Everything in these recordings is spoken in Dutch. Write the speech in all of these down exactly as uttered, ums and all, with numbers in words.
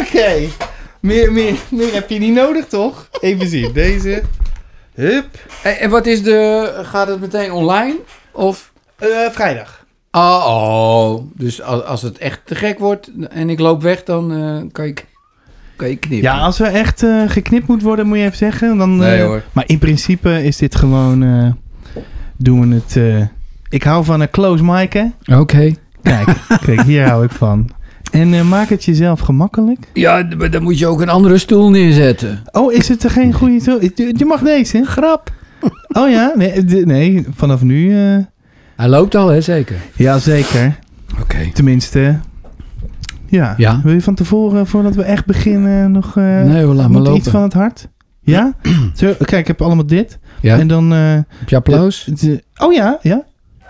Hoppakee. Meer, meer, meer heb je niet nodig, toch? Even zien. Deze. Hup. En, en wat is de... Gaat het meteen online? Of... Uh, vrijdag. Oh, oh, dus als, als het echt te gek wordt en ik loop weg, dan uh, kan, je, kan je knippen. Ja, als er echt uh, geknipt moet worden, moet je even zeggen. Dan, uh, nee hoor. Maar in principe is dit gewoon... Uh, doen we het... Uh, ik hou van een close mic, hè? Oké. Okay. Kijk, kijk, hier hou ik van. En uh, maak het jezelf gemakkelijk. Ja, maar dan moet je ook een andere stoel neerzetten. Oh, is het er geen goede stoel? Je mag deze. Grap. Oh ja? Nee, nee vanaf nu... Uh... Hij loopt al, hè? Zeker? Ja, zeker. Oké. Okay. Tenminste... Ja. ja. Wil je van tevoren, voordat we echt beginnen, nog uh, nee, we laten maar lopen. Iets van het hart? Ja? Zo, kijk, ik heb allemaal dit. Ja. En dan... Uh, heb je applaus? De, de, oh ja, ja.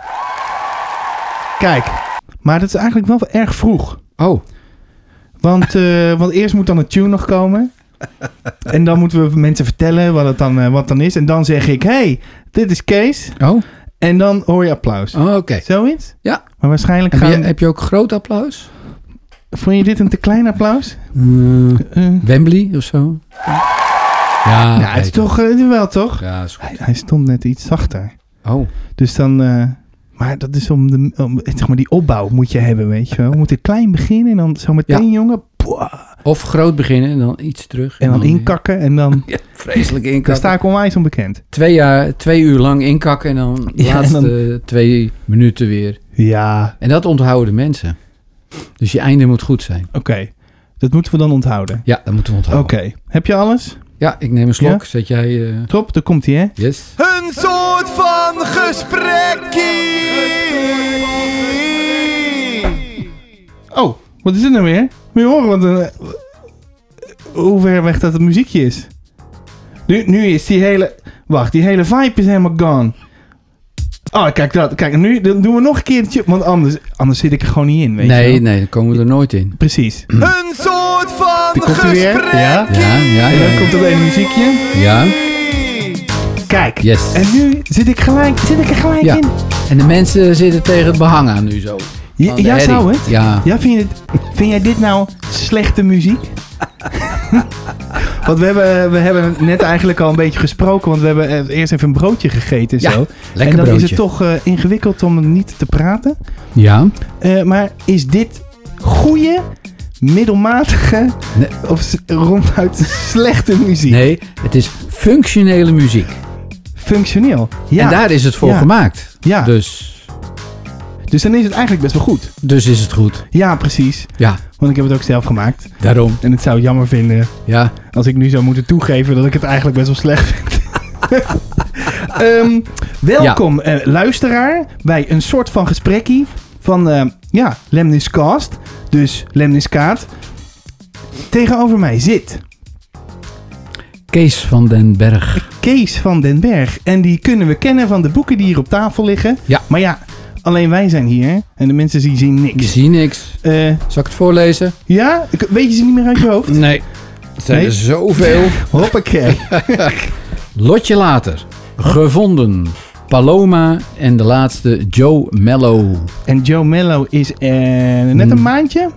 Kijk. Maar dat is eigenlijk wel erg vroeg. Oh. Want, uh, want eerst moet dan een tune nog komen. En dan moeten we mensen vertellen wat het dan, uh, wat dan is. En dan zeg ik, hey, dit is Kees. Oh. En dan hoor je applaus. Oh, oké. Okay. Zoiets? Ja. Maar waarschijnlijk heb gaan... Je, heb je ook groot applaus? Vond je dit een te klein applaus? Uh, uh. Wembley of zo? Ja, ja het is toch uh, wel, toch? Ja, is goed. Hij, hij stond net iets zachter. Oh. Dus dan... Uh, maar dat is om, de, om zeg maar die opbouw moet je hebben, weet je wel. We moeten klein beginnen en dan zo meteen, ja. jongen... Boah. Of groot beginnen en dan iets terug. En dan inkakken en dan... Ja, vreselijk inkakken. Daar sta ik onwijs onbekend. Twee, jaar, twee uur lang inkakken en dan de ja, laatste dan... twee minuten weer. Ja. En dat onthouden de mensen. Dus je einde moet goed zijn. Oké. Okay. Dat moeten we dan onthouden? Ja, dat moeten we onthouden. Oké. Okay. Heb je alles? Ja, ik neem een slok. Ja? Zet jij... Uh... Top, daar komt hij, hè? Yes. Een soort van gesprekkie. Oh, wat is dit nou weer? Moet je horen wat een... hoe ver weg dat het muziekje is. Nu, nu is die hele... Wacht, die hele vibe is helemaal gone. Oh, kijk dat. Kijk, nu dan doen we nog een keertje. Want anders, anders zit ik er gewoon niet in, weet nee, je wel? Nee, dan komen we er nooit in. Precies. Een soort van gesprekkie. Ja? Ja, ja, en dan ja. komt dat ene muziekje. Ja. Kijk. Yes. En nu zit ik, gelijk, zit ik er gelijk ja. in. En de mensen zitten tegen het behang aan nu zo. Ja, ja zou het? Ja. ja vind, je het, vind jij dit nou slechte muziek? Want we hebben, we hebben net eigenlijk al een beetje gesproken. Want we hebben eerst even een broodje gegeten. Ja, zo. lekker en dan broodje. is het toch uh, ingewikkeld om niet te praten. Ja. Uh, maar is dit goede, middelmatige nee. of ronduit slechte muziek? Nee, het is functionele muziek. Functioneel? Ja. En daar is het voor ja. gemaakt. Ja. Dus... Dus dan is het eigenlijk best wel goed. Dus is het goed. Ja, precies. Ja. Want ik heb het ook zelf gemaakt. Daarom. En het zou jammer vinden ja. als ik nu zou moeten toegeven dat ik het eigenlijk best wel slecht vind. um, welkom ja. uh, luisteraar bij een soort van gesprekkie van uh, ja, Lemniskast. Dus Lemniskaat. Tegenover mij zit... Kees van den Berg. Kees van den Berg. En die kunnen we kennen van de boeken die hier op tafel liggen. Ja. Maar ja... Alleen wij zijn hier en de mensen die zien niks. Die zien niks. Uh, Zal ik het voorlezen? Ja? Weet je ze niet meer uit je hoofd? Nee. Het zijn nee? er zoveel. Hoppakee. Lotje later. Gevonden. Paloma en de laatste Joe Mello. En Joe Mello is uh, net een maandje?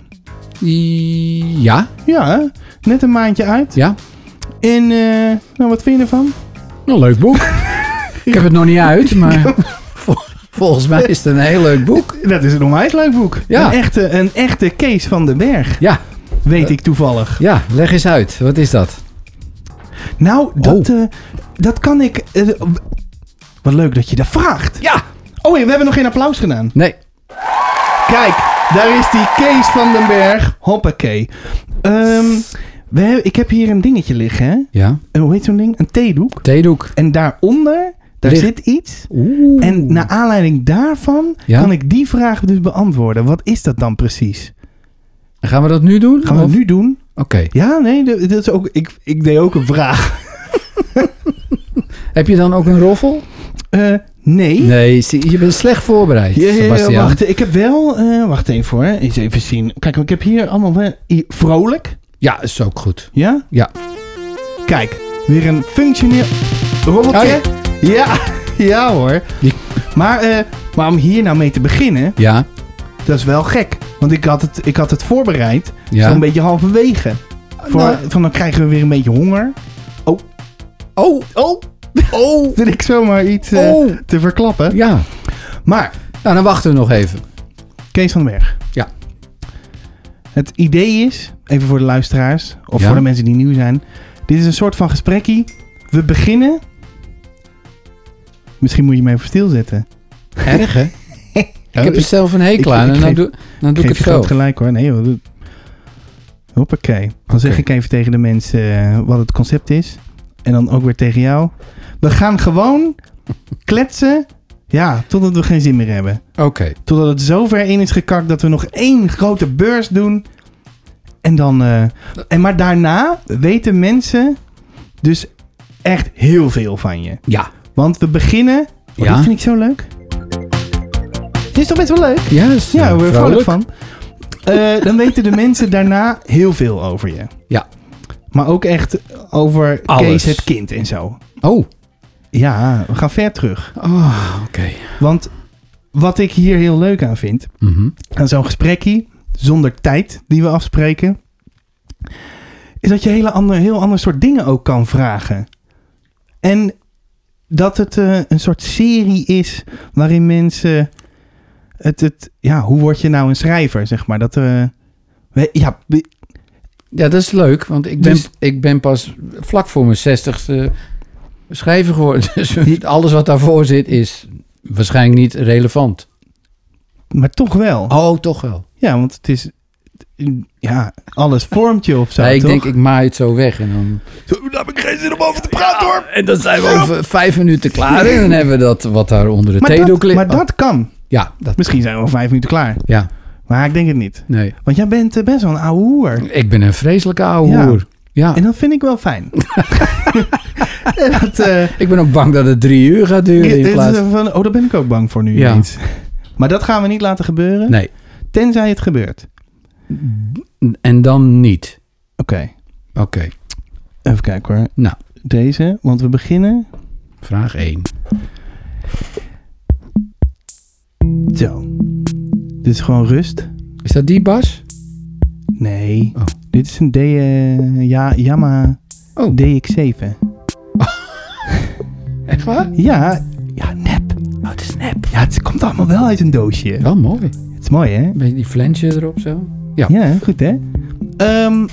Ja. Ja, net een maandje uit. Ja. En uh, nou, wat vind je ervan? Een leuk boek. Ik heb het nog niet uit, maar... Volgens mij is het een heel leuk boek. Dat is een onwijs leuk boek. Ja. Een, echte, een echte Kees van den Berg. Ja. Weet ik toevallig. Ja, leg eens uit. Wat is dat? Nou, dat, oh. uh, dat kan ik... Uh, wat leuk dat je dat vraagt. Ja. Oh ja, we hebben nog geen applaus gedaan. Nee. Kijk, daar is die Kees van den Berg. Hoppakee. Um, we hebben, ik heb hier een dingetje liggen, hè? Ja. Uh, hoe heet zo'n ding? Een theedoek. Theedoek. En daaronder... Daar Licht. zit iets. Oeh. En naar aanleiding daarvan ja? kan ik die vraag dus beantwoorden. Wat is dat dan precies? Gaan we dat nu doen? Gaan we dat nu doen? Oké. Okay. Ja, nee, dat is ook, ik, ik deed ook een vraag. Heb je dan ook een roffel? Uh, nee. Nee, je bent slecht voorbereid, ja, Sebastian. Ja, wacht, ik heb wel... Uh, wacht even hoor, eens even zien. Kijk, ik heb hier allemaal uh, vrolijk. Ja, is ook goed. Ja? Ja. Kijk, weer een functioneel roffeltje. Oh, ja. Ja, ja hoor. Die... Maar, uh, maar om hier nou mee te beginnen... Ja. Dat is wel gek. Want ik had het, ik had het voorbereid. Ja. Zo'n beetje halverwege. Voor, Nou. van dan krijgen we weer een beetje honger. Oh, oh, oh, Wil ik zomaar iets eh, oh. te verklappen. Ja, Maar, nou dan wachten we nog even. Kees van den Berg. Ja. Het idee is, even voor de luisteraars, of Ja. voor de mensen die nieuw zijn. Dit is een soort van gesprekkie. We beginnen. Misschien moet je me even stilzetten. Erg, hè? Ik Oh, heb er zelf een hekel ik- aan ik en dan geef- doe, dan doe ik Geef het je zo. groot gelijk hoor. Nee joh. doe- Hoppakee. Dan zeg Oké. ik even tegen de mensen eh, wat het concept is. En dan ook weer tegen jou. We gaan gewoon kletsen. Ja, totdat we geen zin meer hebben. Oké, Totdat het zo ver in is gekakt dat we nog één grote beurs doen. En dan... eh, en maar daarna weten mensen dus echt heel veel van je. ja. Want we beginnen... Oh, Ja. Dit vind ik zo leuk. Dit is toch best wel leuk? Juist. Ja, eh, we worden vrolijk vrolijk. van. Eh, dan weten de mensen daarna heel veel over je. Ja. Maar ook echt over Alles. Kees het kind en zo. Oh, Ja, we gaan ver terug. oh oké. Want wat ik hier heel leuk aan vind... Mhm. aan zo'n gesprekkie, zonder tijd die we afspreken... is dat je hele ander, heel ander soort dingen ook kan vragen. En dat het eh, een soort serie is waarin mensen... Het, het, ja, hoe word je nou een schrijver, zeg maar. Dat, eh, we- ja, we- Ja, dat is leuk, want ik ben, Dus- ik ben pas vlak voor mijn zestigste schrijver geworden. Dus alles wat daarvoor zit is waarschijnlijk niet relevant. maar toch wel. Oh, toch wel. Ja, want het is... Ja, alles vormt je of zo, Nee, ik toch? denk, ik maai het zo weg en dan... Zo, daar heb ik geen zin om over te praten, hoor. En dan zijn we over vijf minuten klaar en dan hebben we dat wat daar onder de Maar, theedoek dat, ligt. maar dat kan. Ja, dat, Misschien zijn we over vijf minuten klaar. ja, Maar ik denk het niet. nee. Want jij bent eh, best wel een ouwe hoer. Ik ben een vreselijke ouwe Ja. hoer. Ja, En dat vind ik wel fijn. En dat, eh, ik ben ook bang dat het drie uur gaat duren in het plaats is van, oh, daar ben ik ook bang voor nu Ja. ineens. Maar dat gaan we niet laten gebeuren. Nee, Tenzij het gebeurt. en dan niet. Oké, Oké, even kijken hoor. Nou. Deze, want we beginnen... vraag één. Zo. Dit is gewoon rust. Is dat die, Bas? Nee. Oh. Dit is een D, eh, ja, Yamaha Oh, D X zeven. echt waar? Ja, ja, nep. Oh, het is nep. Ja, het komt allemaal wel uit een doosje. Wel mooi. Het is mooi, hè? Een beetje die flensje erop zo. Ja. Ja, goed, hè? Ehm,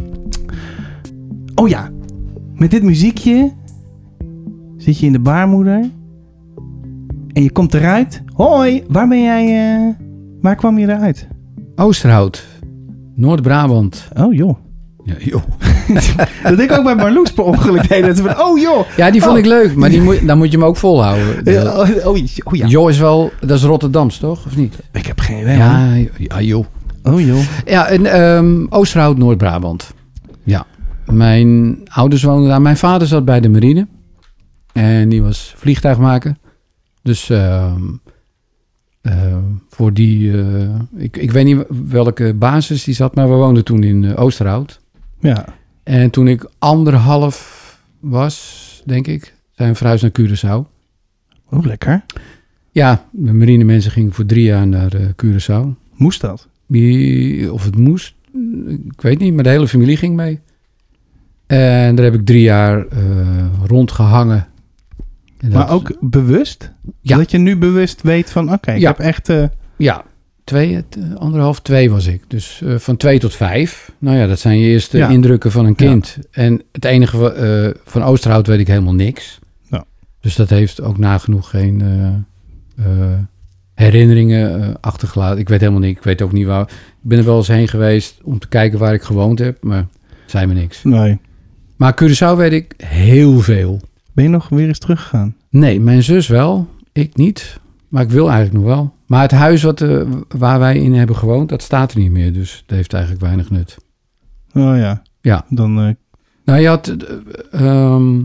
oh ja. Met dit muziekje zit je in de baarmoeder. En je komt eruit. Hoi, waar ben jij... eh, waar kwam je eruit? Oosterhout. Noord-Brabant. Oh, joh. Ja, joh. Dat ik ook bij Marloes per ongeluk deed. Dat ze van, oh, joh. Ja, die vond Oh. ik leuk, maar die moet, dan moet je hem ook volhouden. Eh, oh, oh, oh, ja. Jo is wel, dat is Rotterdams, toch? Of niet? Ik heb geen idee. Ja. Ja, ja, joh. Oh, joh. Ja, en ehm Oosterhout, Noord-Brabant. Ja. Mijn ouders woonden daar. Mijn vader zat bij de marine. En die was vliegtuigmaker. Dus ehm, eh, voor die... eh, ik, ik weet niet welke basis die zat, maar we woonden toen in eh, Oosterhout. Ja. En toen ik anderhalf was, denk ik, zijn we verhuisd naar Curaçao. Oh, lekker. Ja, de marine mensen gingen voor drie jaar naar eh, Curaçao. Moest dat? Wie- Of het moest, ik weet niet, maar de hele familie ging mee. En daar heb ik drie jaar eh, rondgehangen. En Maar dat- ook bewust? Ja. Dat je nu bewust weet van, oké, ik Ja. heb echt... eh, Ja, twee, het, eh, anderhalf, twee was ik. Dus eh, van twee tot vijf. Nou ja, dat zijn je eerste Ja. indrukken van een kind. En het enige wa- eh, van Oosterhout weet ik helemaal niks. Ja. Dus dat heeft ook nagenoeg geen eh, eh, herinneringen eh, achtergelaten. Ik weet helemaal niks. Ik weet ook niet waar. Ik ben er wel eens heen geweest om te kijken waar ik gewoond heb. Maar zei me niks. nee. Maar Curaçao weet ik heel veel. Ben je nog weer eens teruggegaan? Nee, mijn zus wel. Ik niet. Maar ik wil eigenlijk nog wel. Maar het huis wat, eh, waar wij in hebben gewoond, dat staat er niet meer. Dus dat heeft eigenlijk weinig nut. Oh ja. Ja. Dan, eh, Nou, je had... eh, ehm,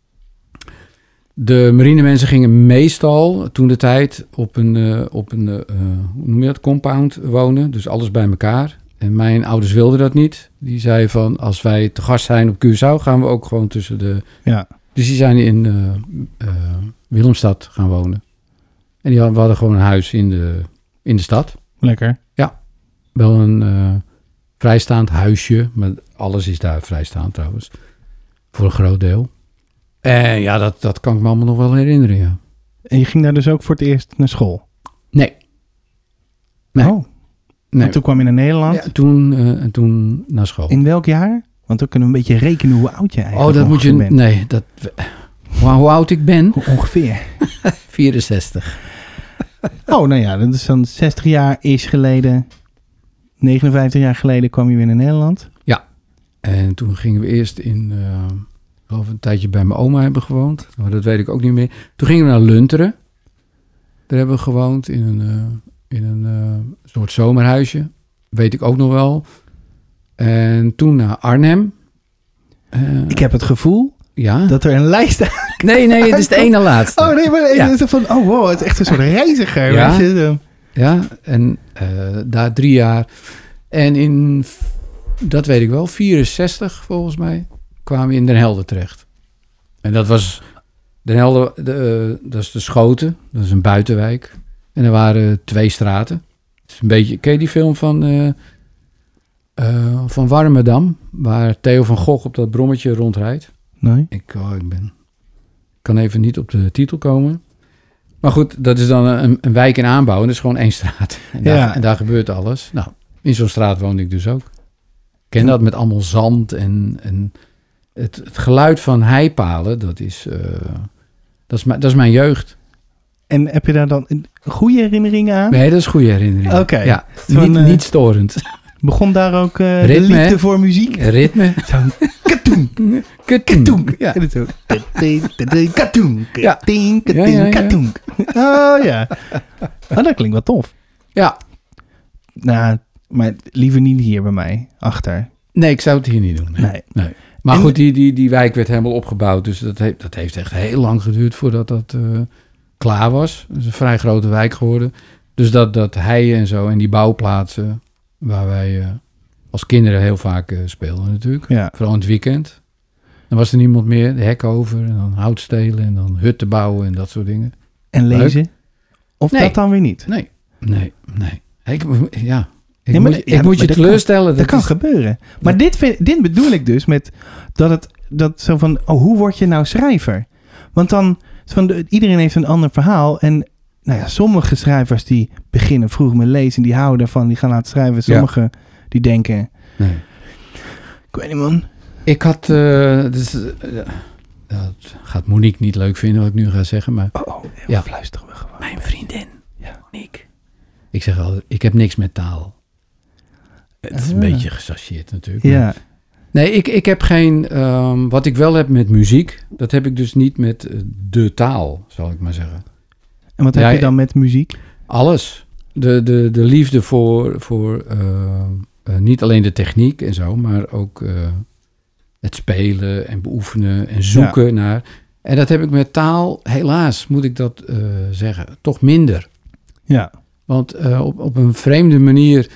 de marinemensen gingen meestal toen de tijd op een, eh, op een eh, hoe noem je dat, compound wonen. Dus alles bij elkaar. En mijn ouders wilden dat niet. Die zeiden van, als wij te gast zijn op Curaçao, gaan we ook gewoon tussen de... ja. Dus die zijn in eh, eh, Willemstad gaan wonen. En die hadden, we hadden gewoon een huis in de, in de stad. Lekker. Wel een eh, vrijstaand huisje. Maar alles is daar vrijstaand trouwens. Voor een groot deel. En ja, dat, dat kan ik me allemaal nog wel herinneren, ja. En je ging daar dus ook voor het eerst naar school? Nee. Nee. Oh. nee. En toen kwam je naar Nederland? Ja, toen, uh, en toen naar school. In welk jaar? Want dan kunnen we een beetje rekenen hoe oud je eigenlijk Oh, dat moet je... bent. Nee, dat... Hoe, hoe oud ik ben? Hoe ongeveer? vierenzestig. Oh, nou ja, dat is dan zestig jaar is geleden. negenenvijftig jaar geleden kwam je weer naar Nederland. Ja. En toen gingen we eerst in... Uh, ik geloof een tijdje bij mijn oma hebben gewoond. Maar dat weet ik ook niet meer. Toen gingen we naar Lunteren. Daar hebben we gewoond in een, uh, in een uh, soort zomerhuisje. Weet ik ook nog wel. En toen naar Arnhem. Uh, Ik heb het gevoel ja. dat er een lijst aan... Nee, nee, het is de ene laatste. Oh nee, maar Ja. het is van, oh wow, het is echt een soort reiziger. Ja. Weet je? Zo. Ja, en uh, daar drie jaar. En in, dat weet ik wel, vierenzestig volgens mij, kwamen we in Den Helder terecht. En dat was, Den Helder, de, uh, dat is de Schoten, dat is een buitenwijk. En er waren twee straten. Het is een beetje, ken je die film van, uh, uh, van Warmerdam, waar Theo van Gogh op dat brommetje rondrijdt? Nee. Ik, oh, ik ben, ik kan even niet op de titel komen. Maar goed, dat is dan een, een wijk in aanbouw. En dat is gewoon één straat. En daar, Ja. en daar gebeurt alles. Nou, in zo'n straat woonde ik dus ook. Ik ken dat met allemaal zand. En, en het, het geluid van heipalen, dat is, uh, dat, is mijn, dat is mijn jeugd. En heb je daar dan een goede herinneringen aan? Nee, dat is een goede herinnering. Oké. Ja, Van, niet, uh, niet storend. Begon daar ook uh, de Ritme, liefde hè? voor muziek? Ritme. Zo'n katoen, Katoen. katoen. Ja. En het zo, katoen, katoen, Ja. katoen, Ja, ja, ja. katoen. Oh ja. Oh, dat klinkt wel tof. Ja. Nou, maar liever niet hier bij mij, achter. Nee, ik zou het hier niet doen. Nee. Nee. Nee. Maar En- goed, die, die, die wijk werd helemaal opgebouwd. Dus dat heeft, dat heeft echt heel lang geduurd voordat dat uh, klaar was. Het is een vrij grote wijk geworden. Dus dat, dat heien en zo en die bouwplaatsen waar wij uh, als kinderen heel vaak uh, speelden natuurlijk. Ja. Vooral in het weekend. Dan was er niemand meer. De hek over en dan hout stelen en dan hutten bouwen en dat soort dingen. En lezen? Of Nee. dat dan weer niet? Nee, nee, nee. Ik, ja, ik Nee, maar- moet, ja, ik moet je maar dat teleurstellen. Dat, Dat kan is- gebeuren. Maar dit, vind, dit bedoel ik dus met dat het dat zo van, oh, hoe word je nou schrijver? Want dan, van de, iedereen heeft een ander verhaal. En nou ja, sommige schrijvers die beginnen vroeg met lezen, die houden ervan, die gaan laten schrijven. Sommigen die denken, Nee. ik weet niet man. Ik had... Uh, dus, uh, dat gaat Monique niet leuk vinden wat ik nu ga zeggen, maar... Oh, oh heel Ja. fluisteren we gewoon. Mijn vriendin, Ja. Monique. Ik zeg altijd, ik heb niks met taal. Het is een Ah. beetje gechargeerd natuurlijk. maar- Ja, Nee, ik, ik heb geen... Um, wat ik wel heb met muziek, dat heb ik dus niet met uh, de taal, zal ik maar zeggen. en wat Ja, heb je dan met muziek? Alles. De, de, de liefde voor, voor uh, uh, niet alleen de techniek en zo, maar ook uh, het spelen en beoefenen en zoeken Ja. naar... En dat heb ik met taal, helaas moet ik dat uh, zeggen, toch minder. Ja, Want uh, op, op een vreemde manier,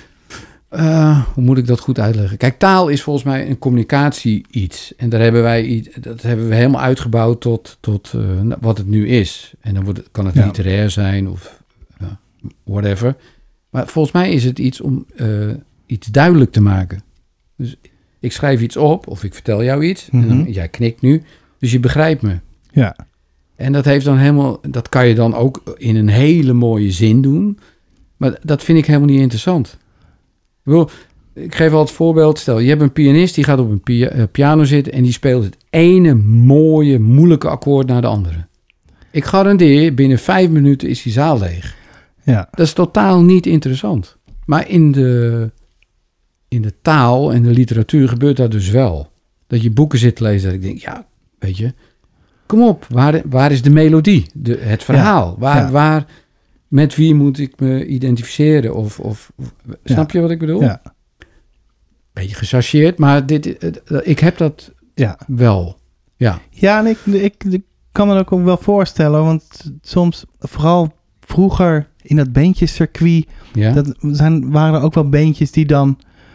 uh, hoe moet ik dat goed uitleggen? Kijk, taal is volgens mij een communicatie iets. En daar hebben wij iets, dat hebben we helemaal uitgebouwd tot, tot uh, wat het nu is. En dan wordt, het- kan het Ja. literair zijn of uh, whatever. Maar volgens mij is het iets om uh, iets duidelijk te maken. Dus ik schrijf iets op of ik vertel jou iets. En Mhm. dan, jij knikt nu, dus je begrijpt me. ja. En dat heeft dan helemaal, dat kan je dan ook in een hele mooie zin doen. Maar dat vind ik helemaal niet interessant. Ik bedoel, ik geef al het voorbeeld. Stel, je hebt een pianist die gaat op een pia- uh, piano zitten en die speelt het ene mooie, moeilijke akkoord naar de andere. Ik garandeer, binnen vijf minuten is die zaal leeg. Ja, Dat is totaal niet interessant. Maar in de, in de taal en de literatuur gebeurt dat dus wel. Dat je boeken zit te lezen dat ik denk, ja, weet je, kom op, waar, waar is de melodie? De, het verhaal. Waar, ja. waar, met wie moet ik me identificeren? Of, of, of- snap je wat ik bedoel? ja, Beetje gechargeerd, maar dit, eh, ik heb dat ja. wel. Ja, Ja, en ik, ik, ik kan me dat ook wel voorstellen, want soms, vooral vroeger in dat beentjescircuit, ja. dat zijn, waren er ook wel beentjes die dan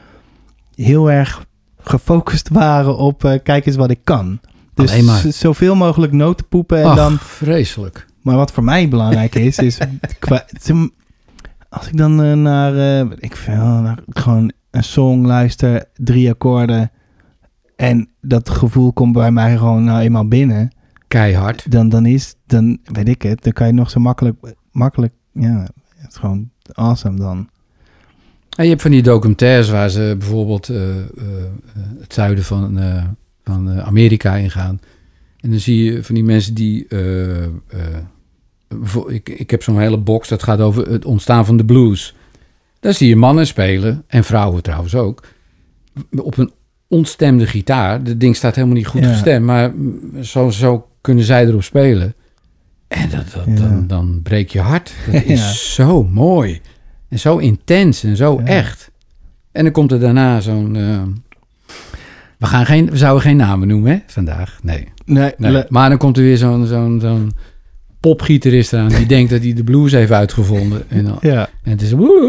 heel erg gefocust waren op, uh, kijk eens wat ik kan. Dus Alleen maar. z- zoveel mogelijk noten poepen en Ach, dan... vreselijk. Maar wat voor mij belangrijk is, is qua, ze- als ik dan uh, naar, uh, weet ik veel, naar gewoon een song luister, drie akkoorden en dat gevoel komt bij mij gewoon nou eenmaal binnen, Keihard. dan, dan is, dan weet ik het, dan kan je nog zo makkelijk, makkelijk, ja, het is gewoon awesome dan. En je hebt van die documentaires waar ze bijvoorbeeld uh, uh, het zuiden van, uh, van uh, Amerika ingaan. En dan zie je van die mensen die... Uh, uh, ik, ik heb zo'n hele box, dat gaat over het ontstaan van de blues. Daar zie je mannen spelen, en vrouwen trouwens ook, op een ontstemde gitaar. Dat ding staat helemaal niet goed Ja. gestemd, maar zo, zo kunnen zij erop spelen. En dat, dat, Ja. dan, dan breek je hart. Dat is Ja. zo mooi. En zo intens en zo Ja. echt. En dan komt er daarna zo'n... Uh, we, gaan geen, we zouden geen namen noemen, hè, vandaag. Nee. Nee, nee. le- Maar dan komt er weer zo'n, zo'n, zo'n popgitarist aan die denkt dat hij de blues heeft uitgevonden. En, dan, ja, en het is...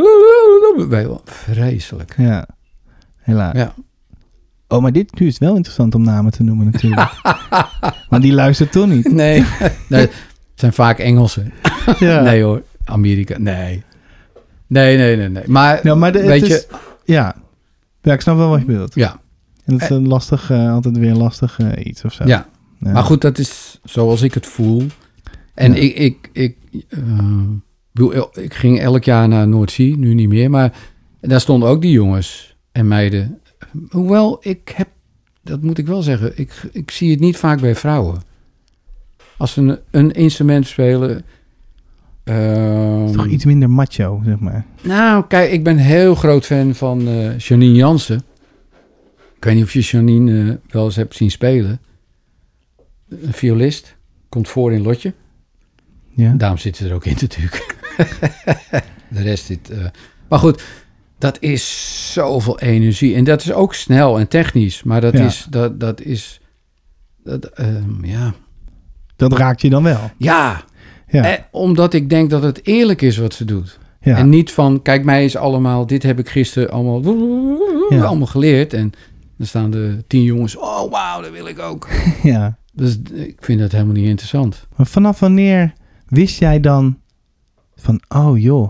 Vreselijk. ja, helaas. Ja. Oh, maar dit nu is wel interessant om namen te noemen natuurlijk. Want die luistert toch niet. Nee. nee, het zijn vaak Engelsen. Ja. Nee hoor, Amerika, nee. Nee, nee, nee, nee. Maar, Ja, maar de, het weet is, je... Ja. ja, ik snap wel wat je bedoelt. Ja, En dat is een lastig, uh, altijd weer een lastig uh, iets of zo. ja. Ja. Maar goed, dat is zoals ik het voel. En Ja. ik, ik, ik, uh, bedoel, ik ging elk jaar naar Noordzee, nu niet meer. Maar daar stonden ook die jongens en meiden. Hoewel, ik heb, dat moet ik wel zeggen, ik, ik zie het niet vaak bij vrouwen. Als ze een, een instrument spelen... Het is toch Um, iets minder macho, zeg maar. Nou, kijk, ik ben heel groot fan van uh, Janine Jansen. Ik weet niet of je Janine uh, wel eens hebt zien spelen. Een violist. Komt voor in Lotje. Ja. Daarom zit ze er ook in natuurlijk. De rest zit... Uh, maar goed, dat is zoveel energie. En dat is ook snel en technisch. Maar dat Ja. is... Dat, dat is dat, um, ja. Dat raakt je dan wel. Ja. Ja. Eh, omdat ik denk dat het eerlijk is wat ze doet. ja. En niet van, kijk, mij is allemaal... Dit heb ik gisteren allemaal, Ja. allemaal geleerd. En dan staan de tien jongens... Oh, wauw, dat wil ik ook. ja. Dus ik vind dat helemaal niet interessant. Maar vanaf wanneer wist jij dan van, oh joh,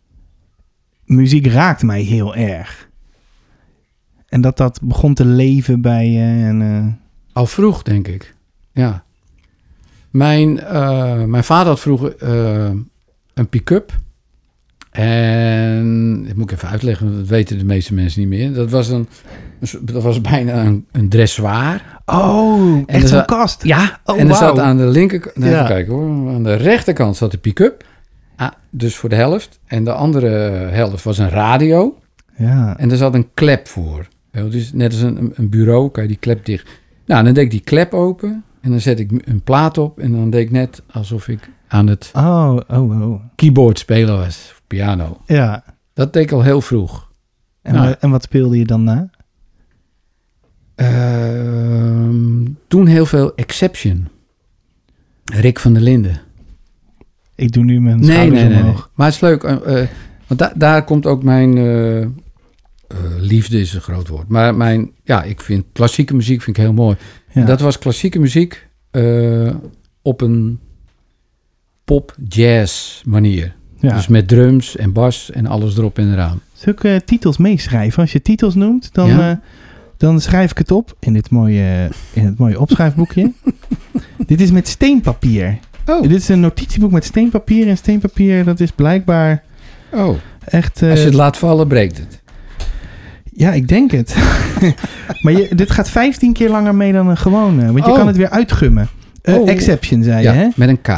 muziek raakt mij heel erg. En dat dat begon te leven bij je. En, uh... Al vroeg, denk ik. Ja. Mijn, uh, mijn vader had vroeger uh, een pick-up. En, dat moet ik even uitleggen, want dat weten de meeste mensen niet meer. Dat was, een, dat was bijna een, een dressoir. Oh, echt er zo'n zat- kast. Ja, Oh, en er zat wauw. aan de linkerkant... Nou, Ja. even kijken hoor. Aan de rechterkant zat de pick-up. Ah, dus voor de helft. En de andere helft was een radio. Ja. En er zat een klep voor. Ja, dus net als een, een bureau kan je die klep dicht... Nou, dan deed ik die klep open. En dan zet ik een plaat op. En dan deed ik net alsof ik aan het Oh, oh, oh. keyboard spelen was. Of piano. Ja. Dat deed ik al heel vroeg. En, Nou. wa- en wat speelde je dan na? Ehm, toen heel veel Exception. Rick van der Linden. Ik doe nu mijn Nee, schouders nee, nee, nee. omhoog. Maar het is leuk. uh, uh, want da- daar komt ook mijn... uh, uh, liefde is een groot woord. Maar mijn... Ja, ik vind klassieke muziek vind ik heel mooi. Ja. En dat was klassieke muziek uh, op een pop-jazz manier. ja. Dus met drums en bas en alles erop en eraan. Zulke uh, titels meeschrijven. Als je titels noemt, dan, Ja. uh, dan schrijf ik het op in dit mooie, in het mooie opschrijfboekje. Dit is met steenpapier. Oh, Dit is een notitieboek met steenpapier. En steenpapier, dat is blijkbaar oh. echt... uh, Als je het laat vallen, breekt het. Ja, ik denk het. Maar je, dit gaat vijftien keer langer mee dan een gewone. Want je Oh. kan het weer uitgummen. Uh, Oh. Exception, zei Ja, je, hè? met een K.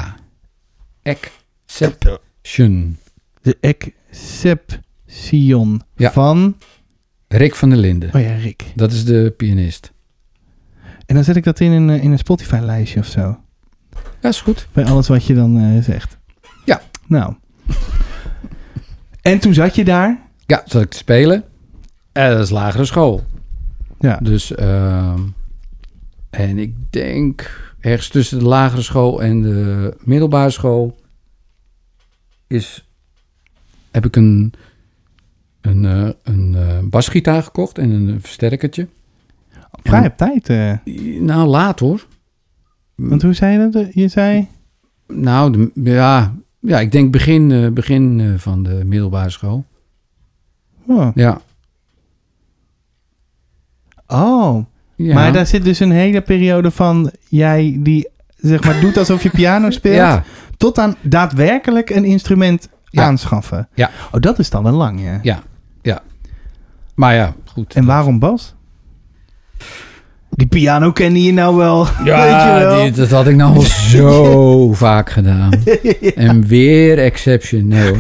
Exception. De Exception Ja. van... Rick van der Linden. Oh ja, Rick. Dat is de pianist. En dan zet ik dat in een, uh, in een Spotify-lijstje of zo. Ja, is goed. Bij alles wat je dan uh, zegt. Ja. Nou. En toen zat je daar. Ja, zat ik te spelen. En dat is lagere school. Ja. Dus, ehm, en ik denk ergens tussen de lagere school en de middelbare school is, heb ik een, een, uh, een uh, basgitaar gekocht en een versterkertje. Vrij En- op tijd. Uh. Nou, laat hoor. Want hoe zei je dat? Je zei... Nou, de, ja, ja, ik denk begin, uh, begin uh, van de middelbare school. Oh, Ja. Oh, Ja. maar daar zit dus een hele periode van jij die zeg maar doet alsof je piano speelt, Ja, tot aan daadwerkelijk een instrument Ja. aanschaffen. Ja. Oh, dat is dan wel lang, ja. ja, ja. Maar ja, goed. En waarom bas? Die piano kende je nou wel, weet je Ja, wel. die, dat had ik nou al zo vaak gedaan. En weer exceptioneel.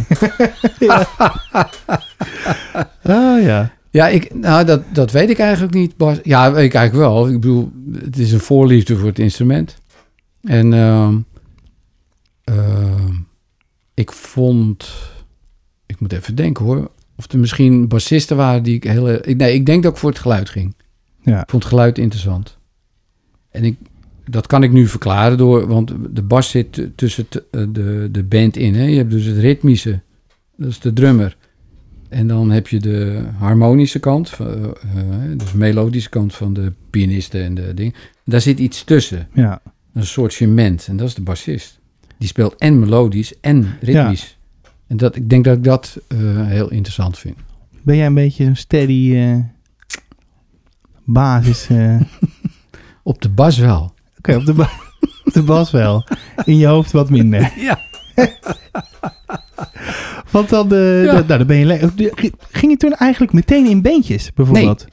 Oh ja. Ja, ik, nou, dat, dat weet ik eigenlijk niet, Bas. Ja, weet ik eigenlijk wel. Ik bedoel, het is een voorliefde voor het instrument. En ehm, ehm, ik vond... Ik moet even denken hoor. Of er misschien bassisten waren die ik heel... ik- Nee, ik denk dat ik voor het geluid ging. Ja. Ik vond het geluid interessant. En ik, dat kan ik nu verklaren door... Want de bas zit t- tussen t- eh, de, de band in. Hè? Je hebt dus het ritmische. Dat is de drummer. En dan heb je de harmonische kant. van, eh, eh, dus de melodische kant van de pianisten en de ding. Daar zit iets tussen. Ja. Een soort cement. En dat is de bassist. Die speelt en melodisch en ritmisch. En dat, ik denk dat ik dat eh, heel interessant vind. Ben jij een beetje een steady eh, basis? eh? Oké, Op de bas wel. op, de ba- op de bas wel. In je hoofd wat minder. Ja. Want dan, eh, Ja. da- nou, dan ben je le- ging je toen eigenlijk meteen in bandjes, bijvoorbeeld?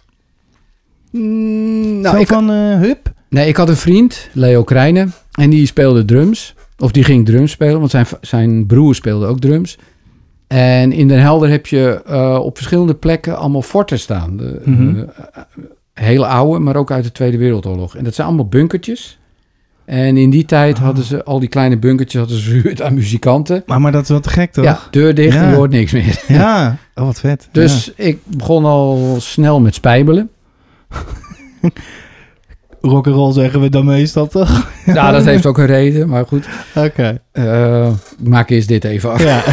Mm, Zo nou, ik, van eh hup? nee, ik had een vriend, Leo Krijnen. En die speelde drums. Of die ging drums spelen, want zijn, zijn broer speelde ook drums. En in Den Helder heb je uh, op verschillende plekken allemaal forten staan. De, Mhm. uh, hele oude, maar ook uit de Tweede Wereldoorlog. En dat zijn allemaal bunkertjes. En in die tijd Oh. hadden ze al die kleine bunkertjes hadden ze verhuurd aan muzikanten. Maar, maar dat is wel te gek, toch? Ja, deur dicht en Ja. je hoort niks meer. Ja. Oh, wat vet. Dus ik begon al snel met spijbelen. Ja. Rock'n'roll zeggen we dan meestal, toch? Nou, dat heeft ook een reden, maar goed. Oké. Uh, ik maak eerst dit even af. Ja.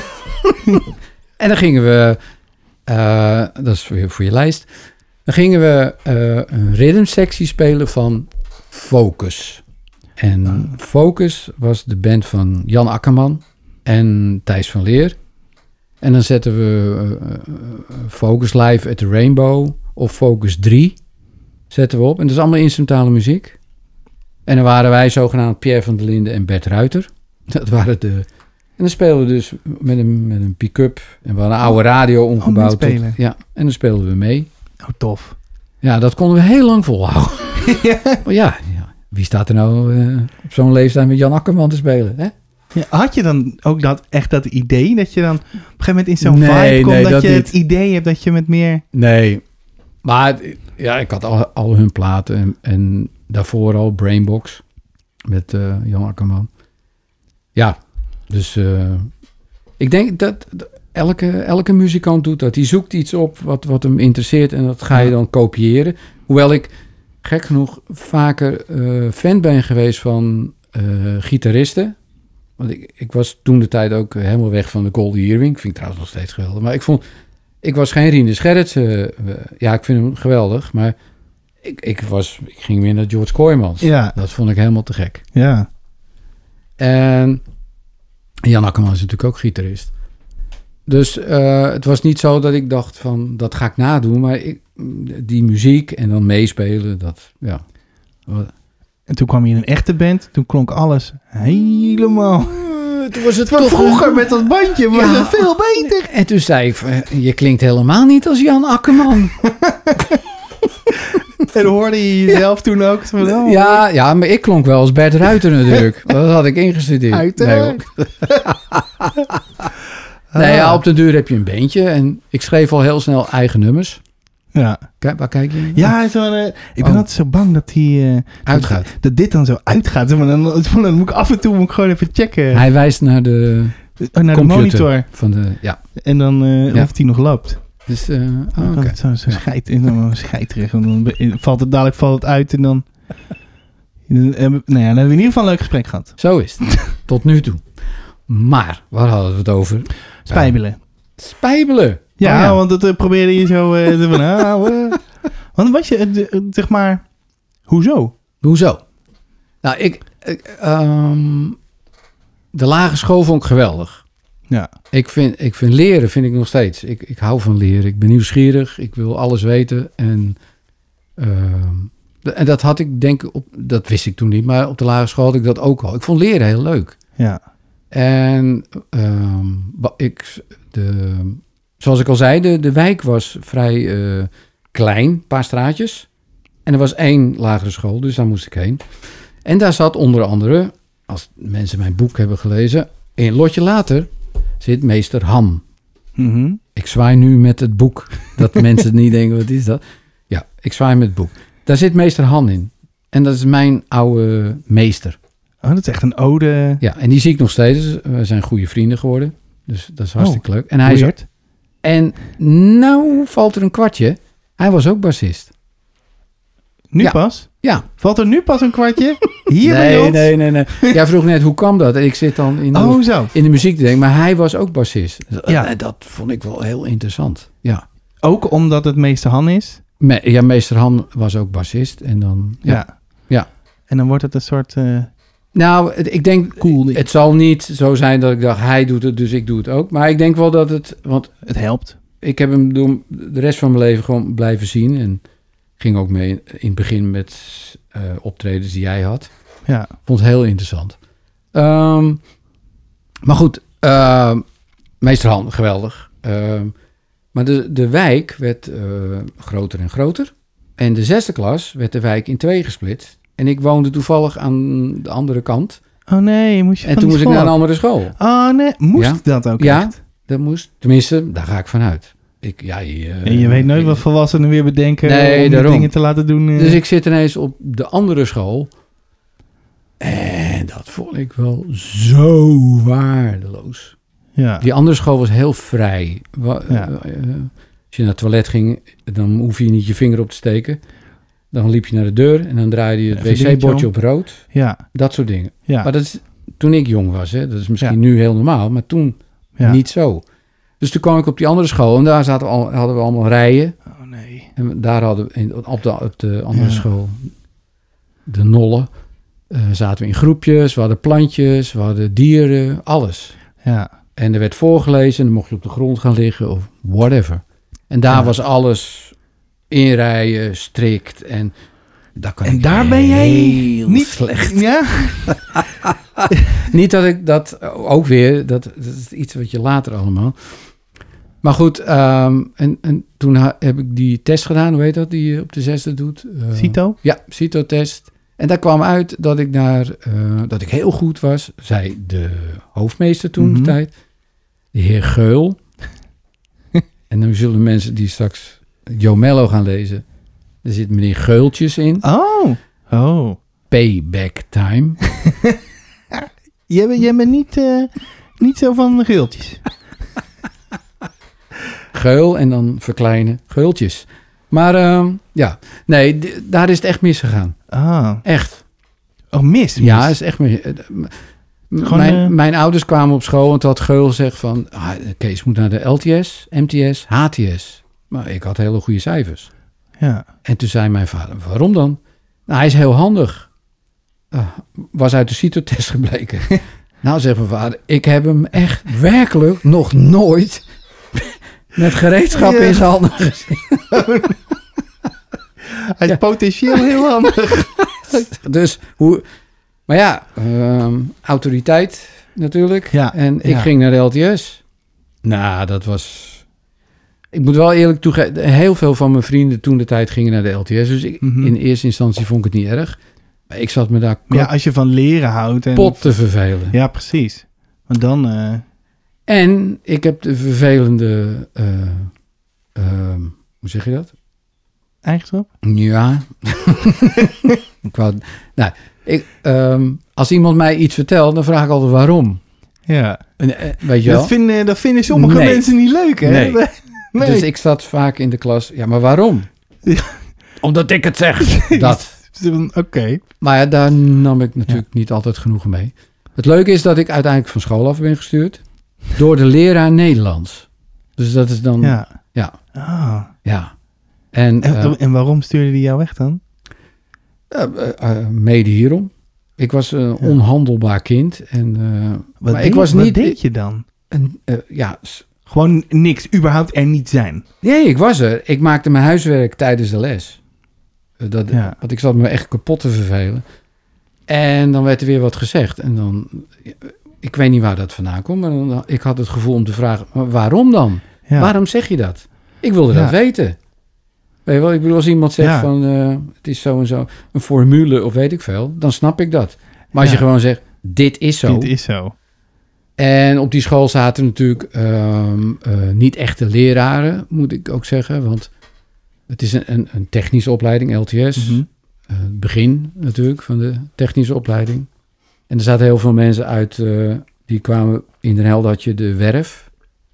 En dan gingen we, uh, dat is voor je, voor je lijst, dan gingen we uh, een rhythmsectie spelen van Focus. En Oh. Focus was de band van Jan Akkerman en Thijs van Leer. En dan zetten we uh, uh, Focus Live at the Rainbow of Focus drie zetten we op. En dat is allemaal instrumentale muziek. En dan waren wij zogenaamd Pierre van der Linden en Bert Ruiter. Dat waren de... En dan speelden we dus met een, met een pick-up. En we hadden een oude radio omgebouwd. tot, meespelen. ja, en dan speelden we mee. Oh, tof. Ja, dat konden we heel lang volhouden. Ja. Maar ja, ja, wie staat er nou uh, op zo'n leeftijd met Jan Akkerman te spelen? Hè? Ja, had je dan ook dat, echt dat idee dat je dan op een gegeven moment in zo'n Nee, vibe komt nee, dat, dat je niet. het idee hebt dat je met meer... Nee, maar ja, ik had al, al hun platen. En, en daarvoor al Brainbox met uh, Jan Akkerman. Ja, dus uh, ik denk dat elke, elke muzikant doet dat. Die zoekt iets op wat, wat hem interesseert en dat ga je dan kopiëren. Hoewel ik, gek genoeg, vaker uh, fan ben geweest van uh, gitaristen. Want ik, ik was toen de tijd ook helemaal weg van de Goldie Irving. Vind ik trouwens nog steeds geweldig. Maar ik vond, ik was geen Rinus Gerrits. Uh, ja, ik vind hem geweldig. Maar ik, ik, was, ik ging weer naar George Kooijmans. Ja. Dat vond ik helemaal te gek. Ja. En Jan Akkerman is natuurlijk ook gitarist. Dus uh, het was niet zo dat ik dacht van, dat ga ik nadoen. Maar ik, die muziek en dan meespelen, dat, ja. En toen kwam je in een echte band. Toen klonk alles helemaal... Uh, toen was het Van toch vroeger met dat bandje was Ja. het veel beter. En toen zei ik, van, je klinkt helemaal niet als Jan Akkerman. En hoorde je jezelf toen ook? Van, oh, Ja, ja, maar ik klonk wel als Bert Ruiter natuurlijk. Dat had ik ingestudeerd. Uiteraard. Nee, nee ja, op de duur heb je een bandje. En ik schreef al heel snel eigen nummers. Ja. Kijk, waar kijk je? Ja, zo, uh, ik ben Oh. altijd zo bang dat die... Uh, Uitgaat. Dat, dat dit dan zo uitgaat. Zeg maar, dan, dan moet ik af en toe moet ik gewoon even checken. Hij wijst naar de Oh, naar de computer monitor. van de... Ja. En dan uh, Ja. of die nog loopt. Dus, uh, oh, Oh, oké. Zo, zo scheid, en dan scheiterig. En dan be- valt het dadelijk valt het uit en dan... Nou ja, dan hebben we in ieder geval een leuk gesprek gehad. Zo is het. Tot nu toe. Maar, waar hadden we het over? Spijbelen. Spijbelen. Ja, Oh, ja. want dat uh, probeerde je zo uh, te van... ah, uh. Want was je, uh, uh, zeg maar... Hoezo? Hoezo? Nou, ik... ik um, de lage school vond ik geweldig. Ja. Ik vind, ik vind leren vind ik nog steeds. Ik, ik hou van leren. Ik ben nieuwsgierig. Ik wil alles weten. En Ehm, en dat had ik denk ik op, dat wist ik toen niet, maar op de lagere school had ik dat ook al. Ik vond leren heel leuk. Ja. En ehm, wa- ik, de, zoals ik al zei, de, de wijk was vrij eh, klein, een paar straatjes. En er was één lagere school, dus daar moest ik heen. En daar zat onder andere, als mensen mijn boek hebben gelezen, een lotje later zit meester Han. Mhm. Ik zwaai nu met het boek, dat mensen niet denken, wat is dat? Ja, ik zwaai met het boek. Daar zit meester Han in. En dat is mijn oude meester. Oh, dat is echt een ode. Ja, en die zie ik nog steeds. We zijn goede vrienden geworden. Dus dat is hartstikke leuk. En hij is, Weird. en nou valt er een kwartje. Hij was ook bassist. Nu Ja. pas? Ja. Valt er nu pas een kwartje? Hier bij Nee, ons? nee, nee, nee. Jij vroeg net, hoe kwam dat? En ik zit dan in de, Oh, zo. in de muziek te denken. Maar hij was ook bassist. Ja. En dat vond ik wel heel interessant. Ja. Ook omdat het meester Han is? Me, ja, meester Han was ook bassist. En dan, ja. Ja. Ja. En dan wordt het een soort eh Nou, het- ik denk, cool ding. het zal niet zo zijn dat ik dacht, hij doet het, dus ik doe het ook. Maar ik denk wel dat het, want Het helpt. ik heb hem door de rest van mijn leven gewoon blijven zien. En ging ook mee in het begin met eh, optredens die jij had. Ja. Vond het heel interessant. Ehm, maar goed, ehm, meester Han, geweldig. Ehm, maar de, de wijk werd eh, groter en groter. En de zesde klas werd de wijk in twee gesplitst. En ik woonde toevallig aan de andere kant. Oh nee, moest je En van toen die moest ik naar school een af? andere school. Oh nee, moest Ja. dat ook Ja. echt? Dat moest. Tenminste, daar ga ik vanuit. Ik, ja, je, En je weet nooit ik- wat volwassenen weer bedenken Nee, om die daarom. dingen te laten doen. eh. Dus ik zit ineens op de andere school. En dat vond ik wel zo waardeloos. Ja. Die andere school was heel vrij. Wa- Ja. eh, eh, als je naar het toilet ging, dan hoef je niet je vinger op te steken. Dan liep je naar de deur en dan draaide je het Even dingetje wc-bordje om. op rood. Ja. Dat soort dingen. Ja. Maar dat is toen ik jong was. Hè? Dat is misschien Ja. nu heel normaal, maar toen Ja. niet zo. Dus toen kwam ik op die andere school en daar zaten we al, hadden we allemaal rijen. Oh nee. En daar hadden we in, op, de, op de andere Ja. school, de Nolle, eh, zaten we in groepjes. We hadden plantjes, we hadden dieren, alles. Ja. En er werd voorgelezen en dan mocht je op de grond gaan liggen of whatever. En daar Ja. was alles in rijen, strikt. En, daar kan En ik daar ben jij heel niet slecht. Ja? Niet dat ik dat ook weer, dat, dat is iets wat je later allemaal. Maar goed, ehm, en, en toen ha- heb ik die test gedaan, hoe heet dat, die je op de zesde doet? Eh, Cito? Ja, CITO-test. En daar kwam uit dat ik, naar, eh, dat ik heel goed was, zei de hoofdmeester toen Mhm. de tijd, de heer Geul. En dan zullen mensen die straks Joe Mello gaan lezen, er zit meneer Geultjes in. Oh. Oh. Payback time. Jij bent, jij bent niet, eh, niet zo van de geeltjes. Geul en dan verkleinen, geultjes. Maar ehm, ja, nee, d- daar is het echt misgegaan. Ah. Echt. Oh, mis. mis. Ja, is echt mis. eh, m- Gewoon, mijn, eh, mijn ouders kwamen op school en toen had Geul gezegd van, ah, Kees moet naar de L T S, M T S, H T S. Maar ik had hele goede cijfers. Ja. En toen zei mijn vader, waarom dan? Nou, hij is heel handig. Ah, was uit de CITO-test gebleken. Nou, zegt mijn vader, ik heb hem echt werkelijk nog nooit met gereedschap Ja. in zijn handen gezien. Hij is Ja. potentieel heel handig. Dus hoe... Maar ja, ehm, autoriteit natuurlijk. Ja, En ik ja. ging naar de L T S. Nou, dat was... Ik moet wel eerlijk toegeven, heel veel van mijn vrienden toen de tijd gingen naar de L T S. Dus ik, Mhm. in eerste instantie vond ik het niet erg. Maar ik zat me daar Maar ja, als je van leren houdt. En, kapot te vervelen. Ja, precies. Want dan... eh, En ik heb de vervelende... eh, ehm, hoe zeg je dat? eigenschap? Ja. ik wou, nou, ik, ehm, als iemand mij iets vertelt, dan vraag ik altijd waarom. Ja. En, eh, weet je wel? Dat vinden, dat vinden sommige Nee. mensen niet leuk, hè? Nee. Nee. Dus ik zat vaak in de klas. Ja, maar waarom? Ja. Omdat ik het zeg. Dat. Oké. Maar ja, daar nam ik natuurlijk niet altijd genoegen mee. Het leuke is dat ik uiteindelijk van school af ben gestuurd. Door de leraar Nederlands. Dus dat is dan... Ja. Ja. Ja. Ah. En, En, eh, en waarom stuurde die jou weg dan? eh, eh, eh, mede hierom. Ik was een Ja. onhandelbaar kind. En, eh, Wat, maar deed, ik was wat niet... deed je dan? een, eh, ja, s- Gewoon niks. Überhaupt er niet zijn. nee, ik was er. Ik maakte mijn huiswerk tijdens de les. Dat, Ja. Want ik zat me echt kapot te vervelen. En dan werd er weer wat gezegd. En dan, ik weet niet waar dat vandaan komt, maar dan, ik had het gevoel om te vragen, maar waarom dan? Ja. Waarom zeg je dat? Ik wilde Ja. dat weten. Weet je wel, ik bedoel, als iemand zegt Ja. van, uh, het is zo en zo, een formule of weet ik veel, dan snap ik dat. Maar als Ja. je gewoon zegt, dit is zo. Dit is zo. En op die school zaten natuurlijk um, uh, niet echte leraren, moet ik ook zeggen. Want het is een, een, een technische opleiding, L T S. Mhm. Uh, het begin natuurlijk van de technische opleiding. En er zaten heel veel mensen uit, uh, die kwamen in Den Helder had je de werf.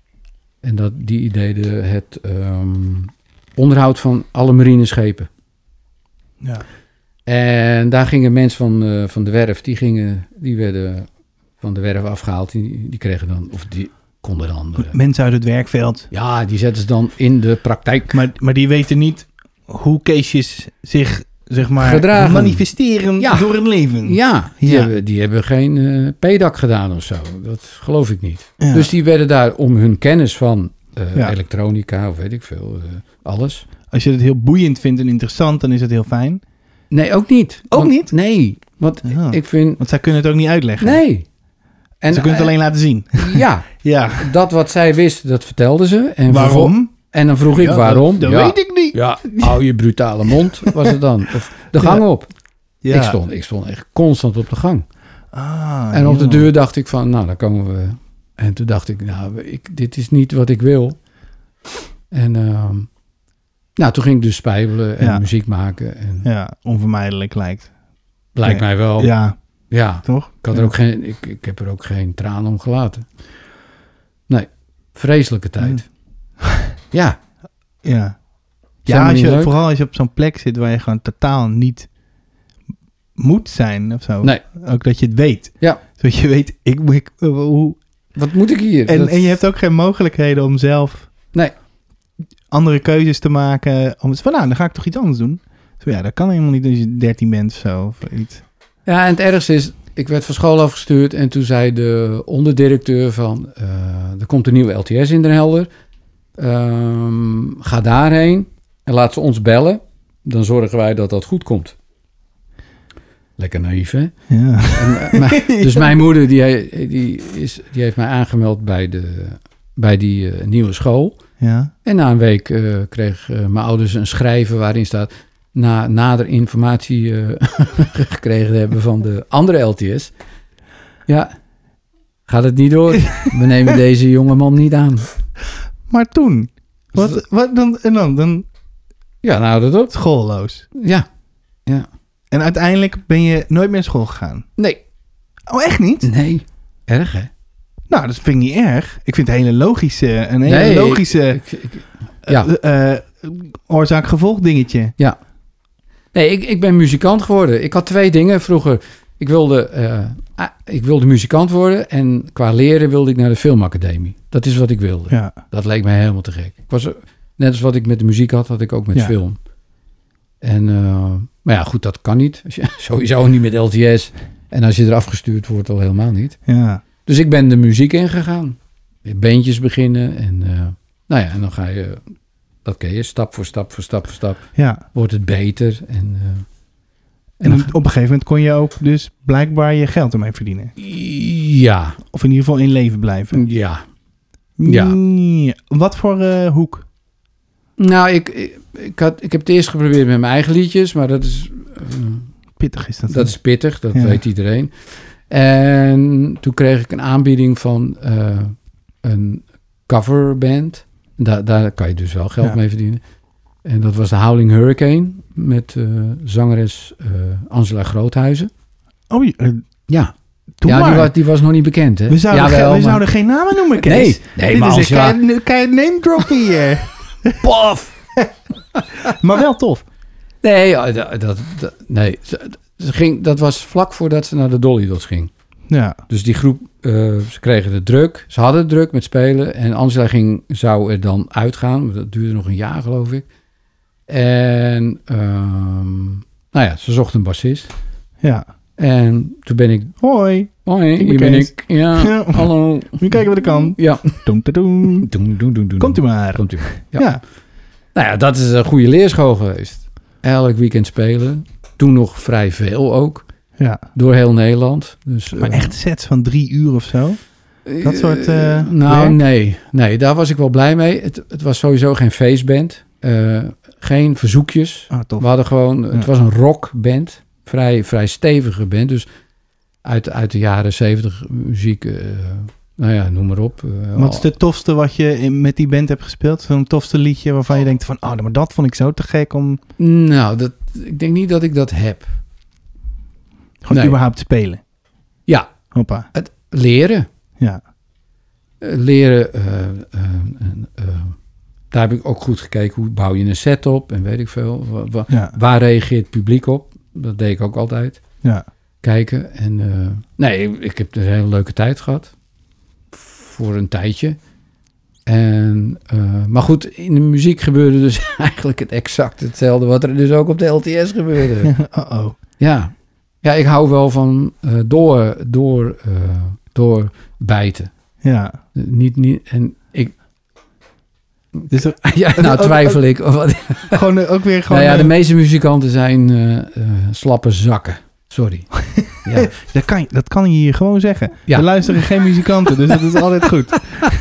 En dat, die deden het um, onderhoud van alle marineschepen. Ja. En daar gingen mensen van, uh, van de werf, die, gingen, die werden van de werf afgehaald. Die, die kregen dan, of die konden dan... Uh, Mensen uit het werkveld. ja, die zetten ze dan in de praktijk. Maar, maar die weten niet hoe cases zich, zeg maar, Gedragen. manifesteren Ja. door het leven. Ja, die, Ja. Hebben, die hebben geen uh, P D A C gedaan of zo. Dat geloof ik niet. Ja. Dus die werden daar om hun kennis van uh, Ja. elektronica of weet ik veel, uh, alles. Als je het heel boeiend vindt en interessant, dan is het heel fijn. Nee, ook niet. Ook Want- niet? Nee, want Ja. ik vind... Want zij kunnen het ook niet uitleggen. Nee. En, Ze kunnen het eh, alleen laten zien. Ja, Ja. dat wat zij wist, dat vertelde ze. En Waarom? vervol- En dan vroeg ik Ja, waarom. Dat, ja, dat weet ik niet. Ja, hou je brutale mond, was het dan. Of de gang Ja. op. Ja. Ik, stond, ik stond echt constant op de gang. Ah, En op de joh. deur dacht ik van, nou, dan komen we. En toen dacht ik, nou, ik, dit is niet wat ik wil. En uh, nou, toen ging ik dus spijbelen en Ja. muziek maken. En Ja, onvermijdelijk lijkt. lijkt Ja. mij wel. Ja, Ja, toch? ik, had er ook geen, ik, ik heb er ook geen traan om gelaten. Nee, vreselijke tijd. Ja, Ja. Is Ja, helemaal als niet je, leuk. vooral als je op zo'n plek zit waar je gewoon totaal niet moet zijn of zo. Nee. Ook dat je het weet. Ja. Zodat je weet, ik, ik, hoe... wat moet ik hier? En, Dat- en je hebt ook geen mogelijkheden om zelf Nee. andere keuzes te maken. Om het van, nou, dan ga ik toch iets anders doen. Zo, ja, dat kan helemaal niet als je dertien bent of zo. Of iets. Ja, en het ergste is, ik werd van school afgestuurd en toen zei de onderdirecteur van, uh, er komt een nieuwe L T S in Den Helder. Um, ga daarheen en laat ze ons bellen. Dan zorgen wij dat dat goed komt. Lekker naïef, hè? Ja. En, uh, maar- dus mijn moeder, die, die, is, die heeft mij aangemeld bij, de, bij die uh, nieuwe school. Ja. En na een week uh, kreeg uh, mijn ouders een schrijven waarin staat, na nader informatie uh, gekregen te hebben van de andere L T S. Ja, gaat het niet door. We nemen deze jongeman niet aan. Maar toen, wat, wat dan? En dan, dan Ja, nou dat op. schoolloos. Ja, En uiteindelijk ben je nooit meer naar school gegaan. nee. Oh, echt niet? Nee. Erg, hè? Nou, dat vind ik niet erg. Ik vind het een hele logische, een hele Nee, logische Ik, ik, ja. eh, eh, oorzaak-gevolg dingetje. Nee, ik, ik ben muzikant geworden. Ik had twee dingen vroeger. Ik wilde, uh, ah, ik wilde muzikant worden en qua leren wilde ik naar de filmacademie. Dat is wat ik wilde. Ja. Dat leek mij helemaal te gek. Ik was, er- net als wat ik met de muziek had, had ik ook met Ja. film. En, uh, maar ja, goed, dat kan niet. Als je, sowieso niet met L T S. En als je eraf gestuurd wordt, al helemaal niet. Ja. Dus ik ben de muziek ingegaan. Bandjes beginnen. En, uh, nou ja, en dan ga je, dat ken je, stap voor stap voor stap voor stap. Ja. Wordt het beter. En, uh, En op een gegeven moment kon je ook dus blijkbaar je geld ermee verdienen. ja, Of in ieder geval in leven blijven. ja. Ja. Mm, Wat voor eh, hoek? Nou, ik, ik, ik, had, ik heb het eerst geprobeerd met mijn eigen liedjes, maar dat is, uh, Pittig is dat. dat is pittig, dat Ja. weet iedereen. En toen kreeg ik een aanbieding van uh, een coverband. Da, daar kan je dus wel geld Ja. mee verdienen. En dat was de Howling Hurricane met uh, zangeres uh, Angela Groothuizen. Oh, je- eh, Ja, doe ja maar. die, was, die was nog niet bekend, hè? we zouden, Jawel, ge- we maar- zouden geen namen noemen, Kees. Nee, nee, Dit maar is een Angela... kei- kei name drop hier. Paf! Maar wel tof. Nee, ja, dat, dat, dat- nee. Ze, ze ging, dat was vlak voordat ze naar de Dolly Dots ging. Ja. Dus die groep, uh, ze kregen de druk. Ze hadden het druk met spelen. En Angela ging, zou er dan uitgaan. Dat duurde nog een jaar, geloof ik. En, um, nou ja, ze zocht een bassist. Ja. En toen ben ik... Hoi. Hoi, Ik ben hier ben Kees. ik. Ja, Ja. hallo. Nu kijken wat ik kan. Ja. Doen, doen, doen. Doen, doen, doen, doen. Komt u maar. Komt u maar. Ja. Ja. Nou ja, dat is een goede leerschool geweest. elk weekend spelen. Toen nog vrij veel ook. Ja. Door heel Nederland. Dus, Maar uh, echt sets van drie uur of zo? Dat soort uh, Nou, werk? nee. Nee, daar was ik wel blij mee. Het, het was sowieso geen feestband. Uh, geen verzoekjes. Oh, tof. We hadden gewoon... Het Ja. was een rockband. Vrij, vrij stevige band. Dus uit, uit de jaren zeventig muziek... Uh, nou ja, noem maar op. Uh, Wat is het tofste wat je in, met die band hebt gespeeld? Zo'n tofste liedje waarvan je denkt van... Oh, maar dat vond ik zo te gek om Nou, dat, ik denk niet dat ik dat heb. gewoon Nee. überhaupt te spelen. Ja, Hoppa. het leren. Ja. Uh, leren. Uh, uh, uh, daar heb ik ook goed gekeken. Hoe bouw je een set op? En weet ik veel. Wa- wa- Ja. Waar reageert het publiek op? Dat deed ik ook altijd. Ja. Kijken. En uh, nee, ik heb een hele leuke tijd gehad. Voor een tijdje. En, uh, maar goed, in de muziek gebeurde dus eigenlijk het exact hetzelfde. Wat er dus ook op de L T S gebeurde. Uh-oh. Ja. Ja, ik hou wel van uh, door, door, uh, door bijten. Ja. Uh, niet, niet, en ik... Dus er- Ja, nou twijfel ik. Of wat. gewoon uh, ook weer gewoon... Nou ja, de uh, meeste muzikanten zijn uh, uh, slappe zakken. Sorry. Ja. dat, kan je, dat kan je hier gewoon zeggen. Ja. Er luisteren geen muzikanten, dus dat is altijd goed.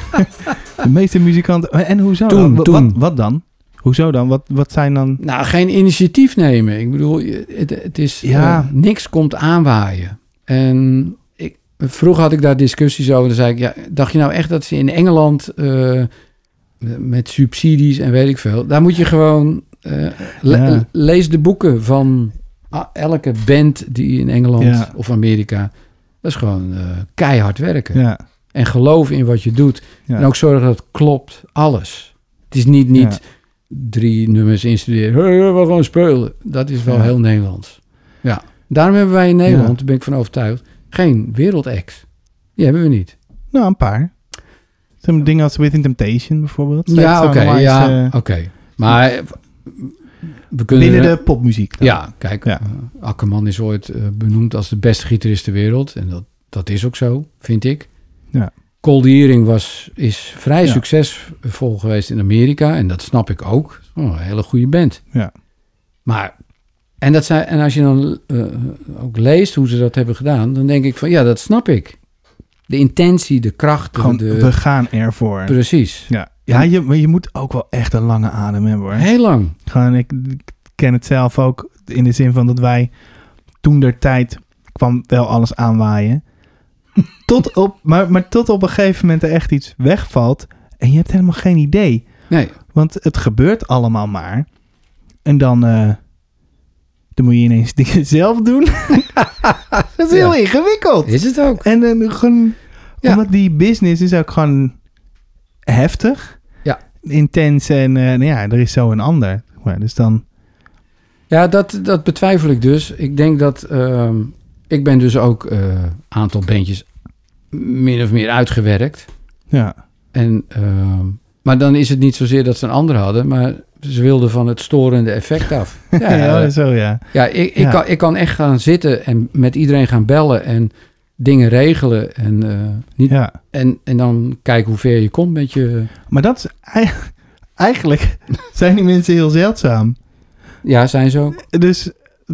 De meeste muzikanten... En hoezo Toen, dan? Wat, toen. Wat, wat dan? Hoezo dan? Wat, wat zijn dan... Nou, geen initiatief nemen. Ik bedoel, je- het, het is... Ja. uh, niks komt aanwaaien. En ik, vroeger had ik daar discussies over. Dan zei ik, ja, dacht je nou echt dat ze in Engeland... Uh, met subsidies en weet ik veel... Daar moet je gewoon... Uh, le- Ja. lees de boeken van ah, elke band die in Engeland Ja. of Amerika... Dat is gewoon uh, keihard werken. Ja. En geloof in wat je doet. Ja. En ook zorgen dat het klopt. Alles. Het is niet, niet Ja. drie nummers instuderen. Hey, we gaan spelen. Dat is wel Ja. heel Nederlands. Ja. Daarom hebben wij in Nederland, Ja. daar ben ik van overtuigd... geen wereldacts. Die hebben we niet. Nou, een paar. Zo'n dingen als Within Temptation bijvoorbeeld. Ja, Zo'n oké. onwijs, ja, uh, oké. Maar eh, we kunnen... binnen de popmuziek. dan. Ja, kijk. Ja. uh, Akkerman is ooit uh, benoemd als de beste gitarist ter wereld. En dat, dat is ook zo, vind ik. Ja. Cold Earring was, is vrij Ja. succesvol geweest in Amerika. En dat snap ik ook. Oh, een hele goede band. Ja. Maar, en, dat zijn, en als je dan uh, ook leest hoe ze dat hebben gedaan... dan denk ik van, ja, dat snap ik. De intentie, de kracht. de- Gewoon, de, we gaan ervoor. precies. Ja, ja je, maar je moet ook wel echt een lange adem hebben hoor. Heel lang. Gewoon, ik, ik ken het zelf ook in de zin van dat wij toen der tijd kwam wel alles aanwaaien. tot op, maar, maar tot op een gegeven moment er echt iets wegvalt en je hebt helemaal geen idee. Nee. Want het gebeurt allemaal maar. En dan, uh, dan moet je ineens dingen zelf doen. Dat is heel Ja. ingewikkeld. Is het ook. En dan gewoon, Ja. omdat die business is ook gewoon heftig. Ja. Intens en uh, nou ja, er is zo een ander. Maar dus dan, Ja, dat, dat betwijfel ik dus. Ik denk dat... ehm, ik ben dus ook een aantal bandjes min of meer uitgewerkt. ja. En, ehm, maar dan is het niet zozeer dat ze een ander hadden... maar ze wilden van het storende effect af. Ja, ja, zo ja. Ja, ik, ik, Ja. Kan, ik kan echt gaan zitten en met iedereen gaan bellen... en dingen regelen en, uh, niet, ja. en, en dan kijken hoe ver je komt met je... Maar dat is ei- eigenlijk zijn die mensen heel zeldzaam. Ja, zijn ze ook. Dus,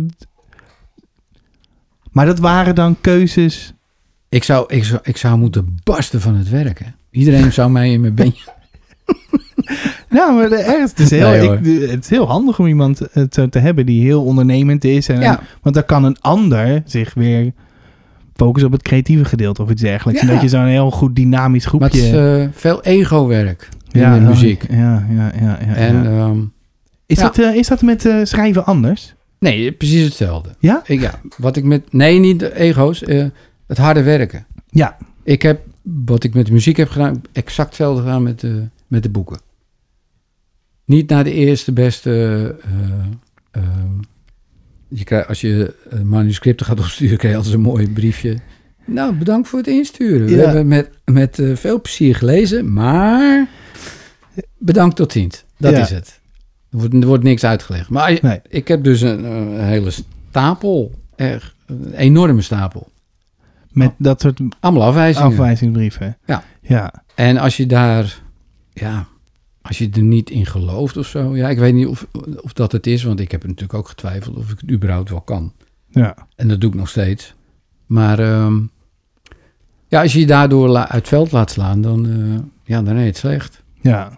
maar dat waren dan keuzes. Ik zou, ik, zou, ik zou moeten barsten van het werken. Iedereen zou mij in mijn bandje... Nou, maar de, ergens, het, is heel, Nee, hoor. ik, het is heel handig om iemand eh, te, te hebben die heel ondernemend is. En, Ja. Want dan kan een ander zich weer focussen op het creatieve gedeelte of iets dergelijks. Ja. En dat je zo'n heel goed dynamisch Maar het groepje... is uh, veel ego-werk in ja, de muziek. Ja, ja, ja. ja, ja. En ehm, is, ja. dat, uh, is dat met uh, schrijven anders? nee, precies hetzelfde. Ja? Ik, ja, wat ik met... Nee, niet de ego's. Uh, het harde werken. Ja. Ik heb, wat ik met de muziek heb gedaan... exact hetzelfde gedaan met de, met de boeken. Niet naar de eerste beste... Uh, uh, je krijgt, als je manuscripten gaat opsturen... krijg je altijd een mooi briefje. Nou, bedankt voor het insturen. Ja. We hebben met, met uh, veel plezier gelezen... maar bedankt tot ziens. Dat Ja. is het. Er wordt, er wordt niks uitgelegd. Maar Nee. ik heb dus een, een hele stapel... Echt, een enorme stapel. Met dat soort Allemaal afwijzingen. afwijzingsbrieven. Ja. Ja. En als je daar... Ja, als je er niet in gelooft of zo. Ja, ik weet niet of, of dat het is, want ik heb natuurlijk ook getwijfeld of ik het überhaupt wel kan. Ja. En dat doe ik nog steeds. Maar um, ja, als je je daardoor la- uit het veld laat slaan, dan, uh, ja, dan is het slecht. Ja.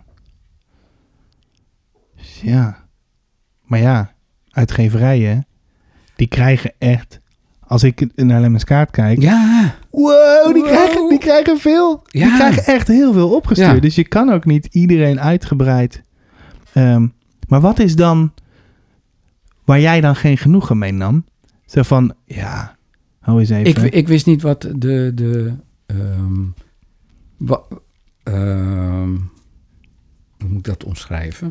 Ja. Maar ja, uitgeverijen, die krijgen echt... Als ik naar Lemmens Kaart kijk... Ja. Wow, die, Wow. Krijgen, die krijgen veel. Ja. Die krijgen echt heel veel opgestuurd. Ja. Dus je kan ook niet iedereen uitgebreid... Um, maar wat is dan... Waar jij dan geen genoegen mee nam? Zo van, ja... Hou eens even. Ik, ik wist niet wat de... de um, wa, um, hoe moet ik dat omschrijven?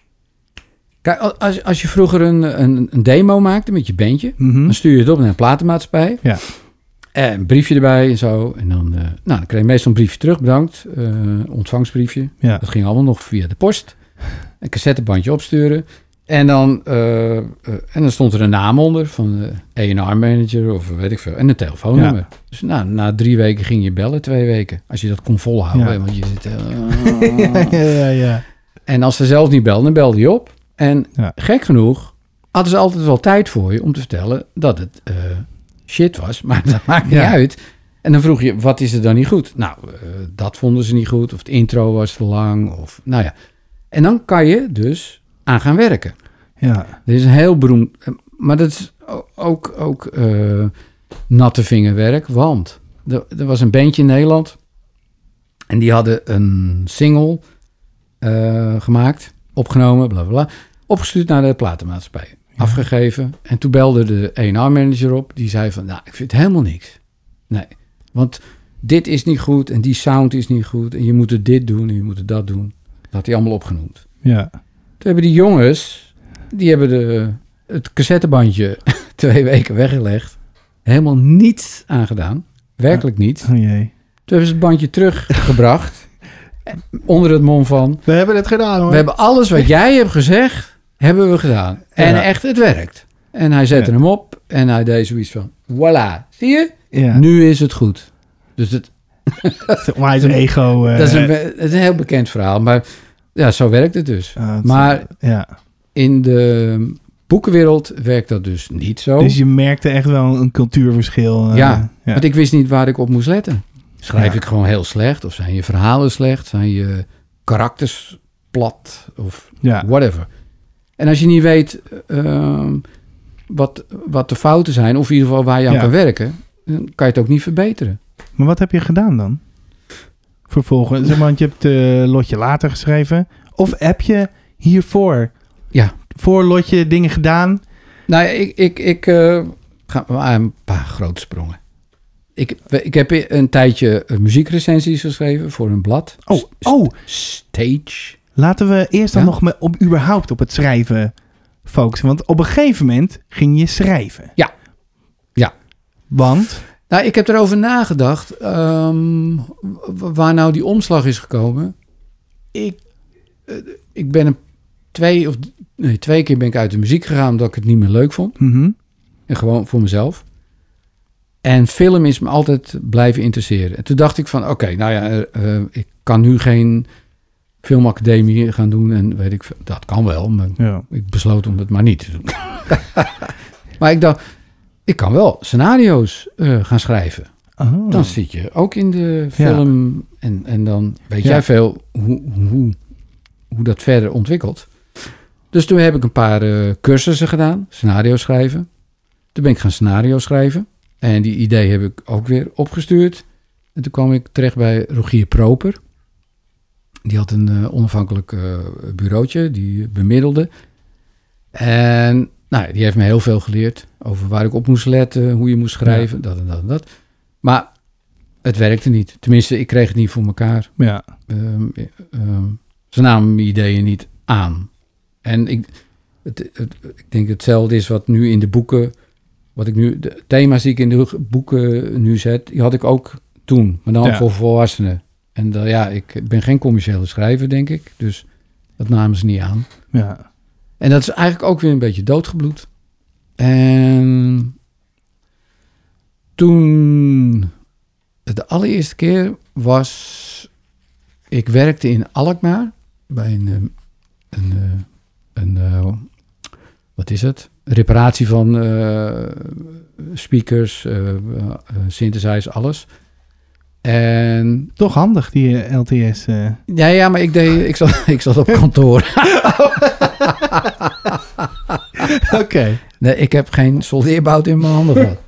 Kijk, als, als je vroeger een, een, een demo maakte met je bandje... Mm-hmm. dan stuur je het op naar een platenmaatschappij. Ja. En een briefje erbij en zo. En dan, uh, nou, dan kreeg je meestal een briefje terug, bedankt. Uh, ontvangstbriefje. Ja. Dat ging allemaal nog via de post. Een cassettebandje opsturen. En dan, uh, uh, en dan stond er een naam onder van de A en R manager of weet ik veel. En een telefoonnummer. Ja. Dus nou, na drie weken ging je bellen, twee weken. Als je dat kon volhouden. Ja. Want je zit... Uh, ja, ja, ja. En als ze zelf niet belden, dan belde je op. En ja. gek genoeg hadden ze altijd wel tijd voor je om te vertellen dat het uh, shit was. Maar dat maakt ja. niet uit. En dan vroeg je, wat is er dan niet goed? Nou, uh, dat vonden ze niet goed. Of het intro was te lang. Of, nou ja. En dan kan je dus aan gaan werken. Ja. Dit is een heel beroemd... Maar dat is ook, ook uh, natte vingerwerk. Want er, er was een bandje in Nederland. En die hadden een single uh, gemaakt. Opgenomen, bla, bla, bla. Opgestuurd naar de platenmaatschappij. Ja. Afgegeven. En toen belde de A en R manager op. Die zei van, nou, ik vind het helemaal niks. Nee, want dit is niet goed. En die sound is niet goed. En je moet het dit doen en je moet het dat doen. Dat had hij allemaal opgenoemd. Ja. Toen hebben die jongens... Die hebben de, het cassettebandje twee weken weggelegd. Helemaal niets aangedaan. Werkelijk niets. Oh jee. Toen hebben ze het bandje teruggebracht. Onder het mom van... We hebben het gedaan hoor. We hebben alles wat jij hebt gezegd, hebben we gedaan. En ja. echt, het werkt. En hij zette ja. hem op en hij deed zoiets van... Voilà, zie je? Ja. Nu is het goed. Dus het... Maar is een ego... Uh, dat is een, het is een heel bekend verhaal. Maar ja, zo werkt het dus. Uh, het maar... Ja. In de boekenwereld werkt dat dus niet zo. Dus je merkte echt wel een cultuurverschil. Uh, ja, ja, want ik wist niet waar ik op moest letten. Schrijf ja. ik gewoon heel slecht? Of zijn je verhalen slecht? Zijn je karakters plat? Of ja. whatever. En als je niet weet uh, wat, wat de fouten zijn... of in ieder geval waar je aan ja. kan werken... dan kan je het ook niet verbeteren. Maar wat heb je gedaan dan? Vervolgens, want je hebt uh, Lotje later geschreven. Of heb je hiervoor... Ja. Voor Lotje dingen gedaan? Nou, ik, ik, ik uh, ga een paar grote sprongen. Ik, ik heb een tijdje muziekrecensies geschreven voor een blad. Oh, oh. Stage. Laten we eerst dan ja? nog me op, überhaupt op het schrijven focussen. Want op een gegeven moment ging je schrijven. Ja. Ja. Want? Nou, ik heb erover nagedacht. Um, waar nou die omslag is gekomen. Ik, uh, ik ben een Twee, of, nee, twee keer ben ik uit de muziek gegaan omdat ik het niet meer leuk vond. Mm-hmm. En gewoon voor mezelf. En film is me altijd blijven interesseren. En toen dacht ik van, oké, okay, nou ja, uh, ik kan nu geen filmacademie gaan doen. En weet ik, dat kan wel, maar ja. ik besloot om het maar niet te doen. Maar ik dacht, ik kan wel scenario's uh, gaan schrijven. Oh. Dan zit je ook in de film ja. en, en dan weet ja. jij veel hoe, hoe, hoe dat verder ontwikkelt. Dus toen heb ik een paar uh, cursussen gedaan, scenario schrijven. Toen ben ik gaan scenario schrijven. En die idee heb ik ook weer opgestuurd. En toen kwam ik terecht bij Rogier Proper. Die had een uh, onafhankelijk uh, bureautje, die bemiddelde. En nou, die heeft me heel veel geleerd over waar ik op moest letten, hoe je moest schrijven, ja. dat en dat en dat. Maar het werkte niet. Tenminste, ik kreeg het niet voor elkaar. Ja. Um, um, ze namen mijn ideeën niet aan. En ik, het, het, ik denk hetzelfde is wat nu in de boeken, wat ik nu, de thema's die ik in de boeken nu zet, die had ik ook toen, maar dan ja. voor volwassenen. En uh, ja, ik ben geen commerciële schrijver, denk ik. Dus dat namen ze niet aan. Ja. En dat is eigenlijk ook weer een beetje doodgebloed. En toen, de allereerste keer was, ik werkte in Alkmaar bij een, een, een, een, een wat is het? Reparatie van uh, speakers, uh, uh, synthesizers, alles. En Toch handig, die uh, L T S. Uh. Ja, ja, maar ik, deed, ik, zat, ik zat op kantoor. Oké. Okay. Nee, ik heb geen soldeerbout in mijn handen gehad.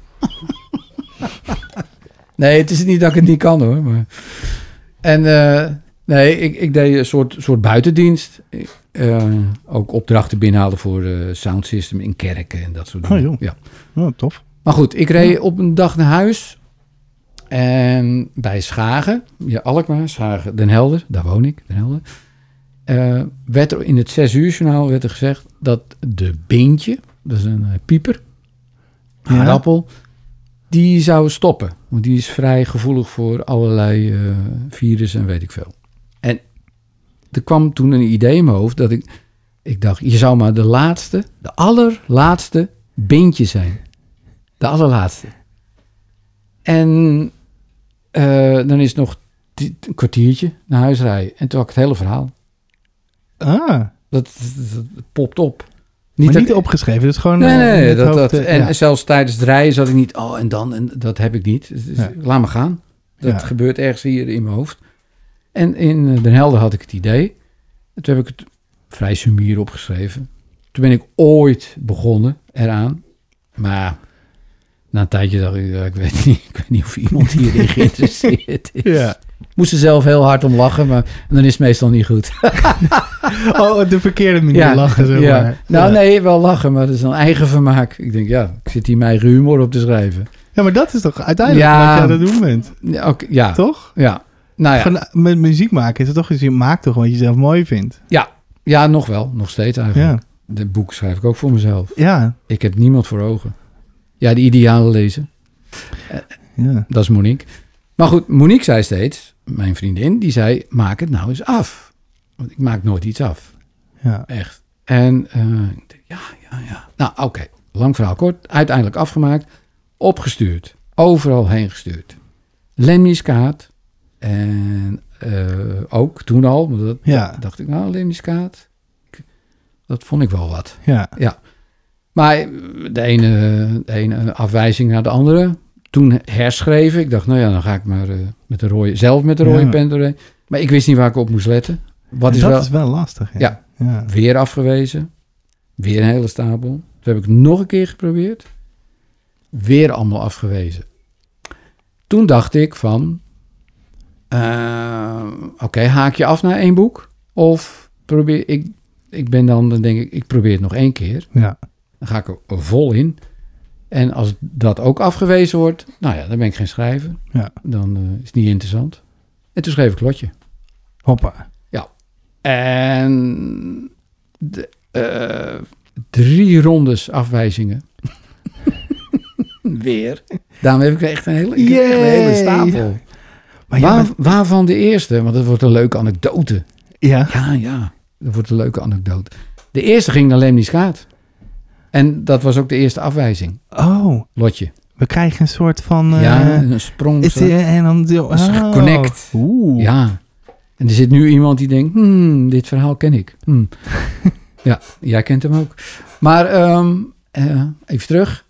Nee, het is niet dat ik het niet kan hoor. Maar... En uh, nee, ik, ik deed een soort, soort buitendienst. Uh, ook opdrachten binnenhalen voor uh, soundsystem in kerken en dat soort dingen. Oh joh, ja. Oh, tof. Maar goed, ik reed op een dag naar huis. En bij Schagen, ja, Alkmaar, Schagen, Den Helder, daar woon ik, Den Helder. Uh, werd er in het zes uur journaal werd er gezegd dat de beentje, dat is een uh, pieper, ja. aardappel, die zou stoppen. Want die is vrij gevoelig voor allerlei uh, virussen en weet ik veel. En er kwam toen een idee in mijn hoofd dat ik, ik dacht, je zou maar de laatste, de allerlaatste beentje zijn. De allerlaatste. En uh, dan is het nog t- een kwartiertje naar huis rijden. En toen had ik het hele verhaal. Ah. Dat, dat, dat popt op. Niet, maar niet dat, opgeschreven, dus gewoon... Nee, nee, dat, hoofd, dat, uh, en ja. zelfs tijdens het rijden zat ik niet... Oh, en dan, en dat heb ik niet. Dus, Ja. Laat me gaan. Dat Ja. gebeurt ergens hier in mijn hoofd. En in Den Helder had ik het idee. En toen heb ik het vrij sumier opgeschreven. Toen ben ik ooit begonnen eraan. Maar... Na een tijdje dacht ik, ja, ik, weet niet, ik weet niet of iemand hierin geïnteresseerd is. Ja. Moest er zelf heel hard om lachen, maar dan is het meestal niet goed. Oh, de verkeerde manier ja, lachen, zeg ja. maar. Nou ja. nee, wel lachen, maar dat is een eigen vermaak. Ik denk, ja, ik zit hier mijn eigen humor op te schrijven. Ja, maar dat is toch uiteindelijk Ja. wat je aan het doen bent? Ja, okay, ja. Toch? Ja. Nou ja. Van, met muziek maken is het toch, dus je maakt toch wat je zelf mooi vindt. Ja. Ja, nog wel. Nog steeds eigenlijk. Ja. De boek schrijf ik ook voor mezelf. Ja. Ik heb niemand voor ogen. Ja, de ideale lezen. Ja. Dat is Monique. Maar goed, Monique zei steeds, mijn vriendin, die zei, maak het nou eens af. Want ik maak nooit iets af. Ja. Echt. En uh, ik denk, ja, ja, ja. Nou, oké. Okay. Lang verhaal kort. Uiteindelijk afgemaakt. Opgestuurd. Overal heen gestuurd. Lemniskaat. En uh, ook toen al. Maar dat, Ja. dacht ik, nou, lemniskaat. Dat vond ik wel wat. Ja. Ja. Maar de ene, de ene afwijzing naar de andere. Toen herschreven. Ik dacht, nou ja, dan ga ik maar uh, met de rode, zelf met de rode Ja. pen doorheen. Maar ik wist niet waar ik op moest letten. Wat is dat wel, is wel lastig. Ja. Ja. Ja. Weer afgewezen. Weer een hele stapel. Toen heb ik nog een keer geprobeerd. Weer allemaal afgewezen. Toen dacht ik van... Uh, Oké, okay, haak je af naar één boek? Of probeer ik... Ik ben dan, dan denk ik, ik probeer het nog één keer. Ja. Dan ga ik er vol in. En als dat ook afgewezen wordt... Nou ja, dan ben ik geen schrijver. Ja. Dan uh, is het niet interessant. En toen schreef ik Lotje. Hoppa. Ja. En... De, uh, drie rondes afwijzingen. Weer. Daarom heb ik echt een hele, echt een hele stapel. Maar Waar, bent... Waarvan de eerste? Want dat wordt een leuke anekdote. Ja. Ja, ja. Dat wordt een leuke anekdote. De eerste ging naar Lemniskaat. En dat was ook de eerste afwijzing. Oh. Lotje. We krijgen een soort van... Uh, ja, een sprong. Is die, en dan... Oh. Is geconnect. Oeh. Ja. En er zit nu iemand die denkt... Hmm, dit verhaal ken ik. Hmm. Ja, jij kent hem ook. Maar um, uh, even terug.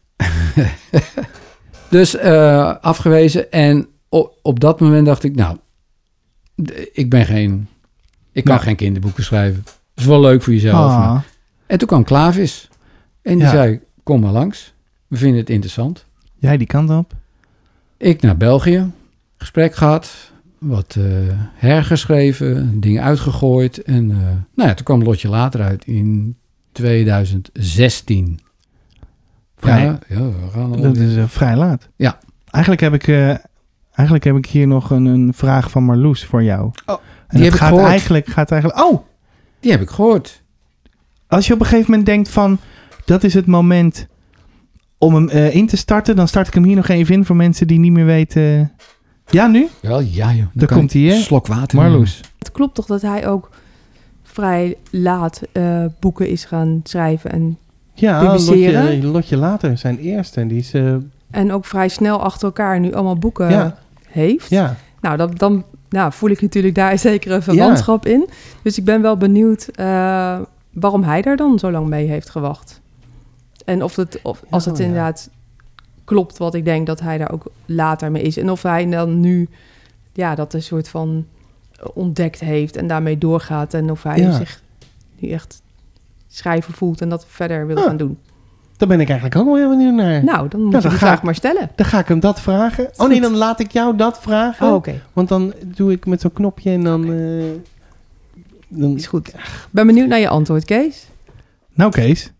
Dus uh, afgewezen. En op, op dat moment dacht ik... Nou, d- ik ben geen... Ik kan ja. geen kinderboeken schrijven. Dat is wel leuk voor jezelf. Ah. Maar. En toen kwam Klavis. En die ja. zei... Kom maar langs. We vinden het interessant. Jij die kant op? Ik naar België. Gesprek gehad. Wat uh, hergeschreven. Dingen uitgegooid. En uh, nou ja, toen kwam Lotje later uit. In twintig zestien. Vrij. Ja, ja, we gaan al Dat is uh, vrij laat. Ja. Eigenlijk heb ik, uh, eigenlijk heb ik hier nog een, een vraag van Marloes voor jou. Oh, en die het heb ik gaat gehoord. eigenlijk, gaat eigenlijk... Oh! Die heb ik gehoord. Als je op een gegeven moment denkt van... Dat is het moment om hem uh, in te starten. Dan start ik hem hier nog even in voor mensen die niet meer weten... Ja, nu? Wel, ja joh. Daar komt hij, hè? Een slok water. Marloes. Het klopt toch dat hij ook vrij laat uh, boeken is gaan schrijven en Ja, publiceren? Lotje, Lotje Later, zijn eerste. En die is... Uh, En ook vrij snel achter elkaar nu allemaal boeken ja. heeft. Ja. Nou, dat, dan nou, voel ik natuurlijk daar zeker een verwantschap in. Dus ik ben wel benieuwd uh, waarom hij daar dan zo lang mee heeft gewacht. En of het, of, als het Oh, ja. inderdaad klopt wat ik denk dat hij daar ook later mee is. En of hij dan nu ja, dat een soort van ontdekt heeft en daarmee doorgaat. En of hij Ja. zich nu echt schrijver voelt en dat verder wil Ah. gaan doen. Daar ben ik eigenlijk ook wel heel benieuwd naar. Nou, dan moet dan je die ga vraag ik- maar stellen. Dan ga ik hem dat vragen. Oh nee, dan laat ik jou dat vragen. Oh, oké. Want dan doe ik met zo'n knopje en dan... eh, dan... Is goed. Ben benieuwd naar je antwoord, Kees. Nou Kees,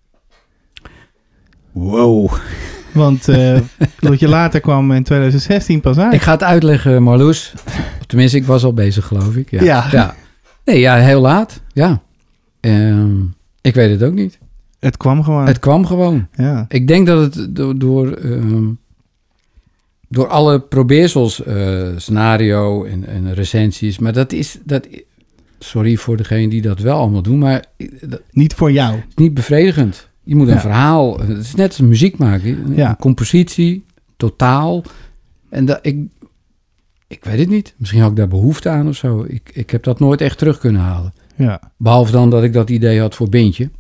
Wow. want uh, Lotje Later kwam in twintig zestien pas uit. Ik ga het uitleggen, Marloes. Tenminste, ik was al bezig, geloof ik. Ja. Ja. ja. Nee, ja, heel laat. Ja. Ehm, ik weet het ook niet. Het kwam gewoon. Het kwam gewoon. Ja. Ik denk dat het door, door, ehm, door alle probeersels, eh, scenario en, en recensies, maar dat is, dat, sorry voor degene die dat wel allemaal doen, maar dat Niet voor jou. is niet bevredigend. Je moet een Ja. verhaal, het is net als muziek maken, een Ja. compositie, totaal. En dat, ik, ik weet het niet. Misschien had ik daar behoefte aan of zo. Ik, ik heb dat nooit echt terug kunnen halen. Ja. Behalve dan dat ik dat idee had voor Bintje.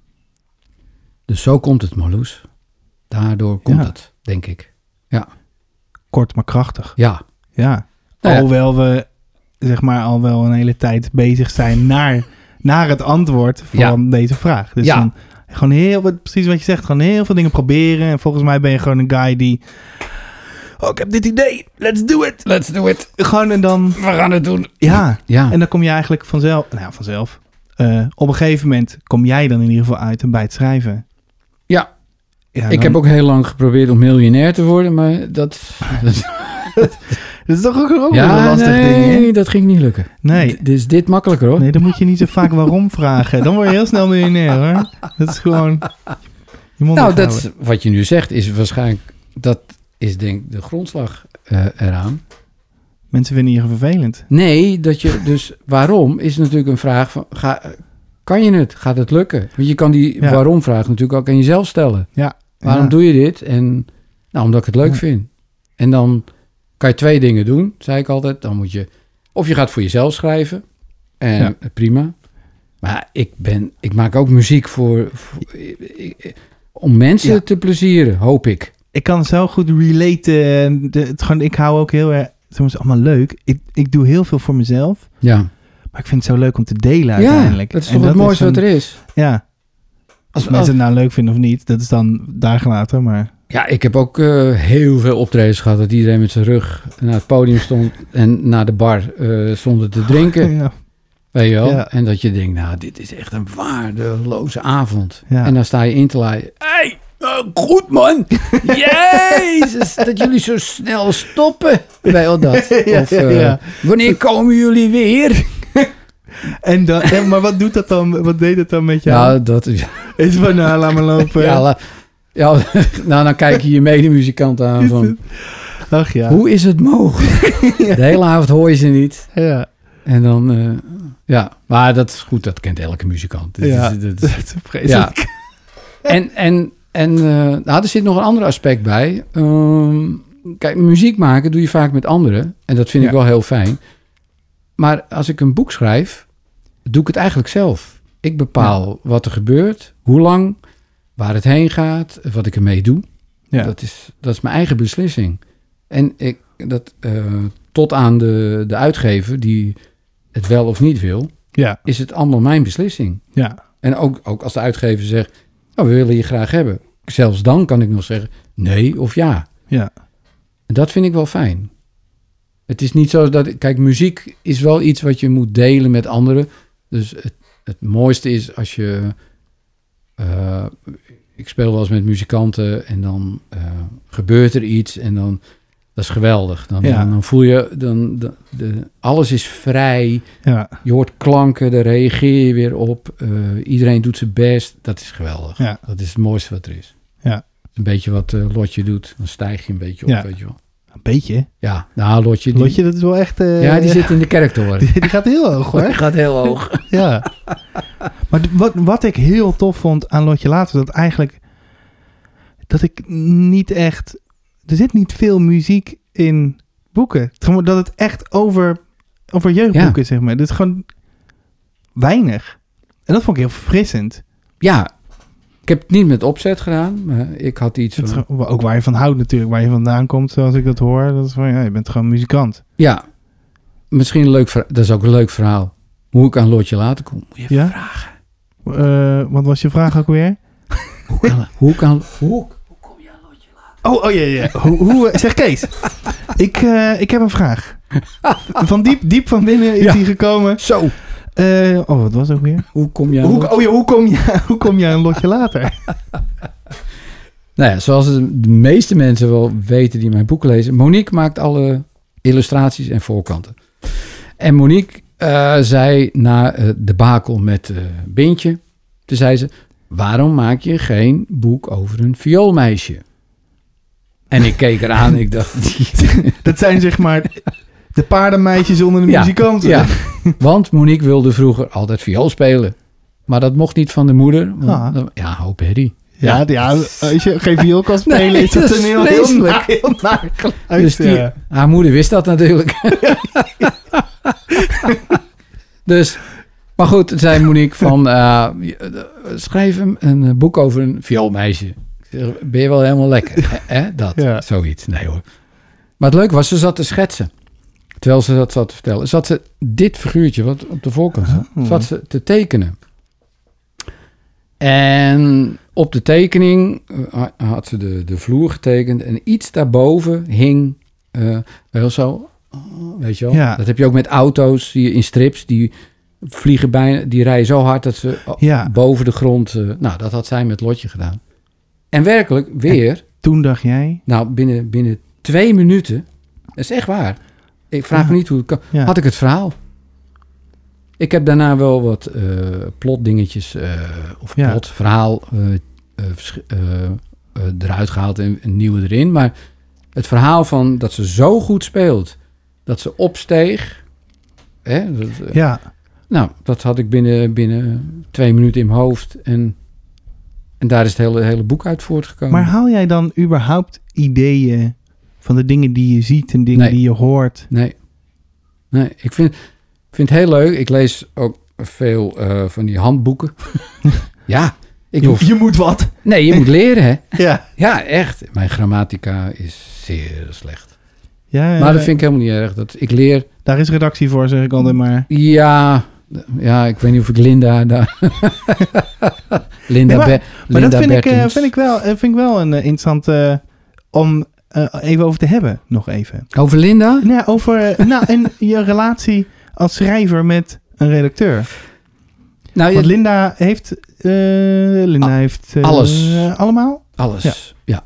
Dus zo komt het, Marloes. Daardoor komt Ja. het, denk ik. Kort maar krachtig. Ja. Ja. Nou ja. Alhoewel we zeg maar al wel een hele tijd bezig zijn naar, naar het antwoord van deze vraag. Dus Ja. dan gewoon heel wat, precies wat je zegt, gewoon heel veel dingen proberen. En volgens mij ben je gewoon een guy die... Oh, ik heb dit idee. Let's do it. Let's do it. Gewoon en dan... We gaan het doen. Ja. Ja. En dan kom je eigenlijk vanzelf... Nou ja, vanzelf. Uh, op een gegeven moment kom jij dan in ieder geval uit en bij het schrijven. Ja. Ja, Ik dan- heb ook heel lang geprobeerd om miljonair te worden, maar dat... dat Dat is toch ook, ook wel ja, een lastig nee, ding, hè? dat ging niet lukken. Nee. D- Dus dit makkelijker, hoor. Nee, dan moet je niet zo vaak waarom vragen. Dan word je heel snel miljonair, hoor. Dat is gewoon... Je mond Nou, ophouden. dat, wat je nu zegt is waarschijnlijk... Dat is denk ik de grondslag eh, eraan. Mensen vinden je vervelend. Nee, dat je dus... Waarom is natuurlijk een vraag van... Ga, kan je het? Gaat het lukken? Want je kan die Ja. waarom-vraag natuurlijk ook aan jezelf stellen. Ja. Waarom Ja. doe je dit? En nou, omdat ik het leuk Ja. vind. En dan kan je twee dingen doen, zei ik altijd. Dan moet je... Of je gaat voor jezelf schrijven. En Ja. prima. Maar ik ben... Ik maak ook muziek voor... voor ik- om mensen Ja. te plezieren, hoop ik. Ik kan zo goed relaten. De, het, gewoon, ik hou ook heel erg... Het is allemaal leuk. Ik, ik doe heel veel voor mezelf. Ja. Maar ik vind het zo leuk om te delen uiteindelijk. Ja, dat is En toch het mooiste dan- wat er is. Ja. Als Als- mensen het nou leuk vinden of niet, dat is dan daar gelaten. Maar Ja, ik heb ook eh, heel veel optredens gehad... dat iedereen met zijn rug naar het podium stond... en naar de bar eh stond te drinken. ja. Weet je wel? Ja. En dat je denkt, nou, dit is echt een waardeloze avond. Ja. En dan sta je in te laaien. Hé, hey, goed man! Jezus, dat jullie zo snel stoppen. Weet je wel dat? Ja, Of ja, eh, ja. wanneer komen jullie weer? En dan, en, maar wat doet dat dan? Wat deed het dan met jou? Nou, dat is... Is van, nou, laat maar lopen. Ja, la- ja, nou, dan kijk je je medemuzikant aan van... Ach ja. Hoe is het mogelijk? De hele avond hoor je ze niet. Ja. En dan... eh, ja, maar dat is goed. Dat kent elke muzikant. Dat is- Ja. dat is- Dat is vreselijk. Ja. En, en, en eh, nou, er zit nog een ander aspect bij. Ehm, kijk, muziek maken doe je vaak met anderen. En dat vind ik Ja. wel heel fijn. Maar als ik een boek schrijf, doe ik het eigenlijk zelf. Ik bepaal wat er gebeurt, hoe lang, waar het heen gaat, wat ik ermee doe. Ja. Dat, is, dat is mijn eigen beslissing. En ik, dat, eh, tot aan de, de uitgever die het wel of niet wil, Ja. is het allemaal mijn beslissing. Ja. En ook, ook als de uitgever zegt, nou, we willen je graag hebben. Zelfs dan kan ik nog zeggen nee of ja. Ja. En dat vind ik wel fijn. Het is niet zo dat... Kijk, muziek is wel iets wat je moet delen met anderen. Dus het, het mooiste is als je... eh, ik speel wel eens met muzikanten en dan eh, gebeurt er iets en dan... Dat is geweldig. Dan, Ja. dan, dan voel je... Dan, de, de, alles is vrij. Ja. Je hoort klanken, daar reageer je weer op. Eh, iedereen doet zijn best. Dat is geweldig. Ja. Dat is het mooiste wat er is. Ja. Een beetje wat eh, Lotje doet. Dan stijg je een beetje op, Ja. weet je wel. Een beetje. Ja, nou Lotje... Die, Lotje, dat is wel echt... eh, ja, die zit in de kerktoren. Die, die gaat heel hoog, hoor. Die gaat heel hoog. Ja. Maar d- wat, wat ik heel tof vond aan Lotje Later, dat eigenlijk... Dat ik niet echt... Er zit niet veel muziek in boeken. Het gewoon Dat het echt over over jeugdboeken, zeg maar. Dat is gewoon weinig. En dat vond ik heel verfrissend. Ja, ik heb het niet met opzet gedaan, maar ik had iets Het is van... gewoon- ook waar je van houdt natuurlijk, waar je vandaan komt, zoals ik dat hoor. Dat is van, ja, je bent gewoon muzikant. Ja, misschien een leuk verhaal. Dat is ook een leuk verhaal. Hoe ik aan Lotje later kom. Moet je even Ja? vragen. Uh, wat was je vraag ook weer? Hoe kan... Hoe kan... Hoe, hoe kom je aan Lotje later? Oh, oh ja, ja. hoe, hoe, zeg Kees, ik, uh, ik heb een vraag. Van diep, diep van binnen is Ja. die gekomen. Zo. Uh, oh, wat was ook weer? Hoe kom je aan Hoe, Lotje? oh ja, hoe kom je, hoe kom je een lotje later? Nou ja, zoals de meeste mensen wel weten die mijn boeken lezen. Monique maakt alle illustraties en voorkanten. En Monique uh, zei na uh, de bakel met uh, Bintje. Toen zei ze, waarom maak je geen boek over een vioolmeisje? En ik keek eraan en ik dacht... Dat zijn zeg maar de paardenmeisjes onder de Ja, muzikanten. ja, want Monique wilde vroeger altijd viool spelen. Maar dat mocht niet van de moeder. Want, Ah. dan- ja, hoop herrie. Ja, ja, als je geen viool kan spelen, Nee, is dat dat is een heel, heel, vreselijk. naar, heel naar geluid. Dus die, Ja. haar moeder wist dat natuurlijk. Dus, maar goed, toen zei Monique van... uh, schrijf een, een boek over een vioolmeisje. Ik zeg, ben je wel helemaal lekker? Hè? Hè? Dat, Ja. zoiets. Nee hoor. Maar het leuke was, ze zat te schetsen. Terwijl ze dat zat te vertellen. Zat ze dit figuurtje, wat op de voorkant zat, Oh. zat ze te tekenen. En op de tekening uh, had ze de, de vloer getekend. En iets daarboven hing, uh, wel zo, oh, weet je wel. Ja. Dat heb je ook met auto's, zie je in strips. Die vliegen bijna, die rijden zo hard dat ze oh, Ja. boven de grond... Uh, nou, dat had zij met Lotje gedaan. En werkelijk, weer, Toen dacht jij... nou, binnen, binnen twee minuten... Dat is echt waar. Ik vraag Ja. me niet hoe het kan. Ja. Had ik het verhaal. Ik heb daarna wel wat uh, plotdingetjes uh, of Ja. plot, verhaal uh, uh, versch- uh, uh, eruit gehaald en een nieuwe erin. Maar het verhaal van dat ze zo goed speelt, dat ze opsteeg. Hè, dat, uh, Ja, Nou, dat had ik binnen, binnen twee minuten in mijn hoofd. En, en daar is het hele, hele boek uit voortgekomen. maar haal jij dan überhaupt ideeën van de dingen die je ziet en dingen Nee. die je hoort? Nee. Nee, ik vind, vind het heel leuk. Ik lees ook veel uh, van die handboeken. ja, ik Je, hoef... je moet wat. Nee, je moet leren, hè? Ja. Ja, echt. Mijn grammatica is zeer slecht. Ja, Maar dat eh, vind ik helemaal niet erg. Dat ik leer... Daar is redactie voor, zeg ik altijd maar. Ja, ja, ik weet niet of ik Linda daar... Linda, Nee, maar- Be- Maar Linda dat vind ik, eh, Bertens. vind ik wel, eh, vind ik wel een eh, interessant eh, om eh, even over te hebben. Nog even. Over Linda? Nou, over eh, nou, en je relatie als schrijver met een redacteur. Nou, Want ja, Linda heeft... eh, Linda A- heeft... eh, alles. eh, allemaal? alles. Ja. Ja.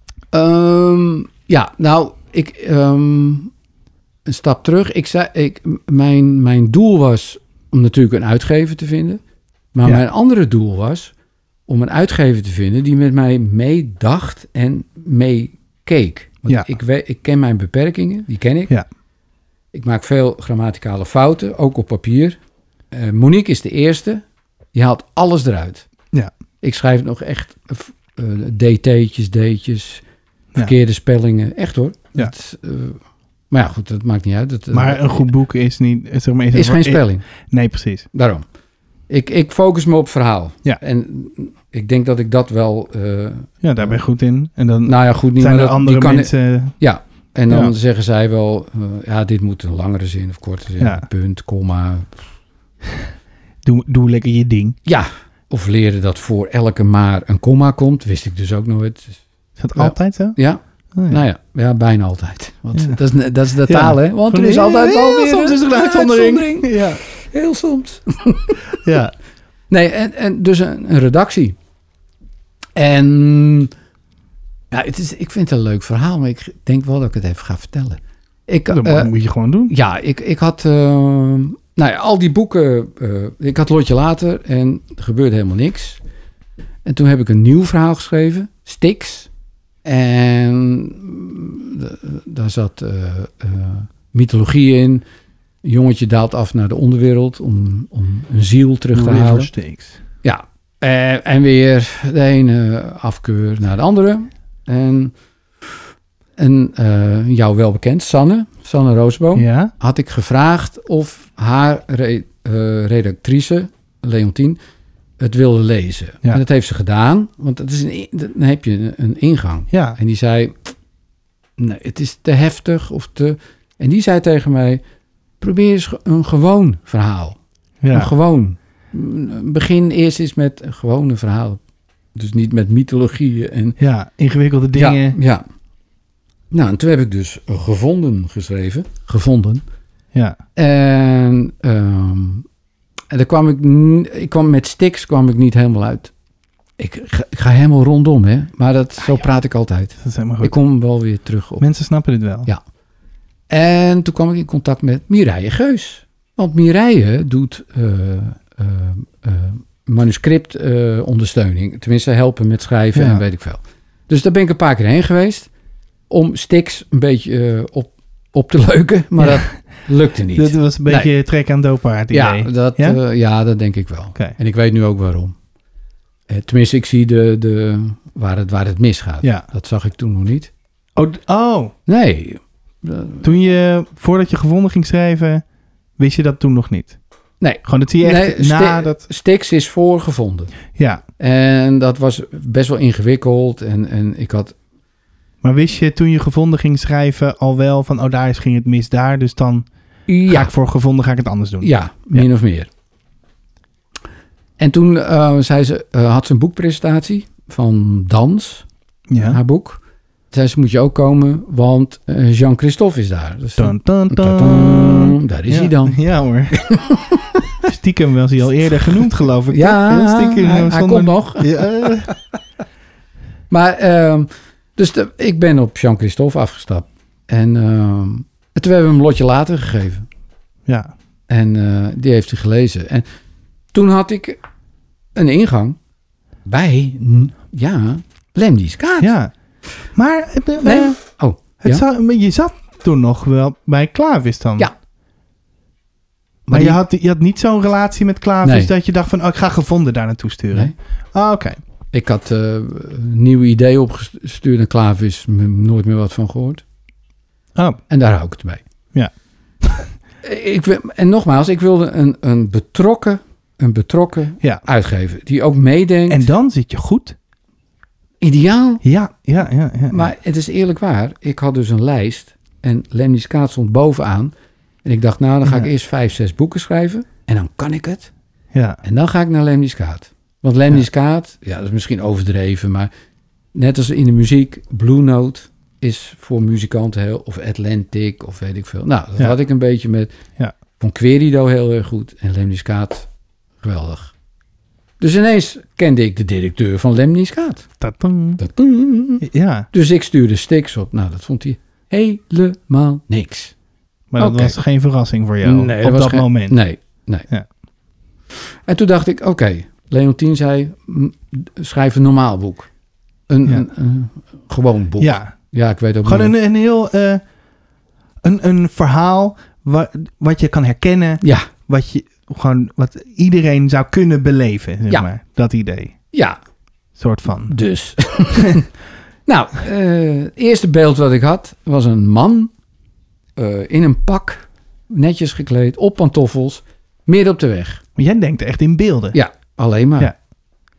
Ehm, ja, nou, ik... ehm, een stap terug. Ik zei, ik, mijn, mijn doel was om natuurlijk een uitgever te vinden. Maar Ja. mijn andere doel was om een uitgever te vinden die met mij meedacht en meekeek. Want Ja. ik, weet, ik ken mijn beperkingen, die ken ik. Ja. Ik maak veel grammaticale fouten, ook op papier. Uh, Monique is de eerste. Die haalt alles eruit. Ja. Ik schrijf nog echt uh, dt'tjes, d'tjes, verkeerde spellingen. Echt hoor. Ja. Dat, uh, maar ja, goed, dat maakt niet uit. Dat, uh, Maar een goed boek is niet... Zeg maar, is geen spelling. Nee, precies. Daarom. Ik, ik focus me op verhaal. Ja. En ik denk dat ik dat wel... Uh, Ja, daar ben je goed in. En dan nou ja, goed niet. zijn Maar er dat, andere die kan, mensen... Ja, en dan Ja. zeggen zij wel... Uh, ja, dit moet een langere zin of kortere zin. Ja. Punt, komma. Doe, doe lekker je ding. Ja, of leren dat voor elke maar een komma komt. Wist ik dus ook nooit. Is dat Ja. altijd zo? Ja, Oh, ja. nou ja, ja bijna altijd. Want Ja. dat, is, dat is de Ja. taal, hè? Want er is Ja, altijd ja, wel weer soms is er een uitzondering. Ja. Heel soms. Ja. Nee, en, en dus een, een redactie. En ja, het is, ik vind het een leuk verhaal, maar ik denk wel dat ik het even ga vertellen. Ik, Dat eh, moet je gewoon doen. ja, ik, ik had uh, nou ja, al die boeken. Uh, ik had Lotje later en er gebeurde helemaal niks. En toen heb ik een nieuw verhaal geschreven, Styx. En uh, daar zat uh, uh, mythologie in. Een jongetje daalt af naar de onderwereld om, om een ziel terug te River halen. Styx. Ja, uh, en weer de ene afkeur naar de andere. En een, uh, jou wel bekend, Sanne, Sanne Roosboom, Ja. had ik gevraagd of haar re, uh, redactrice, Leontien, het wilde lezen. Ja. En dat heeft ze gedaan, want het is een, dan heb je een, een ingang. Ja. En die zei, nee, het is te heftig of te... En die zei tegen mij, probeer eens een gewoon verhaal. Ja. Een gewoon. Begin eerst eens met een gewone verhaal. Dus niet met mythologieën en... Ja, ingewikkelde dingen. Ja, ja. Nou, en toen heb ik dus gevonden geschreven. Gevonden. Ja. En, um, en daar kwam ik, n- ik kwam met Styx kwam ik niet helemaal uit. Ik ga, ik ga helemaal rondom, hè. Maar dat, zo ja. praat ik altijd. Dat is helemaal goed. Ik kom wel weer terug op. Mensen snappen dit wel. Ja. En toen kwam ik in contact met Mireille Geus. Want Mireille doet uh, uh, uh, manuscriptondersteuning. Tenminste, helpen met schrijven Ja. en weet ik veel. Dus daar ben ik een paar keer heen geweest. Om Styx een beetje uh, op, op te leuken. Maar Ja. dat lukte niet. Dat was een beetje Nee. trek aan doodpaard ja, idee. dat, Ja? uh, ja, dat denk ik wel. Oké. En ik weet nu ook waarom. Uh, tenminste, ik zie de, de, waar, het, waar het misgaat. Ja. Dat zag ik toen nog niet. Oh, d- oh, Nee. Uh, toen je, voordat je gevonden ging schrijven, wist je dat toen nog niet? nee. Gewoon, dat zie je echt Nee, na Sti- dat... Styx is voorgevonden. Ja, En dat was best wel ingewikkeld. En, en ik had... maar wist je toen je gevonden ging schrijven al wel van, oh, daar is- ging het mis daar, dus dan ga Ja, ik voor gevonden, ga ik het anders doen? ja min of meer. En toen uh, zei ze, uh, had ze een boekpresentatie van Dans, Ja. haar boek. Toen zei ze, moet je ook komen, want uh, Jean-Christophe is daar. Dus Dun, dun, dun. Tadam, daar is Ja. hij dan. Ja hoor. Stiekem was hij al eerder genoemd, geloof ik. Ja, toch? Stiekem, hij, hij zonder- komt nog. Ja, eh. Maar, ehm, dus de, ik ben op Jean-Christophe afgestapt. En ehm, en toen hebben we hem een lotje later gegeven. ja. En uh, die heeft hij gelezen. En toen had ik een ingang bij, n- ja, Lemnie's Kaart. ja. Maar eh, eh, Nee. Oh, het ja? zou, maar je zat toen nog wel bij Klavis dan. Ja. Maar, Maar je, die- had, je had niet zo'n relatie met Klavis Nee. dat je dacht van, oh, ik ga gevonden daar naartoe sturen. Nee. Ah, oké. Ik had uh, een nieuw idee opgestuurd naar Klavis, m- nooit meer wat van gehoord. Oh, En daar hou ik het bij. Ja. ik, wil- en nogmaals, ik wilde een, een betrokken, een betrokken ja. uitgever die ook meedenkt. En dan zit je goed. Ideaal. Ja, ja, ja. ja. Maar het is eerlijk waar. Ik had dus een lijst en Lemnie's Kaart stond bovenaan. En ik dacht, nou, dan ga ik Ja. eerst vijf, zes boeken schrijven. En dan kan ik het. ja. En dan ga ik naar Lemnie's Kaart. Want Lemnie's Kaart, ja, dat is misschien overdreven, maar net als in de muziek, Blue Note is voor muzikanten heel, of Atlantic, of weet ik veel. Nou, dat Ja. had ik een beetje met, Ja. van Querido heel erg goed en Lemnie's Kaart, geweldig. Dus ineens kende ik de directeur van Lemnie's Kaart. Tatung. Tatum. Ja, Dus ik stuurde Styx op. Nou, dat vond hij helemaal niks. maar dat Oké. was geen verrassing voor jou Nee, op was dat geen- moment. Nee, nee. Ja. En toen dacht ik, oké, Leontien zei, m, schrijf een normaal boek. Een, Ja. een, een gewoon boek. Ja, Ja, ik weet ook gewoon niet. een, een heel... eh, een, een verhaal wa- wat je kan herkennen, Ja, wat, je, gewoon, wat iedereen zou kunnen beleven, zeg Ja. maar. Dat idee. ja, Soort van. dus. nou, eh, het eerste beeld wat ik had, was een man eh, in een pak, netjes gekleed, op pantoffels, midden op de weg. Maar jij denkt echt in beelden. Ja, alleen maar. Ja.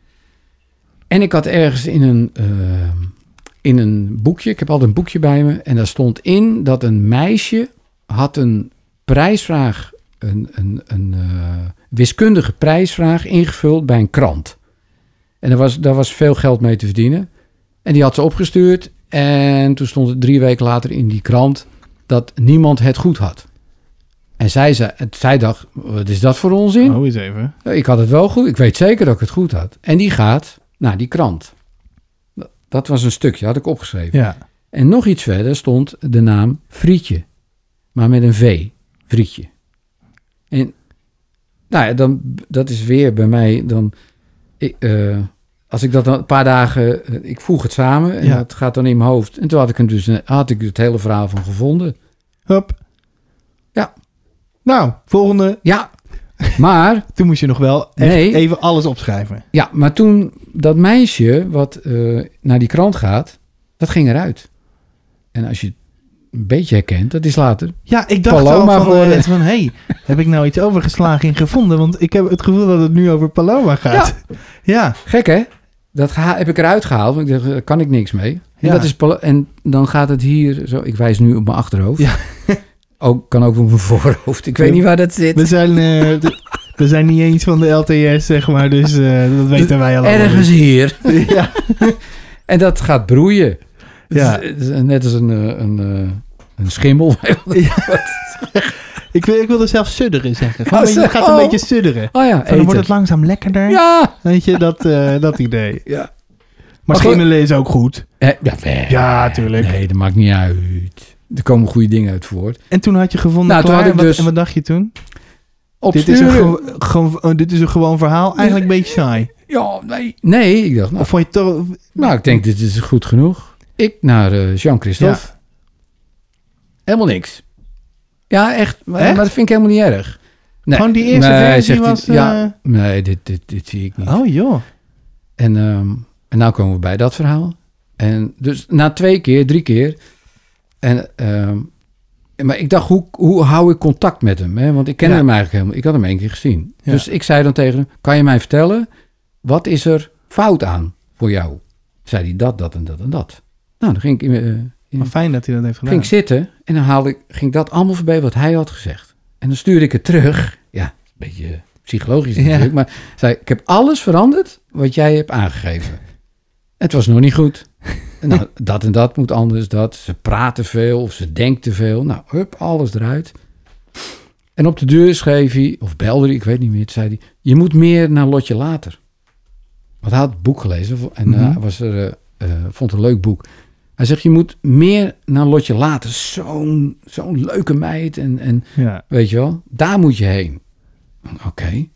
En ik had ergens in een, eh, in een boekje, ik heb altijd een boekje bij me, en daar stond in dat een meisje had een prijsvraag, een, een, een eh, wiskundige prijsvraag ingevuld bij een krant. En daar was, daar was veel geld mee te verdienen. En die had ze opgestuurd en toen stond het drie weken later in die krant dat niemand het goed had. En zij, zei, zij dacht, wat is dat voor onzin? Oh, eens even. Ik had het wel goed. Ik weet zeker dat ik het goed had. En die gaat naar die krant. Dat was een stukje, had ik opgeschreven. Ja. En nog iets verder stond de naam Frietje. Maar met een V. Frietje. En nou ja, dan, dat is weer bij mij dan... Ik, eh, als ik dat dan een paar dagen... eh, ik voeg het samen en Ja. dat gaat dan in mijn hoofd. En toen had ik, hem dus, had ik het hele verhaal van gevonden. Hop. Ja. Nou, volgende. Ja, maar... Toen moest je nog wel echt Nee. even alles opschrijven. Ja, maar toen dat meisje wat eh, naar die krant gaat, dat ging eruit. En als je het een beetje herkent, dat is later. Ja, ik dacht Paloma al van, geworden. uh, van hey, heb ik nou iets overgeslagen in gevonden? Want ik heb het gevoel dat het nu over Paloma gaat. Ja. ja. Gek, hè? Dat ga, heb ik eruit gehaald, want ik dacht, daar kan ik niks mee. En, Ja. dat is, Palo- en dan gaat het hier zo... Ik wijs nu op mijn achterhoofd. Ja. Ook, kan ook op mijn voorhoofd. Ik weet Ja. niet waar dat zit. We zijn, uh, d- we zijn niet eens van de L T S, zeg maar. Dus uh, dat weten wij allemaal. Ergens hier. Ja. En dat gaat broeien. Ja. Het is- het is net als een, eh, een, eh, een schimmel. Ik, wil, ik wilde zelfs sudderen zeggen. Gewoon Oh, een beetje- het gaat een oh. beetje sudderen. Oh ja, Van, dan eten. wordt het langzaam lekkerder. Ja. Weet je, dat, uh, dat idee. Ja. Maar Maar goed. schimmelen is ook goed. Eh, ja, nee. Ja, tuurlijk. Nee, dat maakt niet uit. Er komen goede dingen uit voort. En toen had je gevonden, Nou, toen klaar. had ik En wat, dus- en wat dacht je toen? Op Dit is, een gewo- gewoon, oh, dit is een gewoon verhaal. Eigenlijk een beetje saai. Ja, nee. Nee, ik dacht, nou, Of vond je het toch... nou, ik denk, dit is goed genoeg. Ik naar eh, Jean-Christophe. Helemaal niks. Ja, echt. Maar, Echt? maar dat vind ik helemaal niet erg. Nee. Gewoon die eerste nee, versie zegt hij, was... ja, uh, nee, dit, dit, dit zie ik niet. Oh joh. En, ehm, en nou komen we bij dat verhaal. En dus na twee keer, drie keer. En, ehm, maar ik dacht, hoe, hoe hou ik contact met hem? Hè? Want ik ken Ja. hem eigenlijk helemaal. Ik had hem één keer gezien. Ja. Dus ik zei dan tegen hem, kan je mij vertellen, wat is er fout aan voor jou? Zei hij dat, dat en dat en dat. Nou, dan ging ik, uh, Maar fijn dat hij dat heeft gedaan. ging ik zitten en dan haalde ik, ging ik dat allemaal voorbij wat hij had gezegd. En dan stuurde ik het terug. Ja, een beetje psychologisch Ja. natuurlijk. Maar zei, ik heb alles veranderd wat jij hebt aangegeven. Het was nog niet goed. Nou, dat en dat moet anders, dat. Ze praten veel of ze denkt te veel. Nou, hup, alles eruit. En op de deur schreef hij, of belde hij, ik weet niet meer. Toen zei hij, je moet meer naar Lotje Later. Want hij had het boek gelezen en eh, Mhm. was er, uh, uh, vond het een leuk boek. Hij zegt, je moet meer naar Lotje Later. Zo'n zo'n leuke meid en, en Ja. weet je wel, daar moet je heen. Oké. Okay.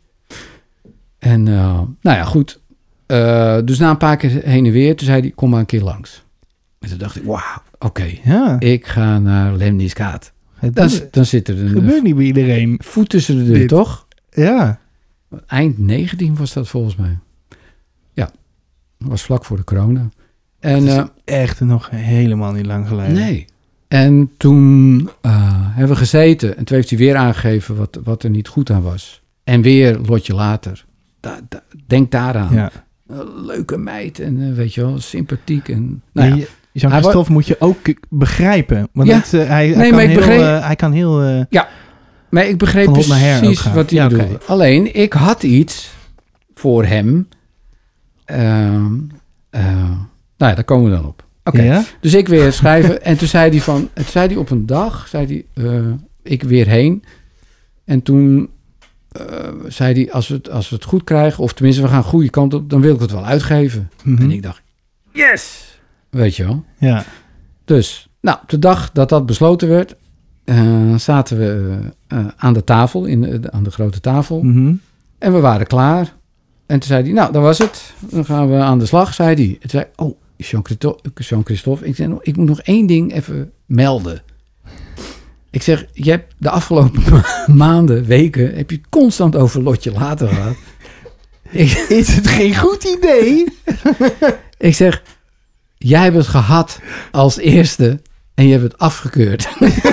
En uh, nou ja, goed. Uh, dus na een paar keer heen en weer, toen zei hij, kom maar een keer langs. En toen dacht ik, wauw, oké. Okay. Ja. Ik ga naar Lemniskaat. Het Dan, is- dan zit er een gebeurt niet bij iedereen. voet tussen de deur, Dit. toch? Ja. Eind negentien was dat volgens mij. Ja, dat was vlak voor de corona. En, Het is uh, echt nog helemaal niet lang geleden. nee. En toen uh, hebben we gezeten. En toen heeft hij weer aangegeven wat, wat er niet goed aan was. En weer Lotje Later. Da, da, denk daaraan. Ja. Een leuke meid en uh, weet je wel, sympathiek. En, nou ja. Nee, Jean-Christophe moet je ook begrijpen. Want Ja. het, uh, hij, hij, Nee, kan maar ik heel, begreep- uh, hij kan heel... Uh, Maar ik begreep Van hot naar her ook precies gaan. wat hij Ja, bedoelde. oké. Alleen, ik had iets voor hem. Ehm, uh, nou ja, daar komen we dan op. Oké. ja? Dus ik weer schrijven. En toen zei hij van... Het zei hij op een dag, zei hij, uh, ik weer heen. En toen uh, zei hij, als we, het, als we het goed krijgen... of tenminste, we gaan een goede kant op... dan wil ik het wel uitgeven. Mhm. En ik dacht, yes! Weet je wel. Ja. Dus, nou, de dag dat dat besloten werd... Uh, zaten we uh, aan de tafel, in de, aan de grote tafel. Mhm. En we waren klaar. En toen zei hij, nou, dat was het. Dan gaan we aan de slag, zei hij. En toen zei oh, Jean-Christophe, Jean-Christophe ik, zei, ik moet nog één ding even melden. Ik zeg, je hebt de afgelopen ma- maanden, weken... heb je het constant over Lotje Later gehad. ik, Is het geen goed idee? ik zeg, jij hebt het gehad als eerste... en je hebt het afgekeurd.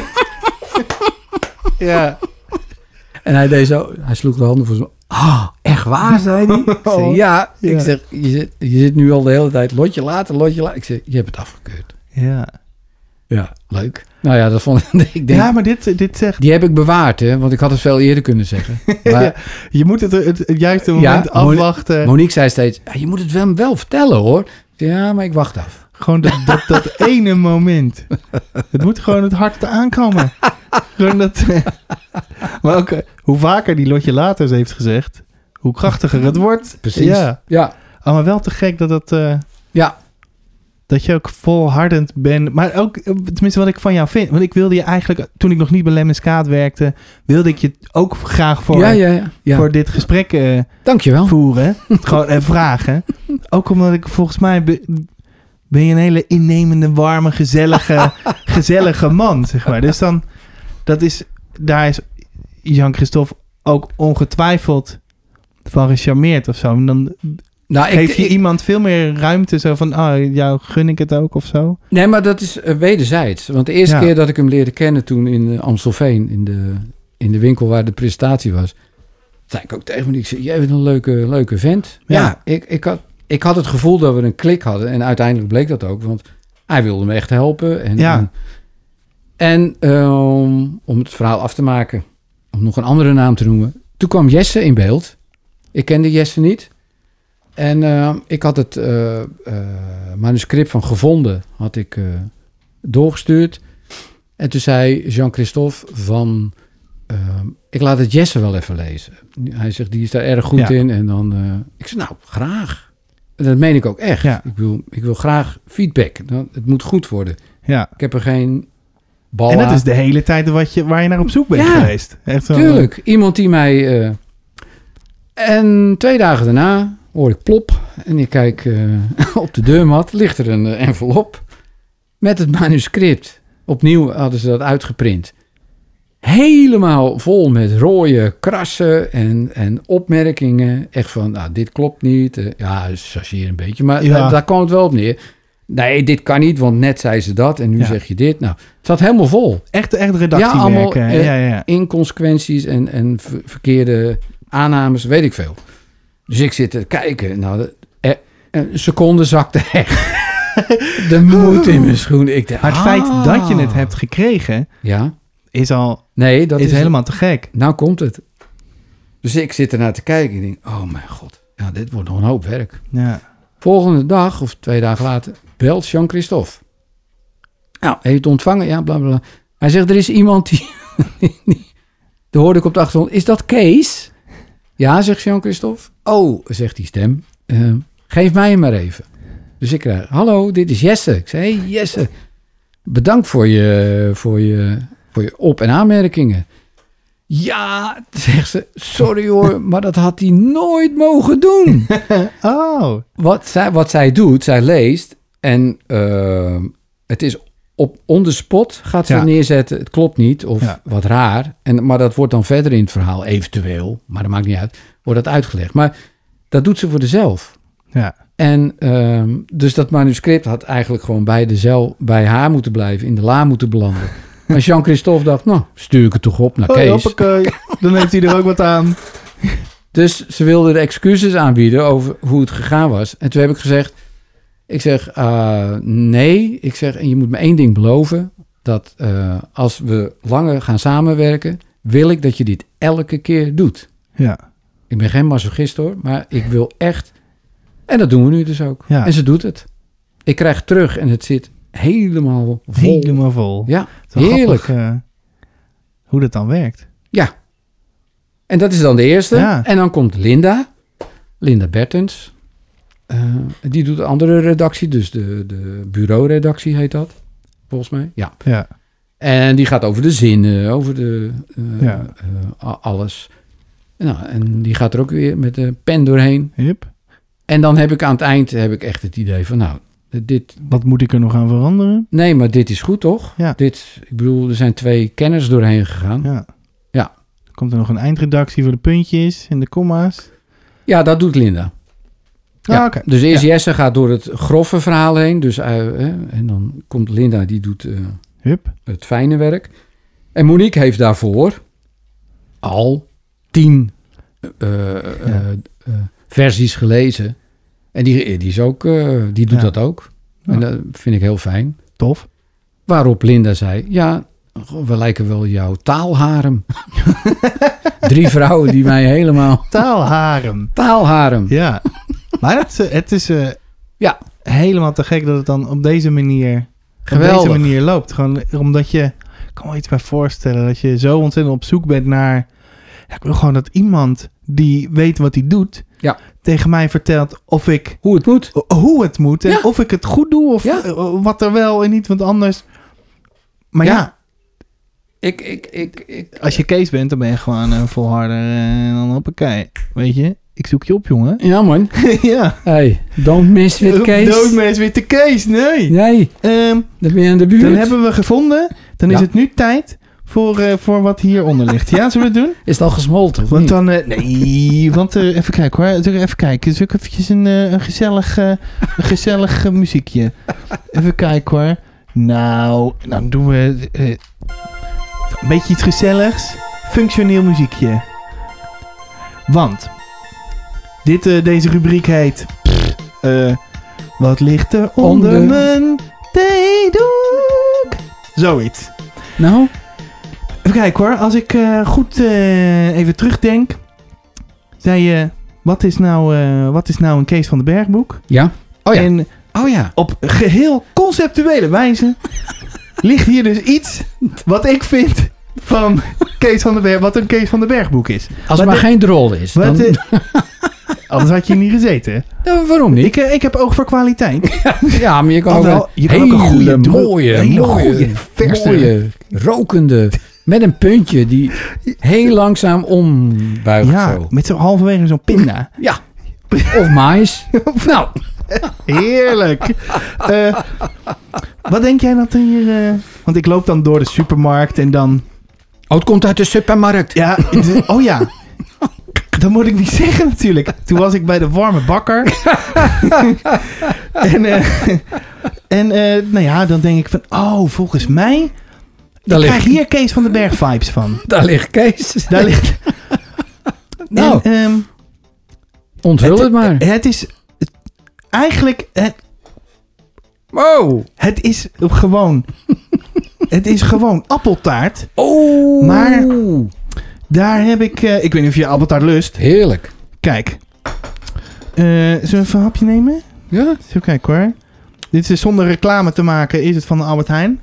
Ja. En hij deed zo, hij sloeg de handen voor zijn... Ah, echt waar, zei hij. Ik zei, ja. Ja. Ik zeg, je zit, je zit nu al de hele tijd Lotje Later, Lotje Later. Ik zeg, je hebt het afgekeurd. Ja. Ja, leuk. Nou ja, dat vond ik... ik denk, Ja, maar dit, dit zegt... die heb ik bewaard, hè. Want ik had het veel eerder kunnen zeggen. Maar Ja, je moet het, het, het juiste moment Ja, Moni- afwachten. Monique zei steeds, ja, je moet het wel, wel vertellen, hoor. Ik zei, ja, maar ik wacht af. Gewoon dat, dat, dat ene moment. Het moet gewoon het hardste aankomen. Gewoon dat... Maar ook, eh, hoe vaker die Lotje Laters heeft gezegd... hoe krachtiger het wordt. Precies. Ja. Ja. Oh, maar wel te gek dat dat... uh, Ja. Dat je ook volhardend bent. Maar ook, eh, tenminste wat ik van jou vind. Want ik wilde je eigenlijk, toen ik nog niet bij Lemniskaat werkte... wilde ik je ook graag voor, ja, ja, ja. ja. voor dit gesprek uh, Dankjewel. voeren. Gewoon en vragen. Ook omdat ik volgens mij... Be, ben je een hele innemende, warme, gezellige, gezellige man, zeg maar. Dus dan, dat is, daar is Jean-Christophe ook ongetwijfeld van gecharmeerd of zo. En dan Nou, ik, Geef je ik- iemand veel meer ruimte, zo van, oh, jou gun ik het ook of zo? Nee, maar dat is uh, wederzijds. Want de eerste Ja. keer dat ik hem leerde kennen toen in uh, Amstelveen, in de, in de winkel waar de presentatie was, zei ik ook tegen me, ik zei, jij bent een leuke, leuke vent. Ja, Ja. ik, ik, had, ik had het gevoel dat we een klik hadden en uiteindelijk bleek dat ook, want hij wilde me echt helpen. En, Ja. en, en um, om het verhaal af te maken, om nog een andere naam te noemen, toen kwam Jesse in beeld. Ik kende Jesse niet. En uh, ik had het uh, uh, manuscript van Gevonden had ik uh, doorgestuurd. En toen zei Jean-Christophe van, uh, ik laat het Jesse wel even lezen. Hij zegt, die is daar erg goed Ja. in. En dan, uh, ik zei, nou, graag. En dat meen ik ook echt. Ja. Ik, wil, ik wil graag feedback. Nou, het moet goed worden. Ja. Ik heb er geen bal En dat aan. is de hele tijd wat je, waar je naar op zoek bent Ja, geweest. Echt zo, Tuurlijk, iemand die mij... Uh... En twee dagen daarna hoor ik plop en ik kijk uh, op de deurmat, ligt er een uh, envelop met het manuscript. Opnieuw hadden ze dat uitgeprint. Helemaal vol met rode krassen en, en opmerkingen. Echt van, nou, dit klopt niet. Uh, ja, chargeer een beetje, maar Ja. daar, daar kwam het wel op neer. Nee, dit kan niet, want net zei ze dat en nu Ja. zeg je dit. Nou, het zat helemaal vol. Echt, echt redactiewerk. Ja, allemaal, hè? eh, ja, ja, ja. Inconsequenties en, en ver- verkeerde aannames, weet ik veel. Dus ik zit te kijken. Nou, de, eh, een seconde zakte echt. De moed in mijn schoenen. Ik dacht, Maar het ah. feit dat je het hebt gekregen, Ja, is al nee, dat is is, helemaal te gek. Nou komt het. Dus ik zit ernaar te kijken. Ik denk, oh mijn god. Ja, dit wordt nog een hoop werk. Ja. Volgende dag, of twee dagen later, belt Jean-Christophe. Nou, heeft het ontvangen? Ja, bla, bla, bla. Hij zegt, er is iemand die... die daar hoorde ik op de achtergrond. Is dat Kees? Ja, zegt Jean-Christophe. Oh, zegt die stem. Uh, geef mij hem maar even. Dus ik krijg, hallo, dit is Jesse. Ik zei, hey Jesse, bedankt voor je, voor je, voor je op- en aanmerkingen. Ja, zegt ze, sorry hoor, maar dat had hij nooit mogen doen. Oh. Wat zij, wat zij doet, zij leest en uh, het is op on the spot gaat ze Ja. neerzetten. Het klopt niet of Ja. wat raar. En, maar dat wordt dan verder in het verhaal eventueel, maar dat maakt niet uit, wordt dat uitgelegd. Maar dat doet ze voor zichzelf. Ja. En uh, dus dat manuscript had eigenlijk gewoon bij, de zel, bij haar moeten blijven, in de la moeten belanden. Maar Jean-Christophe dacht, nou, stuur ik het toch op naar Oh, Kees. hoppakee. Dan heeft hij er ook wat aan. Dus ze wilde er excuses aanbieden over hoe het gegaan was. En toen heb ik gezegd, ik zeg, uh, nee. Ik zeg, en je moet me één ding beloven. Dat uh, als we langer gaan samenwerken, wil ik dat je dit elke keer doet. Ja. Ik ben geen masochist hoor, maar ik wil echt... En dat doen we nu dus ook. Ja. En ze doet het. Ik krijg terug en het zit helemaal vol. Helemaal vol. Ja, Het is wel heerlijk. grappig, uh, hoe dat dan werkt. Ja. En dat is dan de eerste. Ja. En dan komt Linda. Linda Bertens. Uh, die doet een andere redactie. Dus de, de bureauredactie heet dat. Volgens mij. Ja. Ja. En die gaat over de zinnen. Over de uh, Ja. uh, a- alles. En, nou, en die gaat er ook weer met de pen doorheen. Yep. En dan heb ik aan het eind heb ik echt het idee van... Nou, dit... Wat moet ik er nog aan veranderen? Nee, maar dit is goed toch? Ja. Dit, ik bedoel, er zijn twee kenners doorheen gegaan. Ja. Ja. Komt er nog een eindredactie voor de puntjes en de komma's? Ja, dat doet Linda. Ja, Ah, oké. dus eerst Ja. Jesse gaat door het grove verhaal heen. Dus, uh, hè, en dan komt Linda, die doet uh, Hup. het fijne werk. En Monique heeft daarvoor al tien uh, uh, Ja. uh, versies gelezen. En die, die, is ook, uh, die doet Ja. dat ook. Ja. En dat vind ik heel fijn. Tof. Waarop Linda zei, ja, we lijken wel jouw taalharem. Drie vrouwen die mij helemaal... Taalharem. Taalharem. Ja. Maar het, is, uh, het is uh, Ja. helemaal te gek dat het dan op deze manier, Geweldig. op deze manier loopt. Gewoon omdat je, ik kan me iets bij voorstellen, dat je zo ontzettend op zoek bent naar, ja, ik wil gewoon dat iemand die weet wat hij doet, Ja. tegen mij vertelt of ik, Hoe het moet. hoe het moet en Ja. of ik het goed doe of Ja. uh, wat er wel en niet wat anders. Maar ja, Ja. Ik, ik, ik, ik, als je Kees bent, dan ben je gewoon een volharder en dan hoppakee. Weet je, ik zoek je op, jongen. Ja, man. Ja. Hey, don't miss with Kees. Doodmees weer de Kees, nee. Nee, Ehm, dan ben je aan de buurt. dan hebben we gevonden. Dan is Ja. het nu tijd voor, uh, voor wat hieronder ligt. Ja, zullen we het doen? Is het al gesmolten? Of Want niet? dan... Uh, nee, want uh, even kijken hoor. Even kijken. Zal ik eventjes een, uh, een gezellig, uh, een gezellig uh, muziekje. Even kijken hoor. Nou, nou doen we... Uh, een beetje iets gezelligs. Functioneel muziekje. Want... Dit, uh, deze rubriek heet... Pff, uh, wat ligt er onder, onder mijn theedoek? Zoiets. Nou? Even kijken hoor. Als ik uh, goed uh, even terugdenk. Zei je... Wat is nou, uh, wat is nou een Kees van den Berg boek? Ja. Oh ja. En oh ja. op geheel conceptuele wijze... ligt hier dus iets... wat ik vind... van Kees van den Berg... wat een Kees van den Berg boek is. Als het maar de, geen drol is. Wat, Dan... uh, anders had je hier niet gezeten. Hè? Nou, waarom niet? Ik, uh, ik heb oog voor kwaliteit. Ja, maar je kan ook wel, wel je kan hele ook een goede, mooie, hele mooie, goede, verse, mooie, rokende, met een puntje die heel langzaam ombuigt. Ja, zo. met zo halverwege zo'n pinda. Ja, of mais. Nou, heerlijk. Uh, wat denk jij dat er hier... Uh, want ik loop dan door de supermarkt en dan... Oh, het komt uit de supermarkt. Ja, de, oh ja. Dat moet ik niet zeggen natuurlijk. Toen was ik bij de warme bakker. en uh, en uh, nou ja, dan denk ik van... Oh, volgens mij... Daar ik ligt, krijg hier Kees van den Berg vibes van. Daar ligt Kees. Daar ligt... Nou, en, um, onthul het, het maar. Het, het is... Het, eigenlijk... Het, wow. Het is gewoon... het is gewoon appeltaart. Oh. Maar... Daar heb ik... Uh, ik weet niet of je appeltaart lust. Heerlijk. Kijk. Uh, zullen we even een hapje nemen? Ja. Zo, kijk hoor. Dit is zonder reclame te maken. Is het van de Albert Heijn?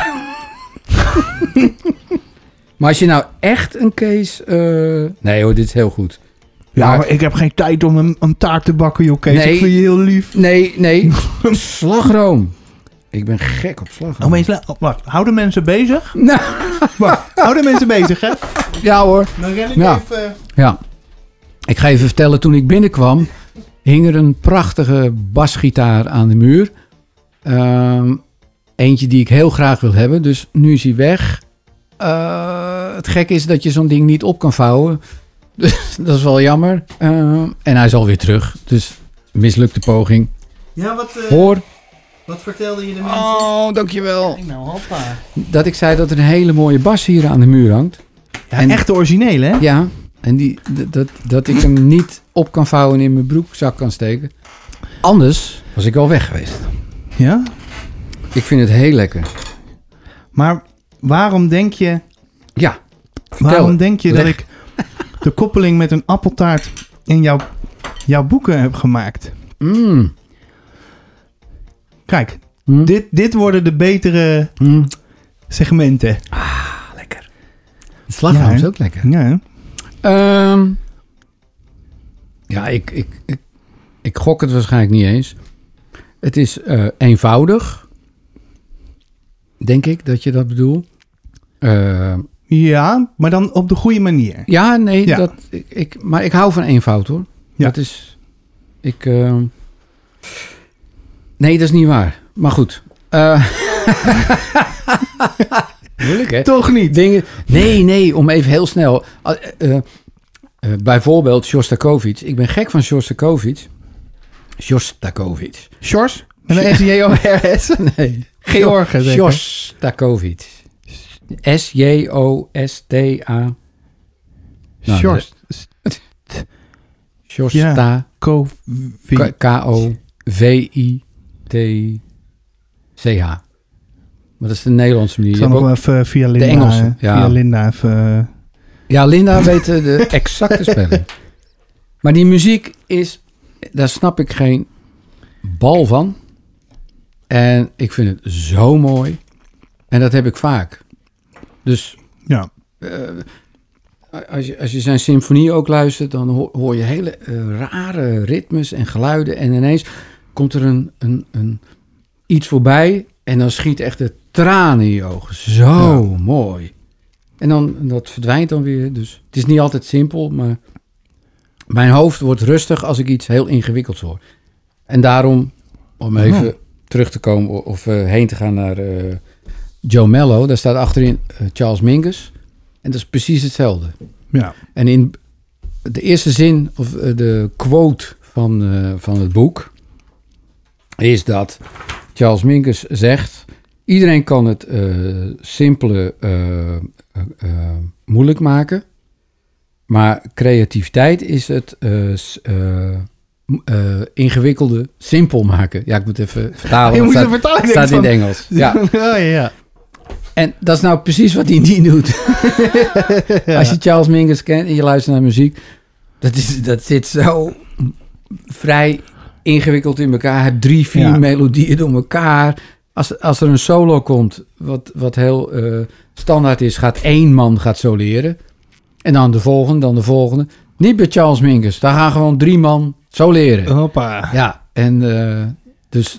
Maar als je nou echt een Kees... Uh... Nee hoor, dit is heel goed. Ja, maar... maar ik heb geen tijd om een, een taart te bakken, joh, Kees. Nee. Ik vind je heel lief. Nee, nee. Slagroom. Ik ben gek op slagroom. Oh, maar eens, wacht. Houden mensen bezig? Nou. Wacht. Houden mensen bezig, hè? Ja hoor. Dan ren ik ja. even... Ja. Ik ga even vertellen, toen ik binnenkwam... hing er een prachtige basgitaar aan de muur. Um, eentje die ik heel graag wil hebben. Dus nu is hij weg. Uh, het gekke is dat je zo'n ding niet op kan vouwen. Dus dat is wel jammer. Uh, en hij is alweer terug. Dus mislukte poging. Ja, wat... Uh, Hoor. Wat vertelde je de mensen? Oh, dankjewel. Kijk nou, hoppa. Dat ik zei dat er een hele mooie bas hier aan de muur hangt. Ja, en, echt de originele, hè? Ja. En die, dat, dat ik hem niet op kan vouwen en in mijn broekzak kan steken. Anders was ik al weg geweest. Ja? Ik vind het heel lekker. Maar waarom denk je... Ja, Waarom het. denk je Leg. dat ik de koppeling met een appeltaart in jouw, jouw boeken heb gemaakt? Mm. Kijk, Mm. dit, dit worden de betere Mm. segmenten. Ah, lekker. De slagroom Ja, is ook lekker. Ja, Um, ja, ik, ik, ik, ik gok het waarschijnlijk niet eens. Het is uh, eenvoudig. Denk ik dat je dat bedoelt. Uh, ja, maar dan op de goede manier. ja, nee, Ja. Dat, ik, ik, maar ik hou van eenvoud hoor. Ja. Dat is... Ik... Uh, nee, dat is niet waar. Maar goed. Uh, moeilijk hè? Toch niet? Dingen, nee, nee, om even heel snel. Uh, uh, uh, bijvoorbeeld Shostakovich. Ik ben gek van Shostakovich. Shostakovich. Sjors? Met een S J O R S? Nee. George, zeker? Shostakovich. S J O S T A. Nou, Sjors. Shosta. Covid. K O V I T C H. Maar dat is de Nederlandse manier. Ik zal Je nog hebt wel even via Linda, Engelse, eh, ja. via Linda even... Ja, Linda weet eh, de exacte spelling. Maar die muziek is... Daar snap ik geen bal van. En ik vind het zo mooi. En dat heb ik vaak. Dus... Ja. Uh, als, je, als je zijn symfonie ook luistert... dan hoor, hoor je hele uh, rare ritmes en geluiden. En ineens komt er een, een, een iets voorbij... en dan schiet echt de tranen in je ogen. Zo ja. mooi. En dan, dat verdwijnt dan weer. Dus het is niet altijd simpel, maar... mijn hoofd wordt rustig als ik iets heel ingewikkelds hoor. En daarom, om even oh. terug te komen... of uh, heen te gaan naar uh, Joe Mello, daar staat achterin uh, Charles Mingus. En dat is precies hetzelfde. Ja. En in de eerste zin, of uh, de quote van, uh, van het boek, is dat Charles Mingus zegt: iedereen kan het uh, simpele uh, uh, uh, moeilijk maken, maar creativiteit is het uh, uh, uh, ingewikkelde simpel maken. Ja, ik moet even vertalen. Je moet staat, een vertaling staat in van... het Engels. Ja. Oh, ja, ja. En dat is nou precies wat hij niet doet. Ja. Als je Charles Mingus kent en je luistert naar muziek, dat, is, dat zit zo vrij ingewikkeld in elkaar. Hij heeft drie, vier ja. melodieën door elkaar. Als, als er een solo komt, wat, wat heel uh, standaard is, gaat één man gaat soleren. En dan de volgende, dan de volgende. Niet bij Charles Mingus. Daar gaan gewoon drie man soleren. Hoppa. Ja, en uh, dus...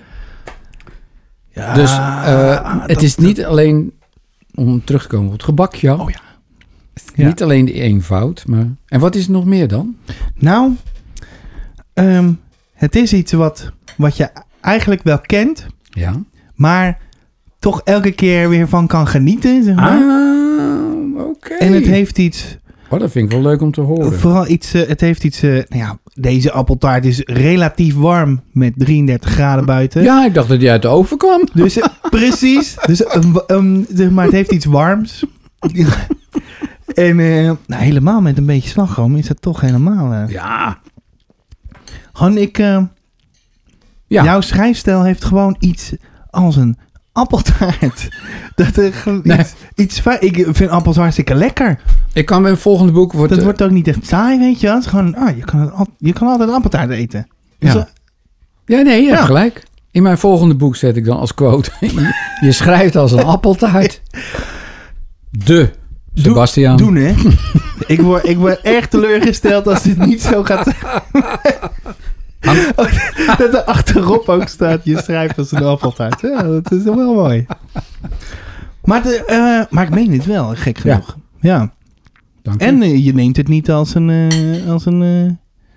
Ja, dus uh, het is niet alleen, om terug te komen op het gebakje. Oh ja. Ja. Niet alleen de eenvoud, maar... En wat is er nog meer dan? Nou, um, het is iets wat, wat je eigenlijk wel kent, ja. maar toch elke keer weer van kan genieten, zeg maar. Ah, oké. Okay. En het heeft iets... Oh, dat vind ik wel leuk om te horen. Vooral iets, uh, het heeft iets... Uh, nou ja, deze appeltaart is relatief warm met drieëndertig graden buiten. Ja, ik dacht dat die uit de oven kwam. Dus uh, precies. Dus, um, um, zeg maar het heeft iets warms. En uh, nou, helemaal met een beetje slagroom is het toch helemaal... Uh... Ja. Han, ik... Uh, ja. Jouw schrijfstijl heeft gewoon iets als een appeltaart. Dat er nee. iets, iets fijn... Ik vind appels hartstikke lekker. Ik kan mijn volgende boek... Wordt, dat uh, wordt ook niet echt saai, weet je wel. Het is gewoon... Ah, je, kan het al, je kan altijd appeltaart eten. Dus, ja. Uh, ja, nee, je ja. hebt gelijk. In mijn volgende boek zet ik dan als quote... je schrijft als een appeltaart. De Sebastiaan. Doen, hè? ik, word, ik word erg teleurgesteld als dit niet zo gaat... dat er achterop ook staat... je schrijft als een appeltaart. Ja, dat is wel mooi. Maar, de, uh, maar ik meen het wel, gek genoeg. Ja. ja. Dank je. En uh, je neemt het niet als een... Uh, als een uh,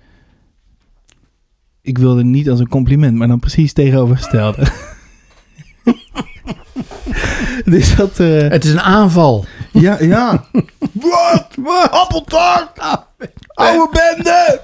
ik wilde het niet als een compliment... maar dan precies tegenovergestelde. Dus dat... Uh, het is een aanval. Ja, ja. Wat? Wat? Appeltaart! Oh, oude bende!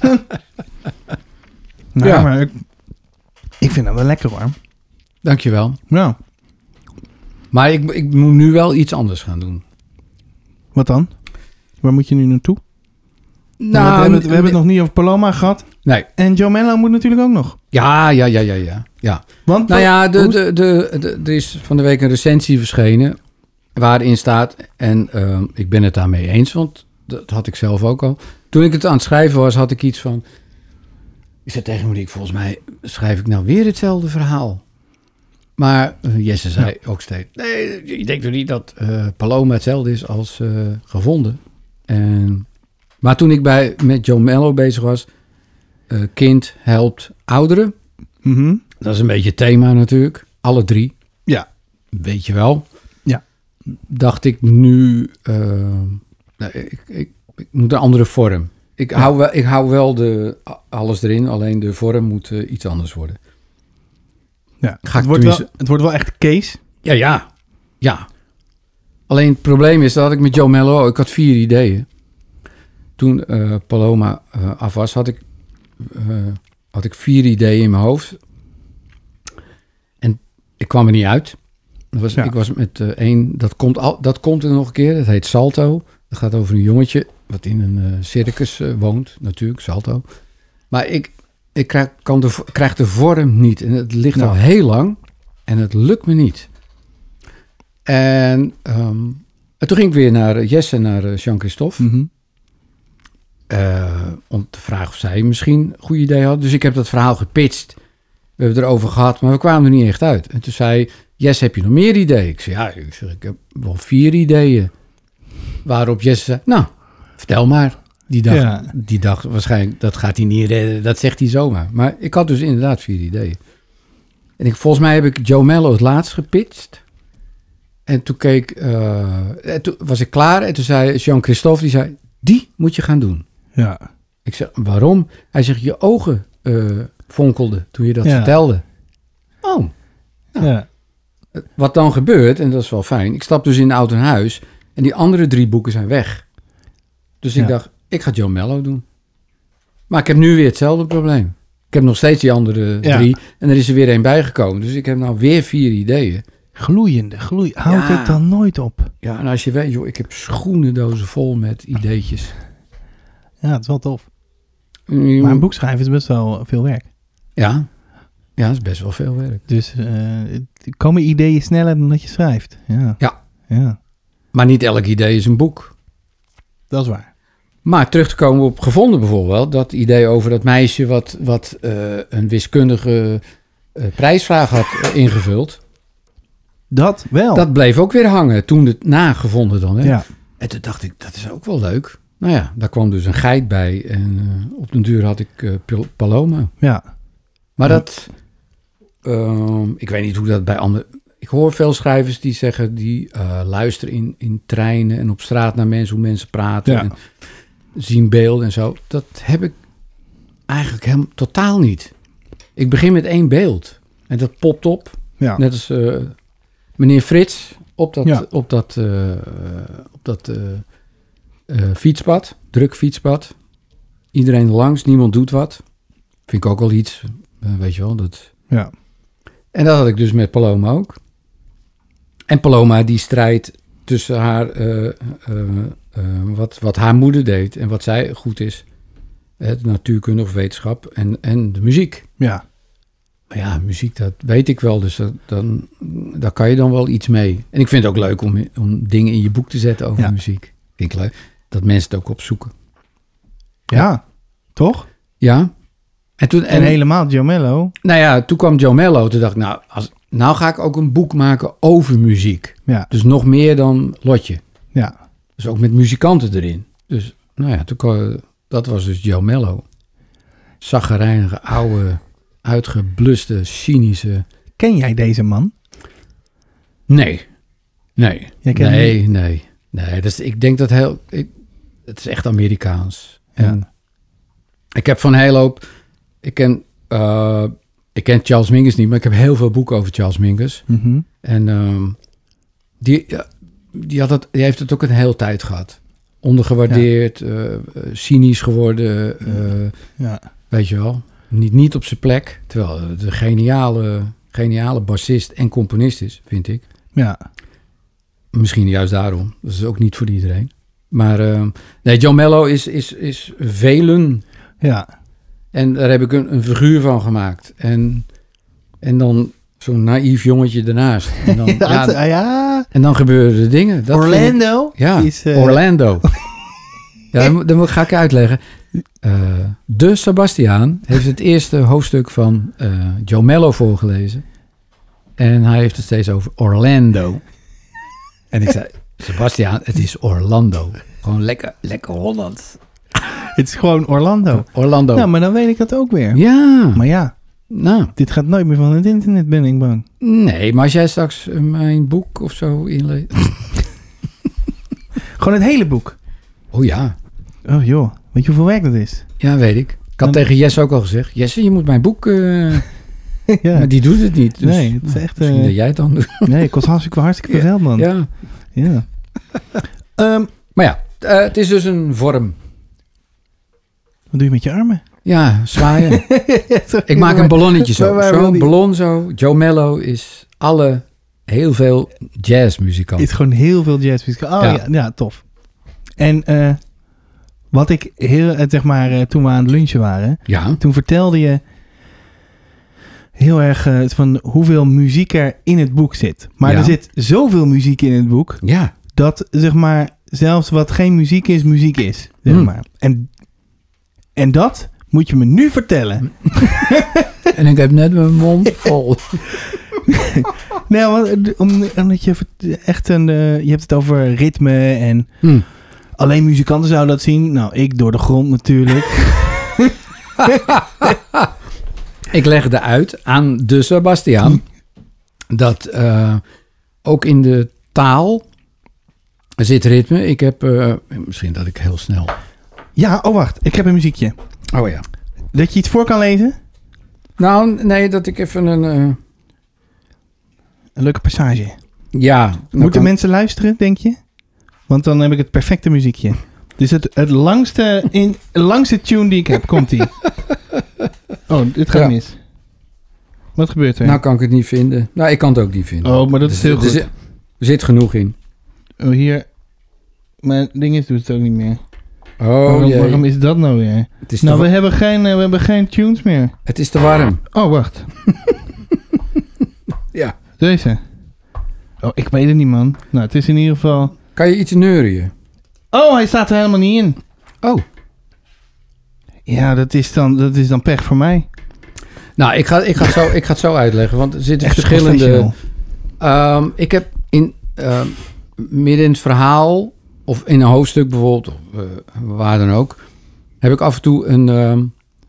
Nou, ja, maar ik, ik vind dat wel lekker, hoor. Dankjewel. Ja. Maar ik, ik moet nu wel iets anders gaan doen. Wat dan? Waar moet je nu naartoe? Nou, we hebben, het, we hebben het nog niet over Paloma gehad. Nee. En Joe Mello moet natuurlijk ook nog. Ja, ja, ja, ja, ja. ja. Want, nou ja, de, de, de, de, er is van de week een recensie verschenen... waarin staat, en uh, ik ben het daarmee eens... want dat had ik zelf ook al. Toen ik het aan het schrijven was, had ik iets van... Ik zei tegen Monique, volgens mij schrijf ik nou weer hetzelfde verhaal. Maar uh, Jesse zei ja. ook steeds... Nee, ik denk toch niet dat uh, Paloma hetzelfde is als uh, Gevonden. En, maar toen ik bij, met Joe Mello bezig was... Uh, kind helpt ouderen. Mm-hmm. Dat is een beetje het thema natuurlijk. Alle drie. Ja. Weet je wel. Ja. Dacht ik nu... Uh, nou, ik, ik, ik moet een andere vorm. Ik, ja. hou wel, ik hou wel de, alles erin, alleen de vorm moet uh, iets anders worden. Ja, Ga het, wordt wel, het wordt wel echt Kees. Ja, ja. Ja. Alleen het probleem is dat ik met Joe Mello... Ik had vier ideeën. Toen uh, Paloma uh, af was, had ik, uh, had ik vier ideeën in mijn hoofd. En ik kwam er niet uit. Dat was, ja. Ik was met uh, één... Dat komt, al, dat komt er nog een keer. Dat heet Salto. Dat gaat over een jongetje... wat in een uh, circus uh, woont, natuurlijk, Salto. Maar ik, ik krijg, kan de, krijg de vorm niet. En het ligt nou. al heel lang. En het lukt me niet. En, um, en toen ging ik weer naar Jesse, naar uh, Jean-Christophe. Mm-hmm. Uh, om te vragen of zij misschien een goed idee had. Dus ik heb dat verhaal gepitcht. We hebben het erover gehad, maar we kwamen er niet echt uit. En toen zei Jesse, heb je nog meer ideeën? Ik zei, ja, ik, zeg, ik heb wel vier ideeën. Waarop Jesse zei, nou... Vertel maar. Die dacht, ja. die dacht waarschijnlijk, dat gaat hij niet redden. Dat zegt hij zomaar. Maar ik had dus inderdaad vier ideeën. En ik, volgens mij heb ik Joe Mello het laatst gepitcht. En toen keek... Uh, en toen was ik klaar. En toen zei Jean-Christophe, die zei... Die moet je gaan doen. Ja. Ik zeg, waarom? Hij zegt, je ogen uh, fonkelden toen je dat ja. vertelde. Oh. Nou, ja. wat dan gebeurt, en dat is wel fijn... ik stap dus in de auto naar huis... en die andere drie boeken zijn weg. Dus ik Ja. dacht, ik ga Joe Mello doen. Maar ik heb nu weer hetzelfde probleem. Ik heb nog steeds die andere Ja. drie... en er is er weer één bijgekomen. Dus ik heb nou weer vier ideeën. Gloeiende, gloei. Houdt Ja. het dan nooit op? Ja, en als je weet, joh, ik heb schoenendozen vol met ideetjes. Ja, het is wel tof. Mm, Maar een boek schrijven is best wel veel werk. Ja, ja, dat is best wel veel werk. Dus uh, komen ideeën sneller dan dat je schrijft. Ja. Ja. Ja, Maar niet elk idee is een boek. dat is waar. Maar terug te komen op Gevonden bijvoorbeeld... dat idee over dat meisje wat, wat uh, een wiskundige uh, prijsvraag had uh, ingevuld... Dat wel. dat bleef ook weer hangen toen het nagevonden dan. Hè? Ja. En toen dacht ik, dat is ook wel leuk. Nou ja, daar kwam dus een geit bij... en uh, op den duur had ik uh, Pil- Paloma. Ja. Maar Ja. dat... Uh, ik weet niet hoe dat bij anderen... Ik hoor veel schrijvers die zeggen... die uh, luisteren in, in treinen en op straat naar mensen... hoe mensen praten Ja. en zien beelden en zo. Dat heb ik eigenlijk helemaal totaal niet. Ik begin met één beeld. En dat popt op. Ja. Net als uh, meneer Frits op dat, Ja. op dat, uh, op dat uh, uh, fietspad. Druk fietspad. Iedereen er langs, niemand doet wat. Vind ik ook wel iets. Uh, weet je wel, dat... Ja. En dat had ik dus met Paloma ook. En Paloma die strijdt tussen haar, uh, uh, uh, wat, wat haar moeder deed en wat zij goed is. Het natuurkunde of wetenschap en, en de muziek. Ja. Maar ja, muziek, dat weet ik wel. Dus dat, dan, daar kan je dan wel iets mee. En ik vind het ook leuk om, om dingen in je boek te zetten over Ja. muziek. Vind ik leuk. Dat mensen het ook opzoeken. Ja. Toch? Ja. En toen, En, en, helemaal Joe Mello. nou ja, toen kwam Joe Mello. Toen dacht ik, nou, als, nou ga ik ook een boek maken over muziek. Ja. Dus nog meer dan Lotje. Ja. Dus ook met muzikanten erin. Dus, nou ja, toen kwam, dat was dus Joe Mello. Zaggerijnige, oude, uitgebluste, cynische... Ken jij deze man? Nee. Nee. Jij kent Nee, nee. Nee, dat is, ik denk dat heel... Ik, het is echt Amerikaans. Ja. En ik heb van een hele hoop... Ik ken, uh, ik ken Charles Mingus niet, maar ik heb heel veel boeken over Charles Mingus. Mhm. En um, die, ja, die, had het, die heeft het ook een hele tijd gehad. Ondergewaardeerd, ja. uh, cynisch geworden, uh, Ja. weet je wel. Niet, niet op zijn plek, terwijl het een geniale, geniale bassist en componist is, vind ik. Ja. Misschien juist daarom. Dat is ook niet voor iedereen. Maar uh, nee, Joe Mello is, is, is velen. Ja. En daar heb ik een, een figuur van gemaakt. En, en dan zo'n naïef jongetje ernaast. En dan, Ja, ja, het- ja. en dan gebeuren er dingen. Dat vind ik- Orlando ja, is... uh, Orlando. Ja, dan, dan ga ik uitleggen. Uh, de Sebastiaan heeft het eerste hoofdstuk van uh, Joe Mello voorgelezen. En hij heeft het steeds over Orlando. En ik zei, Sebastiaan, het is Orlando. Gewoon lekker, lekker Holland. Het is gewoon Orlando. Orlando. Nou, maar dan weet ik dat ook weer. Ja, Maar ja, nou, dit gaat nooit meer van het internet, ben ik bang. nee, maar als jij straks uh, mijn boek of zo inleest. Gewoon het hele boek. Oh ja, Oh joh, weet je hoeveel werk dat is? ja, weet ik. Ik had Dan- tegen Jesse ook al gezegd, Jesse, je moet mijn boek... Uh, Ja. Maar die doet het niet. Dus, Nee, het is nou, echt, misschien uh, dat jij het dan doet. Nee, het kost hartstikke, hartstikke veel geld, man. Ja. Ja. Ehm, Maar ja, uh, het is dus een vorm. wat doe je met je armen? Ja, zwaaien. Ik maak een ballonnetje zo. Maar waar wil Zo'n die- ballon zo. Joe Mello is alle, heel veel jazzmuzikant. Het is gewoon heel veel jazzmuziek. Oh ja, Ja. ja, tof. En eh, wat ik heel, eh, zeg maar, eh, toen we aan het lunchen waren, Ja, toen vertelde je heel erg eh, van hoeveel muziek er in het boek zit. Maar Ja. er zit zoveel muziek in het boek, ja. dat zeg maar zelfs wat geen muziek is, muziek is. Zeg Hmm. maar. En, en dat moet je me nu vertellen. En ik heb net mijn mond vol. Nee, want, om, omdat je vert- echt een, eh, je hebt het over ritme en Hm. alleen muzikanten zouden dat zien. Nou, ik door de grond natuurlijk. Ik legde uit aan de Sebastiaan dat uh, ook in de taal zit ritme. Ik heb, uh, misschien dat ik heel snel... Ja, oh wacht, ik heb een muziekje. Oh ja. Dat je iets voor kan lezen? Nou, nee, dat ik even een... Uh... Een leuke passage. Ja. Moeten kan... mensen luisteren, denk je? Want dan heb ik het perfecte muziekje. Dus het, het langste, in, langste tune die ik heb, komt ie. Oh, dit gaat Ja. mis. Wat gebeurt er? Nou kan ik het niet vinden. Nou, ik kan het ook niet vinden. oh, maar dat is Er- heel er goed. zit- Er zit genoeg in. Oh, hier. Mijn ding is doet het ook niet meer. Oh, waarom, jee. waarom is dat nou weer? Het is, Nou, te, we wa- hebben, geen, uh, we hebben geen tunes meer. het is te warm. Oh, wacht. Ja. Deze. Oh, ik weet het niet, man. Nou, het is in ieder geval... Kan je iets neurien? Oh, hij staat er helemaal niet in. Oh. Ja, dat is dan, dat is dan pech voor mij. Nou, ik ga, ik, ga het zo, ik ga het zo uitleggen. Want er zitten Echt een verschillende... professional. Ehm, ik heb in, ehm, midden in het verhaal... of in een hoofdstuk bijvoorbeeld... of uh, waar dan ook... heb ik af en toe een... ehm,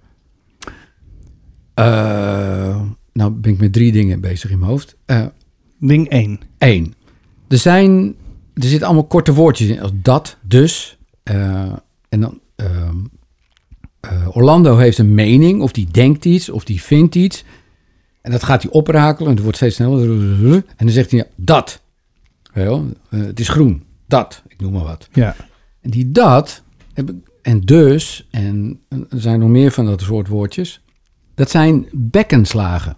uh, nou ben ik met drie dingen bezig in mijn hoofd. Uh, Ding één. Eén. Er zijn... Er zitten allemaal korte woordjes in. Als dat, dus. Uh, en dan... ehm, uh, Orlando heeft een mening. Of die denkt iets. Of die vindt iets. En dat gaat hij oprakelen. En het wordt steeds sneller. En dan zegt hij... Dat. Weet je wel? Uh, het is groen. Dat. Ik noem maar wat. Ja. En die dat... Heb ik, en dus... En er zijn nog meer van dat soort woordjes. Dat zijn bekkenslagen.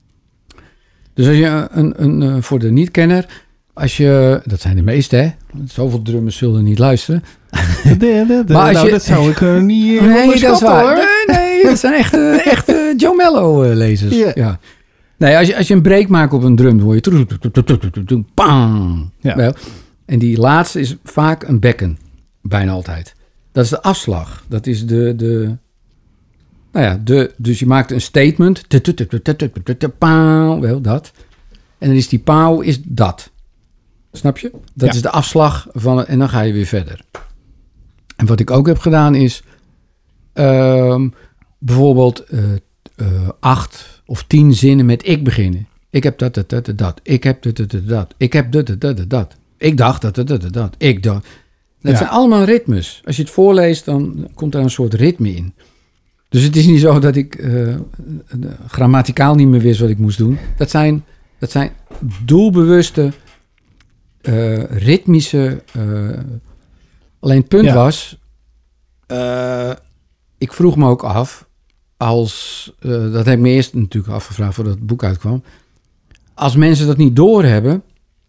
Dus als je een... een, een voor de niet-kenner... Als je... Dat zijn de meeste, hè? Zoveel drummers zullen niet luisteren. De, de, de, Maar als nou, je- dat zou ik uh, niet uh, Nee, dat is onderschatten, waar. hoor. Nee, nee, dat zijn echt, uh, echt uh, Joe Mello-lezers. Ja. Ja. Nee, als je, als je een break maakt op een drum, dan hoor je... troe, troe, troe, troe, troe, troe, troe, pam. Ja. Wel, en die laatste is vaak een bekken. Bijna altijd. Dat is de afslag. Dat is de... de nou ja, de, dus je maakt een statement. Tu, tu, tu, tu, tu, tu, tu, tu, pauw, wel, dat. En dan is die pauw is dat. Snap je? Dat Ja. is de afslag van... En dan ga je weer verder. En wat ik ook heb gedaan is... ehm, bijvoorbeeld uh, uh, acht of tien zinnen met ik beginnen. Ik heb dat, dat, dat, dat, dat. Ik heb dat, dat, dat, dat. Ik heb dat, dat, dat, dat, dat. Ik dacht dat, dat, dat, dat, dat. Ik dacht... Dat Ja. zijn allemaal ritmes. Als je het voorleest, dan komt daar een soort ritme in. Dus het is niet zo dat ik uh, grammaticaal niet meer wist wat ik moest doen. Dat zijn, dat zijn doelbewuste, uh, ritmische... Uh, alleen het punt Ja. was... Uh, ik vroeg me ook af... als uh, dat heb ik me eerst natuurlijk afgevraagd voordat het boek uitkwam. Als mensen dat niet doorhebben...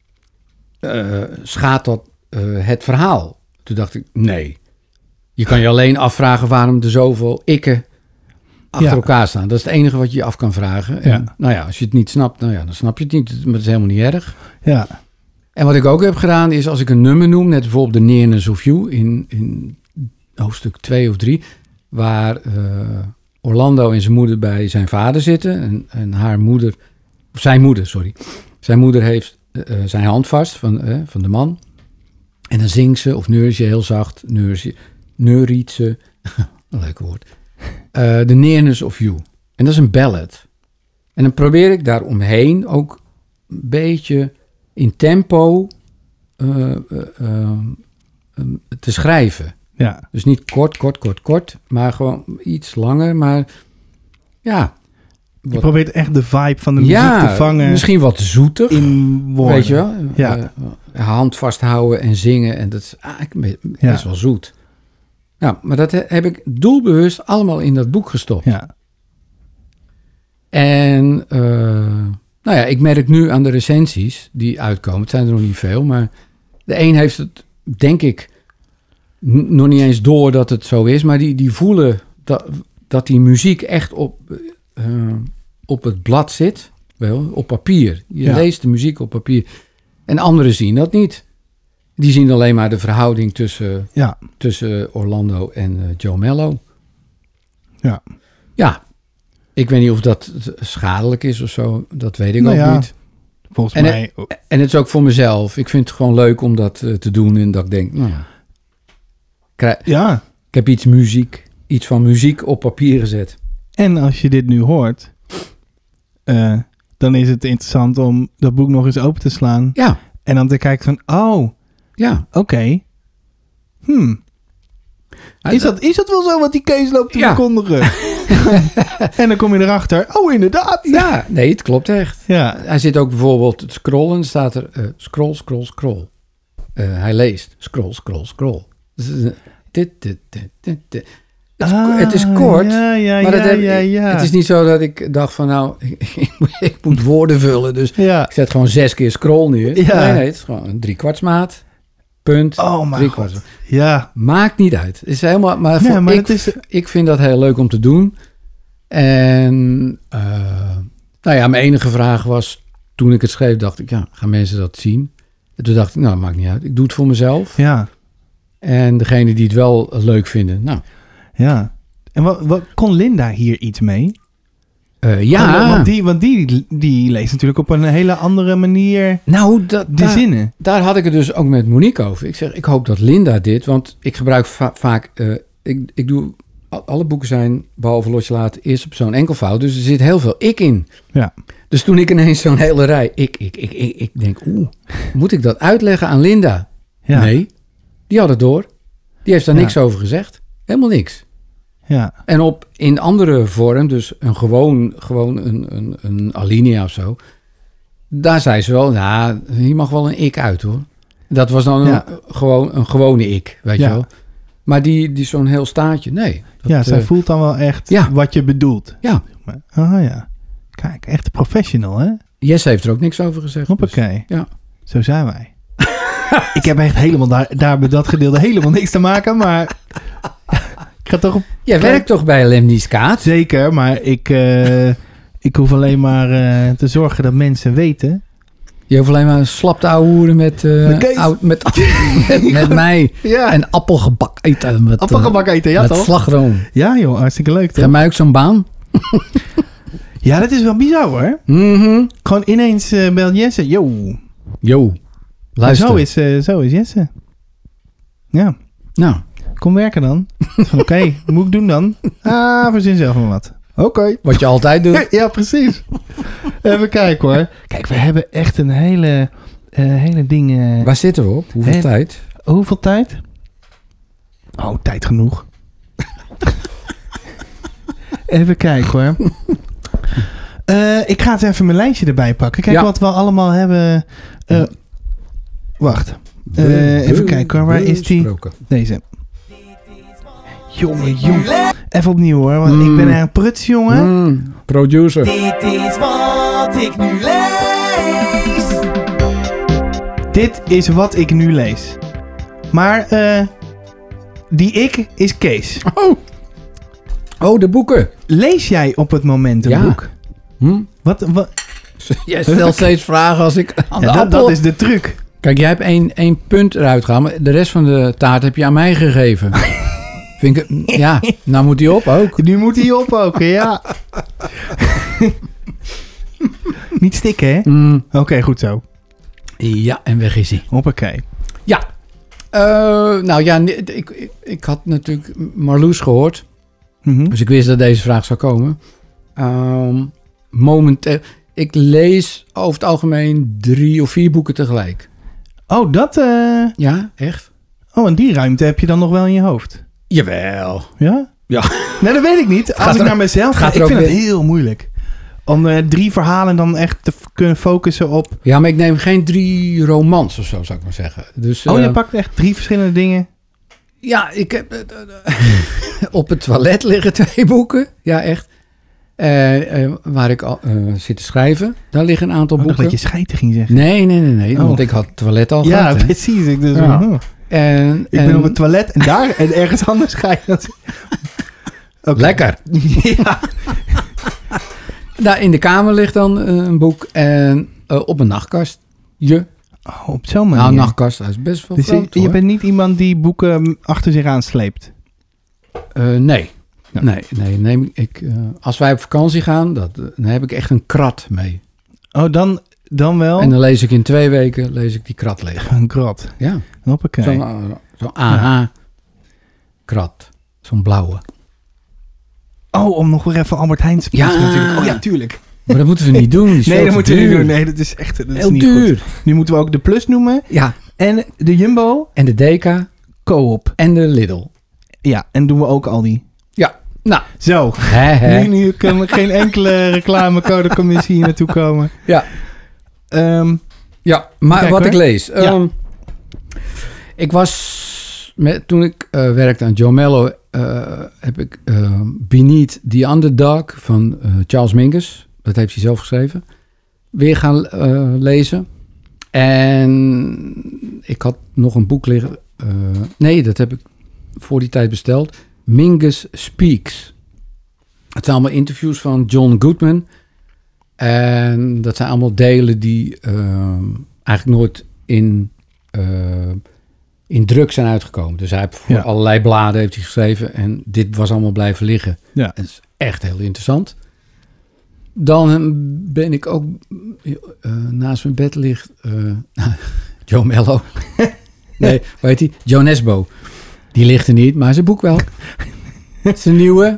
Uh, schaadt dat uh, het verhaal? Toen dacht ik, nee. Je kan je alleen afvragen waarom er zoveel ikken achter Ja. elkaar staan. Dat is het enige wat je je af kan vragen. En, Ja. nou ja, als je het niet snapt, nou ja, dan snap je het niet. Maar dat is helemaal niet erg. Ja. En wat ik ook heb gedaan is, als ik een nummer noem, net bijvoorbeeld de Nearness of You in, in hoofdstuk twee of drie, waar uh, Orlando en zijn moeder bij zijn vader zitten en, en haar moeder, of zijn moeder, sorry. Zijn moeder heeft uh, zijn hand vast van, uh, van de man. En dan zingt ze, of neurt ze heel zacht, neurt ze, neuriet ze, een leuk woord, uh, The Nearness of You. En dat is een ballad. En dan probeer ik daar omheen ook een beetje in tempo uh, uh, uh, um, te schrijven. Ja. Dus niet kort, kort, kort, kort, maar gewoon iets langer. Maar ja. Je Wat, probeert echt de vibe van de muziek ja, te vangen misschien wat zoetig. in woorden. Weet je wel? Ja. Uh, hand vasthouden en zingen. En dat is eigenlijk best Ja. wel zoet. Ja, maar dat he- heb ik doelbewust allemaal in dat boek gestopt. Ja. En uh, nou ja, ik merk nu aan de recensies die uitkomen. Het zijn er nog niet veel, maar de een heeft het, denk ik, n- nog niet eens door dat het zo is. Maar die, die voelen dat, dat die muziek echt op, uh, op het blad zit. Wel, op papier. Je Ja. leest de muziek op papier. En anderen zien dat niet. Die zien alleen maar de verhouding tussen, Ja. tussen Orlando en uh, Joe Mello. Ja. Ja, ik weet niet of dat schadelijk is of zo. Dat weet ik Nou ook ja. niet. Volgens En mij... En het is ook voor mezelf. Ik vind het gewoon leuk om dat uh, te doen. En dat ik denk, nou ja. Krij- Ja. Ik heb iets muziek, iets van muziek op papier gezet. En als je dit nu hoort... Uh, dan is het interessant om dat boek nog eens open te slaan. Ja, En dan te kijken van... Oh, ja. oké. Okay. Hmm. Is dat, is dat wel zo wat die Kees loopt te Ja. verkondigen? En dan kom je erachter. Oh, inderdaad. Ja, nee, het klopt echt. Ja. Hij zit ook bijvoorbeeld te scrollen. Dan staat er uh, scroll, scroll, scroll. Uh, hij leest scroll, scroll, scroll. Dus, uh, dit, dit, dit, dit, dit. Het, Ah, het is kort, ja, ja, maar ja, het, heb, ja, ja. het is niet zo dat ik dacht van nou, ik, ik moet woorden vullen. Dus Ja. ik zet gewoon zes keer scroll neer. Ja. Nee, nee, het is gewoon een driekwartsmaat. Punt. Oh mijn driekwarts. god. Ja. Maakt niet uit. Het is helemaal, maar, Nee, voor, maar ik, het is- ik vind dat heel leuk om te doen. En uh, nou ja, mijn enige vraag was, toen ik het schreef, dacht ik, ja, gaan mensen dat zien? En toen dacht ik, nou, maakt niet uit. Ik doe het voor mezelf. Ja. En degene die het wel leuk vinden, nou. Ja. En wat, wat kon Linda hier iets mee? Uh, ja. Oh, want die, want die, die leest natuurlijk op een hele andere manier Nou, dat, de daar, zinnen. daar had ik het dus ook met Monique over. Ik zeg, ik hoop dat Linda dit, want ik gebruik va- vaak, uh, ik, ik doe, alle boeken zijn, behalve Lotje Laat, eerste persoon enkelvoud. Dus er zit heel veel ik in. Ja. Dus toen ik ineens zo'n hele rij, ik, ik, ik, ik, ik denk, oeh, moet ik dat uitleggen aan Linda? Ja. Nee, die had het door. Die heeft daar Ja. niks over gezegd. Helemaal niks. Ja. En op in andere vorm, dus een gewoon, gewoon een, een, een alinea of zo. Daar zei ze wel, nou, hier mag wel een ik uit hoor. Dat was dan Ja. een, gewoon een gewone ik, weet Ja. je wel. Maar die, die zo'n heel staartje, nee. Dat, ja, zij eh, voelt dan wel echt ja. wat je bedoelt. Ja, Ah ja. Kijk, echt een professional, hè? Jesse heeft er ook niks over gezegd. Hoppakee. Dus, ja. Zo zijn wij. Ik heb echt helemaal daar, daar met dat gedeelte helemaal niks te maken, maar ik ga toch op... Jij werkt toch bij Lemniskaat? Zeker, maar ik, uh, ik hoef alleen maar uh, te zorgen dat mensen weten. Je hoeft alleen maar slap te ouwehoeren met, uh, Met Kees. oud, met, met, met mij. Ja, En appelgebak eten. Met, appelgebak eten, ja met toch? slagroom. Ja joh, hartstikke leuk toch? Geef mij ook zo'n baan. Ja, dat is wel bizar hoor. Mhm. Gewoon ineens uh, belt Jesse. Yo. Yo, luister. Zo is, uh, zo is Jesse. Ja, Nou, kom werken dan. Oké, okay, wat moet ik doen dan? Ah, verzin zelf maar wat. Oké. Okay. wat je altijd doet. Ja, precies. Even kijken hoor. Kijk, we hebben echt een hele, uh, hele ding... Uh, Waar zitten we op? Hoeveel Hè? tijd? hoeveel tijd? Oh, tijd genoeg. Even kijken hoor. Uh, ik ga eens even mijn lijstje erbij pakken. Kijk Ja. wat we allemaal hebben. Uh, wacht. Uh, even kijken hoor. Waar is die? Besproken. Deze. Jongen, jongen. Even opnieuw hoor. Want Mm. ik ben een pruts, jongen. Mm, producer. Dit is wat ik nu lees. Dit is wat ik nu lees. Maar uh, die ik is Kees. Oh. Oh, de boeken. Lees jij op het moment een Ja. boek? Hm? Wat, wat? Jij stelt steeds vragen als ik aan de Ja, dat, appel... dat is de truc. Kijk, jij hebt één, één punt eruit gehaald, maar de rest van de taart heb je aan mij gegeven. Vind ik, het- ja, nou moet die op ook. Nu moet hij op ook, ja. Niet stikken, hè? Mm, Oké, goed zo. ja, en weg is hij. Hoppakee. Ja. Uh, nou ja, nee, ik, ik, ik had natuurlijk Marloes gehoord. Mhm. Dus ik wist dat deze vraag zou komen. Um, momenteel, ik lees over het algemeen drie of vier boeken tegelijk. Oh, dat... eh, Ja, echt? Oh, en die ruimte heb je dan nog wel in je hoofd? Jawel. Ja? Ja. Nee, dat weet ik niet. Als Gaat ik er- naar mezelf ga, gaat er ik ook vind het weer- heel moeilijk. Om eh, drie verhalen dan echt te f- kunnen focussen op... Ja, maar ik neem geen drie romans of zo, zou ik maar zeggen. Dus, Oh, je eh, pakt echt drie verschillende dingen. Ja, ik heb eh, eh, op het toilet liggen twee boeken. Ja, echt. Eh, eh, waar ik al, eh, zit te schrijven. Daar liggen een aantal Oh, ik dacht boeken. dat je scheiden ging zeggen. Nee, nee, nee, nee. Oh. Want ik had het toilet al Ja, gehad. hè. precies. Ik, dus, Ja. oh. En, ik en- ben op het toilet en daar en ergens anders ga je dat... Oké. Lekker. Ja. Daar in de kamer ligt dan eh, een boek. En eh, op een nachtkast. Je. Oh, op zo'n manier. Nou, nachtkast. Dat is best wel Dus je, groot, je hoor. bent niet iemand die boeken achter zich aansleept. Eh, nee. Ja. Nee, nee. Neem ik, eh, als wij op vakantie gaan, dat, eh, dan heb ik echt een krat mee. Oh, dan, dan wel En dan lees ik in twee weken lees ik die krat leeg. een krat. Ja. Hoppakee. Zo'n uh, zo A H-krat. Zo'n blauwe. Oh, om nog weer even Albert Heijn te Ja. sponseren natuurlijk. Oh ja, tuurlijk. Maar dat moeten we niet doen. Die is Nee, veel dat te moeten we niet duur. doen. Nee, dat is echt dat is Heel niet duur. goed. Nu moeten we ook de Plus noemen. Ja. En de Jumbo En de Deka Co-op. en de Lidl. Ja, en doen we ook al die. Ja. Nou. Zo. Hè, hè. Nu, nu kan geen enkele reclamecodecommissie hier naartoe komen. Ja. Um, Ja, maar kijk, wat hoor. ik lees. Ja. Um, ik was, met, toen ik uh, werkte aan Joe Mello, uh, heb ik uh, Beneath the Underdog van uh, Charles Mingus, dat heeft hij zelf geschreven, weer gaan uh, lezen. En ik had nog een boek liggen. Uh, nee, dat heb ik voor die tijd besteld. Mingus Speaks. Het zijn allemaal interviews van John Goodman. En dat zijn allemaal delen die uh, eigenlijk nooit in, uh, in druk zijn uitgekomen. Dus hij heeft voor Ja. allerlei bladen heeft hij geschreven. En dit was allemaal blijven liggen. Ja. Het is echt heel interessant. Dan ben ik ook uh, naast mijn bed ligt uh, Joe Mello. Nee, hoe heet hij? Joe Nesbo. Die ligt er niet, maar zijn boek wel. Zijn nieuwe.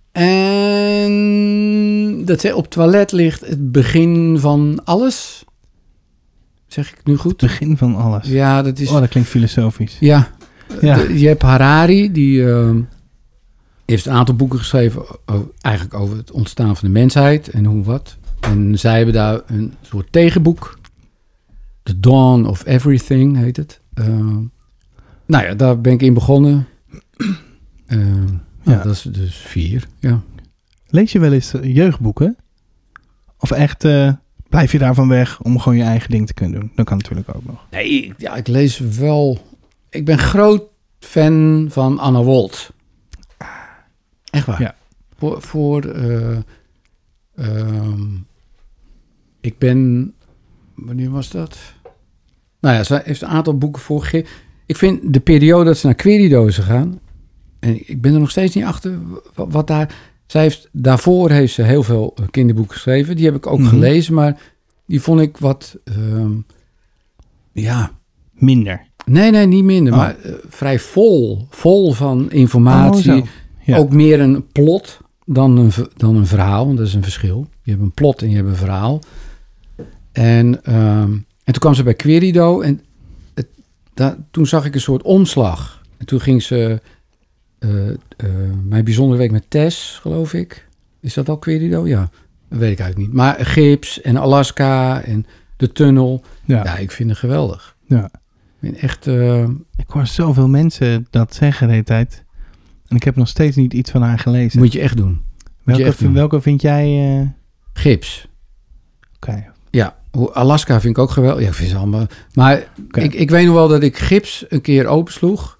En dat zij op het toilet ligt het begin van alles. Zeg ik het nu goed? Het begin van alles. Ja, dat is... Oh, dat klinkt filosofisch. Ja, Ja. De- je hebt Harari, die uh, heeft een aantal boeken geschreven... Over, eigenlijk over het ontstaan van de mensheid en hoe wat. En zij hebben daar een soort tegenboek. The Dawn of Everything heet het. Uh, nou ja, daar ben ik in begonnen. Uh, ja. Ja. Dat is dus vier, ja. Lees je wel eens uh, jeugdboeken? Of echt uh, blijf je daarvan weg om gewoon je eigen ding te kunnen doen? Dat kan natuurlijk ook nog. Nee, ik- ja, ik lees wel... Ik ben groot fan van Anna Wolt. Echt waar. Ja. Voor... voor uh, um, ik ben... Wanneer was dat? Nou ja, ze heeft een aantal boeken voorgegeven. Ik vind de periode dat ze naar Querido is gegaan... En ik ben er nog steeds niet achter wat, wat daar... Zij heeft, daarvoor heeft ze heel veel uh, kinderboeken geschreven. Die heb ik ook Mhm. gelezen, maar die vond ik wat... Um, ja... Minder. Nee, nee, niet minder, Oh. maar uh, vrij vol. Vol van informatie. Oh, zo. Ja. Ook meer een plot dan een, v- dan een verhaal, want dat is een verschil. Je hebt een plot en je hebt een verhaal. En, ehm, en toen kwam ze bij Querido en het, da, toen zag ik een soort omslag. En toen ging ze... Uh, uh, mijn bijzondere week met Tess, geloof ik. Is dat al Querido? Ja, dat weet ik eigenlijk niet. Maar Gips en Alaska en de tunnel. Ja, Ja. ik vind het geweldig. Ja. Ik ben echt... uh, Ik hoor zoveel mensen dat zeggen de hele tijd. En ik heb nog steeds niet iets van haar gelezen. moet je echt doen. je welke, echt doen. welke vind jij... uh, Gips. Oké. Ja, hoe- Alaska vind ik ook geweldig. Ja, ik vind ze allemaal... Maar Oké. ik, ik weet nog wel dat ik Gips een keer opensloeg.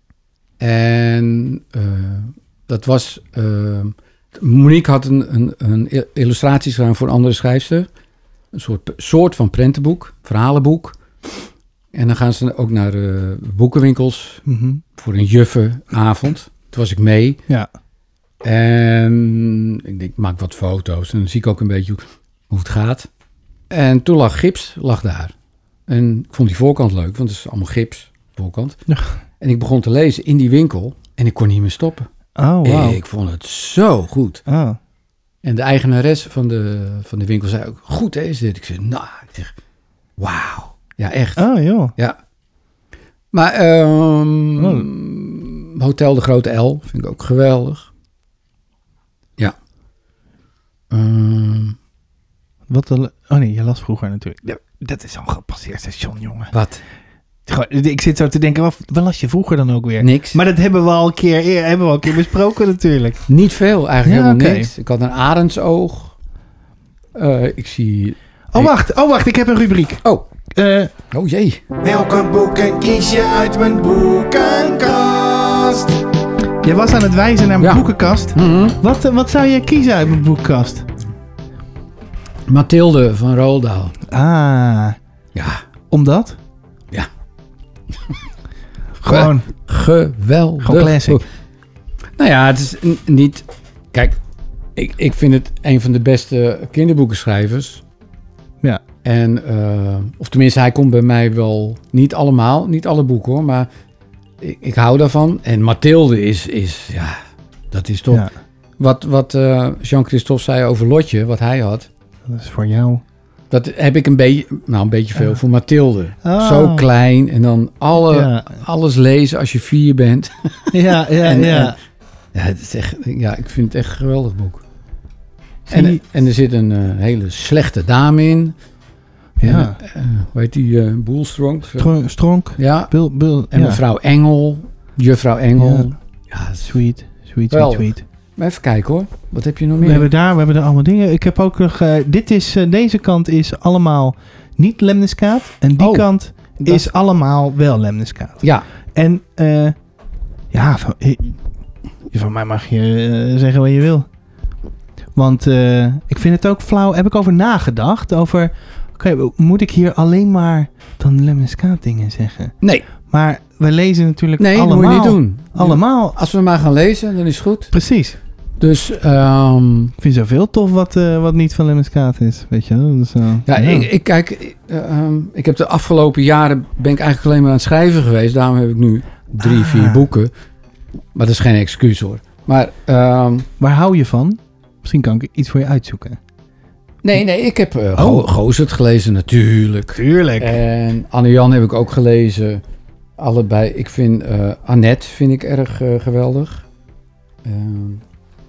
En uh, dat was... Uh, Monique had een, een, een illustraties gedaan voor een andere schrijfster. Een soort, soort van prentenboek, verhalenboek. En dan gaan ze ook naar uh, boekenwinkels Mhm. voor een juffenavond. Toen was ik mee. Ja. En ik denk, ik maak wat foto's. En dan zie ik ook een beetje hoe, hoe het gaat. En toen lag Gips lag daar. En ik vond die voorkant leuk, want het is allemaal gips, voorkant. Ja. En ik begon te lezen in die winkel. En ik kon niet meer stoppen. Oh, wauw. Ik vond het zo goed. Oh. En de eigenares van de, van de winkel zei ook, goed hè, is dit? Ik zei, nou, ik zeg, wauw. Ja, echt. Oh, joh. Ja. Maar ehm, Oh. Hotel de Grote L vind ik ook geweldig. Ja. Ehm, Wat een... Oh nee, je las vroeger natuurlijk. Ja, dat is al een gepasseerd station, jongen. wat? Gewoon, ik zit zo te denken, wat, wat las je vroeger dan ook weer? Niks. Maar dat hebben we al een keer, eer- hebben we al een keer besproken natuurlijk. Niet veel, eigenlijk Ja, helemaal oké. niks. Ik had een arendsoog. Eh, ik zie... Oh, wacht. Oh, wacht. Ik heb een rubriek. Oh, Eh, oh jee. Welke boeken kies je uit mijn boekenkast? jij was aan het wijzen naar mijn Ja. boekenkast. Mhm. Wat, eh, wat zou jij kiezen uit mijn boekenkast? Mathilde van Roaldaal. Ah, Ja, omdat? Ja. Gewoon, geweldig. gewoon classic. Oh. Nou ja, het is n- niet... Kijk, ik, ik vind het een van de beste kinderboekenschrijvers. Ja. En, eh, of tenminste, hij komt bij mij wel niet allemaal, niet alle boeken hoor, maar ik, ik hou daarvan. En Mathilde is, is ja, dat is toch... Ja, Wat, wat eh, Jean-Christophe zei over Lotje, wat hij had, dat is voor jou. dat heb ik een beetje, nou een beetje veel, Ja. voor Mathilde. Oh. Zo klein en dan alle, Ja, alles lezen als je vier bent. ja, ja. En, ja. Ja, het is echt, ja, ik vind het echt een geweldig boek. Zie En, je- en er zit een uh, hele slechte dame in. Ja. En, uh, hoe heet die? Uh, Boelstronk? Stronk. Stronk. Ja. Bill, Bill, En ja. mevrouw Engel. Juffrouw Engel. Ja. Ja, ja Sweet, sweet, sweet, Wel. sweet. maar even kijken hoor. Wat heb je nog We meer? hebben daar, we hebben er allemaal dingen. Ik heb ook nog, uh, dit is, uh, deze kant is allemaal niet lemniskaat. En die Oh, kant dat- is allemaal wel lemniskaat. Ja, En uh, ja, van, eh, van mij mag je uh, zeggen wat je wil. Want uh, ik vind het ook flauw. Heb ik over nagedacht. Over, oké, okay, moet ik hier alleen maar dan lemniskaat dingen zeggen? nee. Maar we lezen natuurlijk Nee, dat allemaal. moet je niet doen. Allemaal. Als we maar gaan lezen, dan is het goed. Precies. Dus um, Ik vind zoveel tof wat, uh, wat niet van lemniskaat is. Weet je wel? Dus, uh, ja, ja. Ik, ik kijk, uh, um, ik heb de afgelopen jaren ben ik eigenlijk alleen maar aan het schrijven geweest. Daarom heb ik nu drie, Ah. vier boeken. Maar dat is geen excuus hoor. Maar um, Waar hou je van? Misschien kan ik iets voor je uitzoeken. nee, nee, ik heb uh, Oh. Go- Gozert gelezen natuurlijk. Tuurlijk. En Anne-Jan heb ik ook gelezen. Allebei. Ik vind uh, Annette vind ik erg uh, geweldig. Um,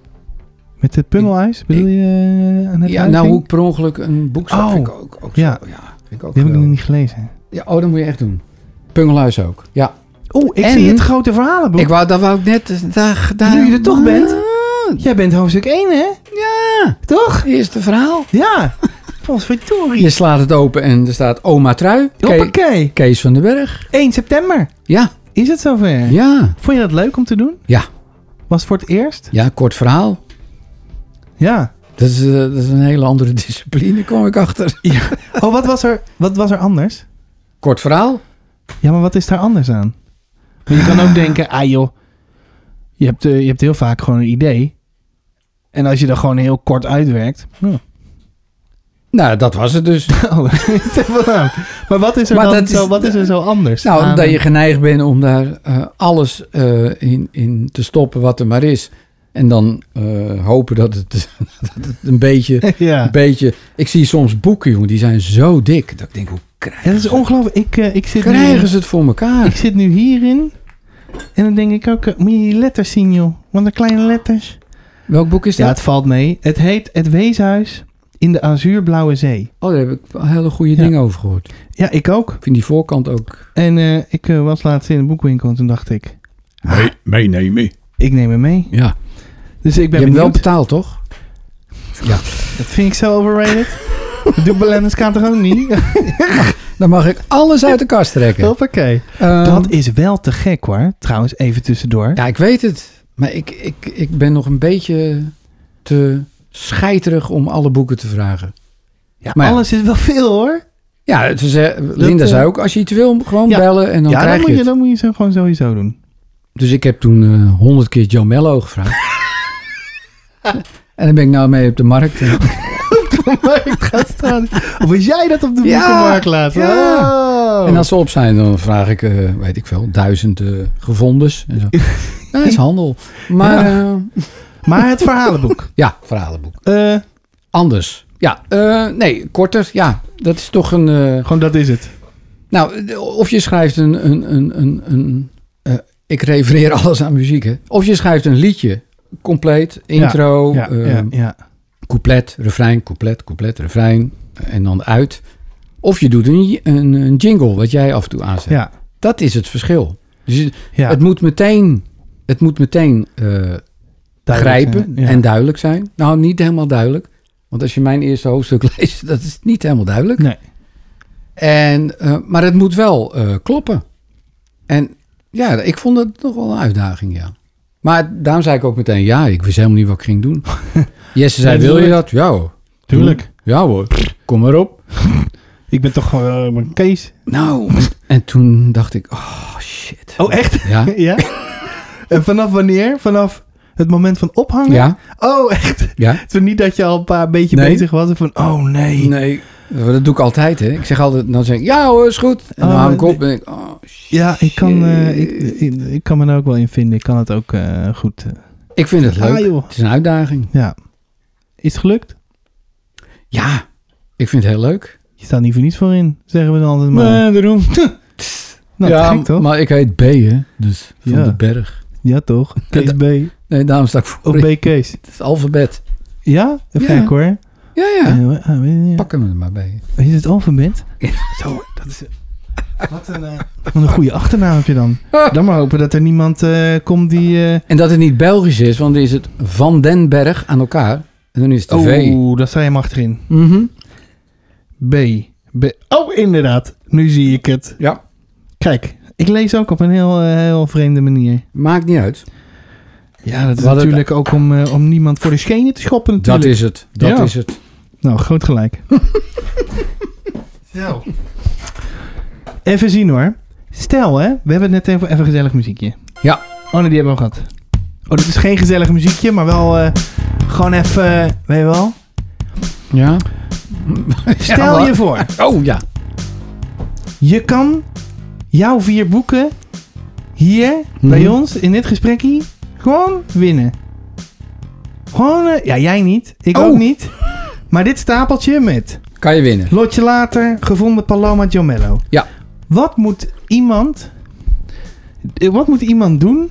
Met het punnelijs? Bedoel je uh, aan het ja, huis nou zien? hoe ik per ongeluk een boek zag, Oh. vind ik ook, ook Ja. zo. Ja, vind ik ook Die heb ik nog geweldig. niet gelezen. Ja, oh, dat moet je echt doen. Pungelhuis ook. Ja. Oh, ik En- zie het grote verhalenboek. Ik wou, dat wou ik net daar, daar Nu je er toch bent. Ah, Jij bent hoofdstuk één, hè? Ja, Toch? eerste verhaal. Ja. Potverdorie. Je slaat het open en er staat Oma Trui. Ke- Hoppakee. Kees van den Berg. één september. Ja, Is het zover? ja, Vond je dat leuk om te doen? ja. Was het voor het eerst? Ja, kort verhaal. Ja. Dat is, uh, dat is een hele andere discipline, kwam ik achter. ja. Oh, wat was, er, wat was er anders? Kort verhaal? Ja, maar wat is daar anders aan? Want je kan ook denken, ah joh, je hebt, uh, je hebt heel vaak gewoon een idee. En als je dat gewoon heel kort uitwerkt. Oh, Nou, dat was het dus. oh maar wat is er Maar dan dat is- zo, wat is er zo anders? Nou, aan- omdat je geneigd bent om daar uh, alles uh, in, in te stoppen wat er maar is. En dan uh, hopen dat het, dat het een beetje, ja. een beetje... Ik zie soms boeken, jongen, die zijn zo dik. Dat ik denk, hoe krijgen, ja, dat is ongelooflijk. Ik, uh, ik, zit krijgen nu, ze het voor elkaar? ik zit nu hierin. En dan denk ik ook, uh, moet je die letters zien joh. Want de kleine letters. Welk boek is Ja, dat? het valt mee. Het heet Het Weeshuis in de Azuurblauwe Zee. Oh, daar heb ik wel hele goede Ja. dingen over gehoord. Ja, ik ook. Ik vind die voorkant ook... En uh, ik uh, was laatst in een boekwinkel en toen dacht ik, Nee, meenemen. ik neem hem mee. Ja. Dus ik ben Je hebt wel benieuwd. betaald, toch? Ja. Dat vind ik zo overrated. Dat doet Belenderskaat toch ook niet? Dan mag ik alles uit de kast trekken. Hoppakee. Um, Dat is wel te gek hoor. Trouwens, even tussendoor. Ja, ik weet het. Maar ik, ik, ik ben nog een beetje te scheiterig om alle boeken te vragen. Ja, maar ja. alles is wel veel hoor. Ja, ze zei, Linda uh, zei ook, als je iets wil, gewoon ja. bellen en dan ja, krijg dan moet je je, het. dan moet je zo gewoon sowieso doen. Dus ik heb toen honderd uh, keer Joe Mello gevraagd. En dan ben ik nou mee op de markt. En... markt gaat staan. Of was jij dat op de Ja, boekenmarkt laat? ja. Oh. En als ze op zijn, dan vraag ik, uh, weet ik veel, duizend uh, gevondens. En zo. Dat is handel. Maar ja, uh, maar het verhalenboek. ja verhalenboek. Uh, Anders. Ja, uh, nee, korter. Ja, dat is toch een... Uh, gewoon dat is het. Nou, of je schrijft een... een, een, een, een uh, ik refereer alles aan muziek, hè. Of je schrijft een liedje. Compleet, intro, Ja, ja, uh, ja, ja. couplet, refrein, couplet, couplet, refrein. En dan uit. Of je doet een, een, een jingle, wat jij af en toe aanzet. Ja. Dat is het verschil. Dus Ja. het moet meteen... Het moet meteen uh, begrijpen ja. en duidelijk zijn. Nou, niet helemaal duidelijk. Want als je mijn eerste hoofdstuk leest, dat is niet helemaal duidelijk. Nee. En, uh, maar het moet wel uh, kloppen. En ja, ik vond het nog wel een uitdaging, ja. Maar daarom zei ik ook meteen, ja, ik wist helemaal niet wat ik ging doen. Jesse zei, wil je dat? Ja hoor. Tuurlijk. Ja hoor, kom maar op. Ik ben toch gewoon uh, een Kees. Nou, en toen dacht ik, oh shit. Oh, echt? Ja. Ja. En vanaf wanneer? Vanaf het moment van ophangen? Ja. Oh, echt? Ja. Het is niet dat je al een paar beetje Nee. bezig was en van, oh nee. Nee, dat doe ik altijd, hè. Ik zeg altijd, dan zeg ik, ja hoor, is goed. En dan Oh, hang ik op nee. en ik, oh shit. Ja, ik kan, uh, ik, ik, ik kan me er ook wel in vinden. Ik kan het ook uh, goed. Uh. Ik vind het leuk. Ah, joh. Het is een uitdaging. Ja. Is het gelukt? Ja, ik vind het heel leuk. Je staat niet voor niets voor in, zeggen we dan altijd maar. daarom. Nou, ja, gek toch? maar ik heet B, hè. Dus van Ja. de berg. Ja, toch? Kees B. Nee, daarom sta ik voor. Of ben je Kees? Het is alfabet. Ja? Even Ja. kijken hoor. Ja, ja. Eh, eh, eh, Pak hem er maar bij. Is het alfabet? Ja. Zo, dat is... Wat een, eh, wat een goede achternaam heb je dan. Dan maar hopen dat er niemand eh, komt die... eh, En dat het niet Belgisch is, want dan is het Van den Berg aan elkaar. En dan is het de V. Oeh, daar sta je hem achterin. Mhm. B. B. Oh, inderdaad. Nu zie ik het. Ja. Kijk, ik lees ook op een heel, eh, heel vreemde manier. Maakt niet uit. Ja, dat is We hadden- natuurlijk ook om, eh, om niemand voor de schenen te schoppen natuurlijk. Dat is het. Dat Ja. is het. Nou, groot gelijk. Zo. Even zien hoor. Stel hè, we hebben het net even, even gezellig muziekje. Ja. Oh nee, die hebben we al gehad. Oh, dit is geen gezellig muziekje, maar wel eh, gewoon even, eh, weet je wel. Ja. Stel Ja, je voor, Oh ja. je kan jouw vier boeken hier Mhm. bij ons in dit gesprekje gewoon winnen. Gewoon, eh, ja jij niet, ik Oh. ook niet. Maar dit stapeltje met Kan je winnen. Lotje later, gevonden Paloma Jomello. Ja. Wat moet iemand... Wat moet iemand doen?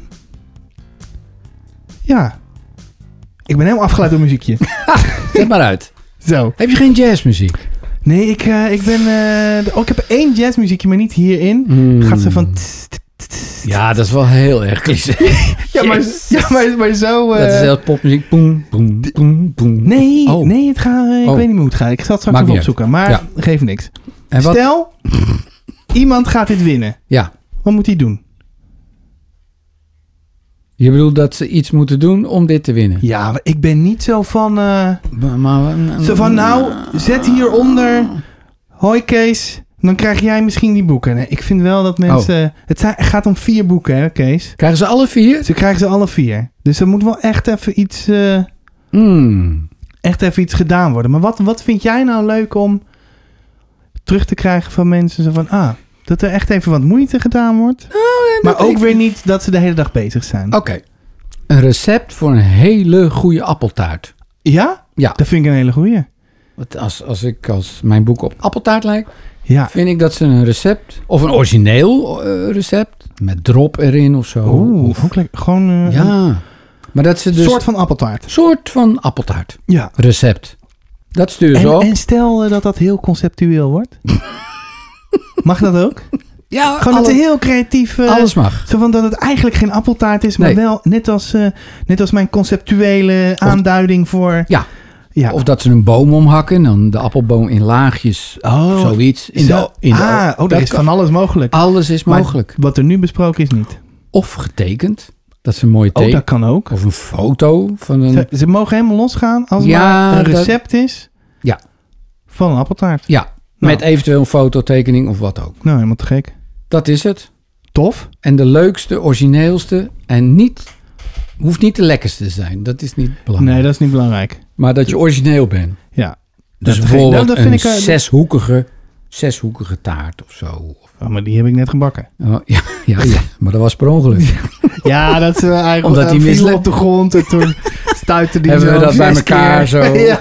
Ja. Ik ben helemaal afgeleid door muziekje. Zet maar uit. Zo. Heb je geen jazzmuziek? Nee, ik, uh, ik ben... Uh, oh, ik heb één jazzmuziekje, maar niet hierin. Hmm. Gaat ze van... tss, tss, tss. Ja, dat is wel heel erg cliché. Ja, maar, ja, maar, maar zo... Uh... Dat is heel popmuziek. Boem, boem, boem, boem. Nee, Oh. nee, het gaat... Uh, ik Oh. weet niet meer hoe het gaat. Ik zal het straks Maakt even niet opzoeken. Maar Ja. geef niks. En wat? Stel, iemand gaat dit winnen. Ja. Wat moet hij doen? Je bedoelt dat ze iets moeten doen om dit te winnen? Ja, maar ik ben niet zo van... Uh, Maar, maar, zo van, nou, zet hieronder... Hoi Kees, dan krijg jij misschien die boeken. Nee, ik vind wel dat mensen... Oh. Het zijn- het gaat om vier boeken, hè, Kees? Krijgen ze alle vier? Ze krijgen ze alle vier. Dus er moet wel echt even iets... Uh, Hmm. echt even iets gedaan worden. Maar wat, wat vind jij nou leuk om terug te krijgen van mensen? Zo van, ah, dat er echt even wat moeite gedaan wordt. maar ook ik- weer niet dat ze de hele dag bezig zijn. Oké. Een recept voor een hele goede appeltaart. Ja? Ja. Dat vind ik een hele goeie. Want Als, als ik als mijn boek op appeltaart lijkt, Ja. vind ik dat ze een recept, of een origineel eh, recept, met drop erin of zo. Oeh, Of- ook lekker. Gewoon uh, een ja. Maar dat ze dus... soort van appeltaart. soort van appeltaart. Ja. Recept. Dat sturen ze En, op. en stel uh, dat dat heel conceptueel wordt. Mag dat ook? ja, Gewoon dat alle- het heel creatief... Uh, alles mag. Zo van dat het eigenlijk geen appeltaart is, maar Nee. wel net als, uh, net als mijn conceptuele aanduiding voor... Ja. Ja. Of dat ze een boom omhakken en dan de appelboom in laagjes. Oh, Zoiets. In zo. de, in de, ah, oh, dat er is kan- van alles mogelijk. Alles is Maar mogelijk. wat er nu besproken is niet. Of getekend. Dat is een mooie Oh, teken. dat kan ook. Of een foto van een... Ze, ze mogen helemaal losgaan als het Ja, maar een dat- recept is Ja. van een appeltaart. Ja, Nou. met eventueel een fototekening of wat ook. Nou, helemaal te gek. Dat is het. Tof. En de leukste, origineelste en niet... Hoeft niet de lekkerste te zijn. Dat is niet belangrijk. Nee, dat is niet belangrijk. Maar dat je origineel bent. Ja. Dus Dat- bijvoorbeeld nou, dat vind een ik, eh, zeshoekige, zeshoekige taart of zo. Oh, maar die heb ik net gebakken. Oh, ja, ja, ja, maar dat was per ongeluk. Ja, dat ze eigenlijk Omdat die viel misle- op de grond en toen stuitte die Hebben zo we dat bij zes elkaar keer. zo? Ja.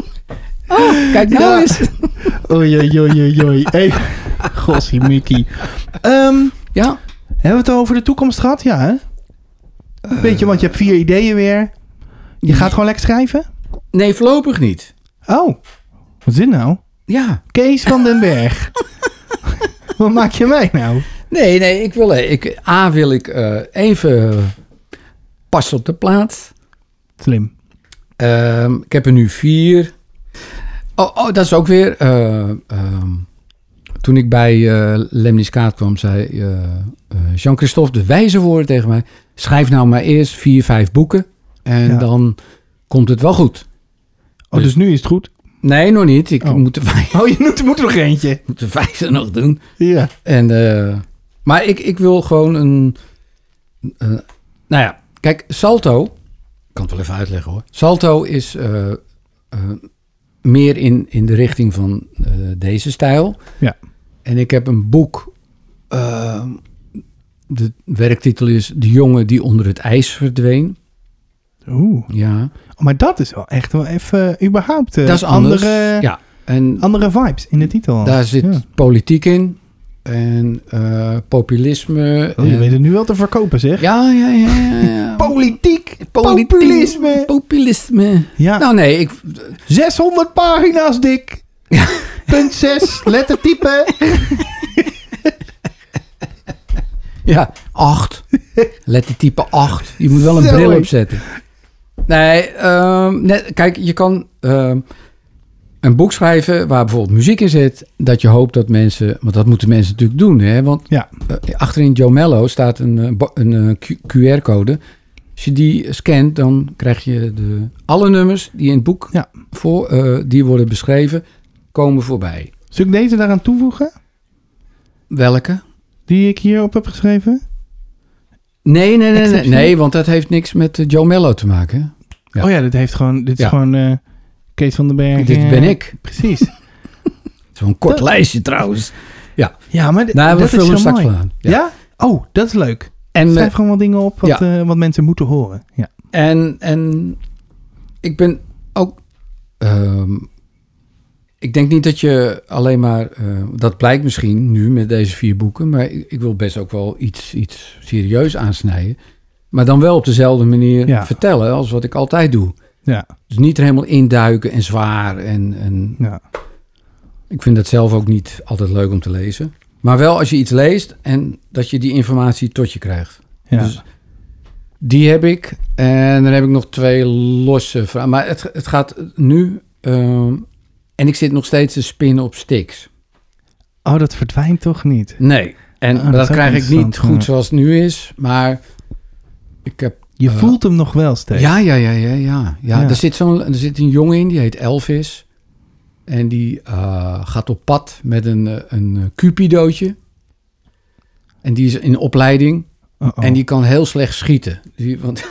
Kijk nou Ja. eens. Oei, oei, oei, oei, oei. Hey. Gossie Mickey. Ehm, Ja, hebben we het over de toekomst gehad? Ja, hè? Weet je, want je hebt vier ideeën weer. Je gaat gewoon lekker schrijven? nee, voorlopig niet. Oh, wat is dit nou? Ja. Kees van den Berg. Wat maak je mij nou? Nee, nee, ik wil... Ik, A, wil ik eh, even pas op de plaats. Slim. Ehm, ik heb er nu vier. Oh, oh dat is ook weer... eh, ehm, toen ik bij eh Lemniskaat kwam, zei eh, eh, Jean-Christophe de wijze woorden tegen mij... Schrijf nou maar eerst vier, vijf boeken. En Ja. dan komt het wel goed. Oh, dus nu is het goed? Nee, nog niet. Ik Oh. moet, de vijf, Oh, je moet, moet er nog eentje. moet de vijfde nog doen. Ja. En, eh, maar ik, ik wil gewoon een... eh, nou ja, kijk, Salto... Ik kan het wel even uitleggen hoor. Salto is eh, eh, meer in, in de richting van eh, deze stijl. Ja. En ik heb een boek... eh, de werktitel is De jongen die onder het ijs verdween. Oeh. Ja, Oh, maar dat is wel echt wel even uh, überhaupt uh, dat is anders. andere, ja, en andere vibes in de titel. daar zit Ja. politiek in. en uh, populisme. Oh, je en... weet het nu wel te verkopen, zeg. Ja, ja, ja. ja, ja. Politiek, Politiek, populisme. Populisme. Ja, Nou nee, ik... zeshonderd pagina's dik. Punt zes, lettertype. Ja, acht. Lettertype acht. Je moet wel een Zo, bril hé. opzetten. Nee, um, nee, kijk, je kan um, een boek schrijven waar bijvoorbeeld muziek in zit. Dat je hoopt dat mensen... Want dat moeten mensen natuurlijk doen, hè. Want Ja. uh, achterin Joe Mello staat een, uh, bo- een uh, Q R-code. Als je die scant, dan krijg je de, alle nummers die in het boek Ja. voor, uh, die worden beschreven, komen voorbij. Zal ik deze daaraan toevoegen? Welke? Die ik hierop heb geschreven? Nee, nee, nee, nee, Exception? nee, want dat heeft niks met uh, Joe Mello te maken. Hè? Ja. Oh ja, dit heeft gewoon... Dit is Ja. gewoon uh, Kees van den Berg. Dit uh, ben ik. Precies. Zo'n kort Dat- lijstje trouwens. Ja, maar dit, Nou, we dat is vullen zo hem straks mooi. wel aan. Ja. Ja. Oh, dat is leuk. En, Schrijf uh, gewoon wat dingen op wat, ja. uh, wat mensen moeten horen. Ja. en, en ik ben ook... Um, ik denk niet dat je alleen maar... Uh, dat blijkt misschien nu met deze vier boeken. Maar ik, ik wil best ook wel iets, iets serieus aansnijden. Maar dan wel op dezelfde manier Ja. vertellen als wat ik altijd doe. Ja. Dus niet er helemaal induiken en zwaar. En, en Ja. ik vind dat zelf ook niet altijd leuk om te lezen. Maar wel als je iets leest en dat je die informatie tot je krijgt. Ja. Dus die heb ik. En dan heb ik nog twee losse vragen. Maar het, het gaat nu... Um, en ik zit nog steeds te spinnen op Styx. Oh, dat verdwijnt toch niet? Nee. En Ah, maar dat dat is ook krijg ik niet interessant, goed ja. zoals het nu is. Maar ik heb... Je Uh, voelt hem nog wel steeds. Ja, ja, ja, ja, ja. ja. Ja. Er, zit zo'n, er zit een jongen in, die heet Elvis. En die uh, gaat op pad met een, uh, een uh, Cupidootje. En die is in opleiding. Uh-oh. En die kan heel slecht schieten. Die, want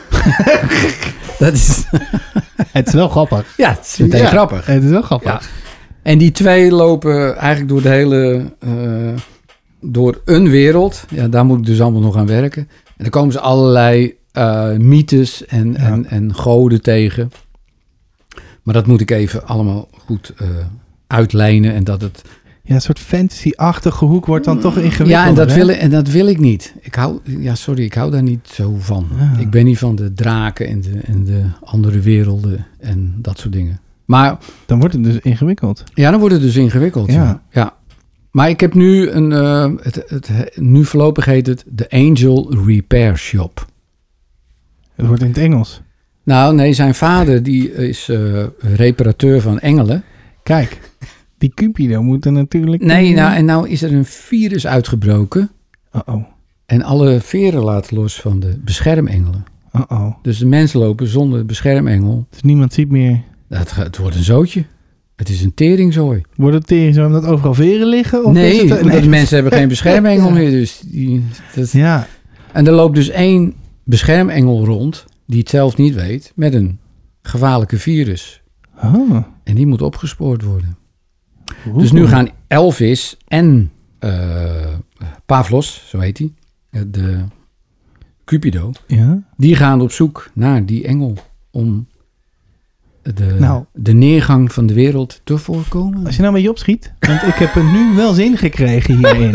dat is... Het is wel grappig. Ja, het is meteen Ja, grappig. Het is wel grappig. Ja. En die twee lopen eigenlijk door de hele... Uh, door een wereld. Ja, daar moet ik dus allemaal nog aan werken. En dan komen ze allerlei uh, mythes en, Ja. en, en goden tegen. Maar dat moet ik even allemaal goed uh, uitlijnen. En dat het... Ja, een soort fantasy-achtige hoek wordt dan toch ingewikkeld. Ja, en dat, hè? wil ik, en dat wil ik niet. Ik hou, ja, sorry, ik hou daar niet zo van. Ja. Ik ben niet van de draken en de, en de andere werelden en dat soort dingen. Maar Dan wordt het dus ingewikkeld. ja, dan wordt het dus ingewikkeld. Ja. Ja. ja. Maar ik heb nu een... Uh, het, het, het, nu voorlopig heet het de Angel Repair Shop. Het wordt in het Engels. Nou, nee, zijn vader die is uh, reparateur van engelen. Kijk, die Cupido moet er natuurlijk... Nee, nou, en nou is er een virus uitgebroken. Uh-oh. En alle veren laten los van de beschermengelen. Uh-oh. Dus de mensen lopen zonder beschermengel. Dus niemand ziet meer... Het, het wordt een zootje. Het is een teringzooi. Wordt het tegen zo omdat overal veren liggen? Of nee, is het, omdat mensen hebben geen beschermengel Ja. meer. Dus die, dat, Ja. En er loopt dus één beschermengel rond, die het zelf niet weet, met een gevaarlijke virus. Oh. En die moet opgespoord worden. Oeh. Dus nu gaan Elvis en uh, Pavlos, zo heet hij, de Cupido, Ja? die gaan op zoek naar die engel om de, Nou. de neergang van de wereld te voorkomen. Als je nou een beetje opschiet, want ik heb er nu wel zin gekregen hierin.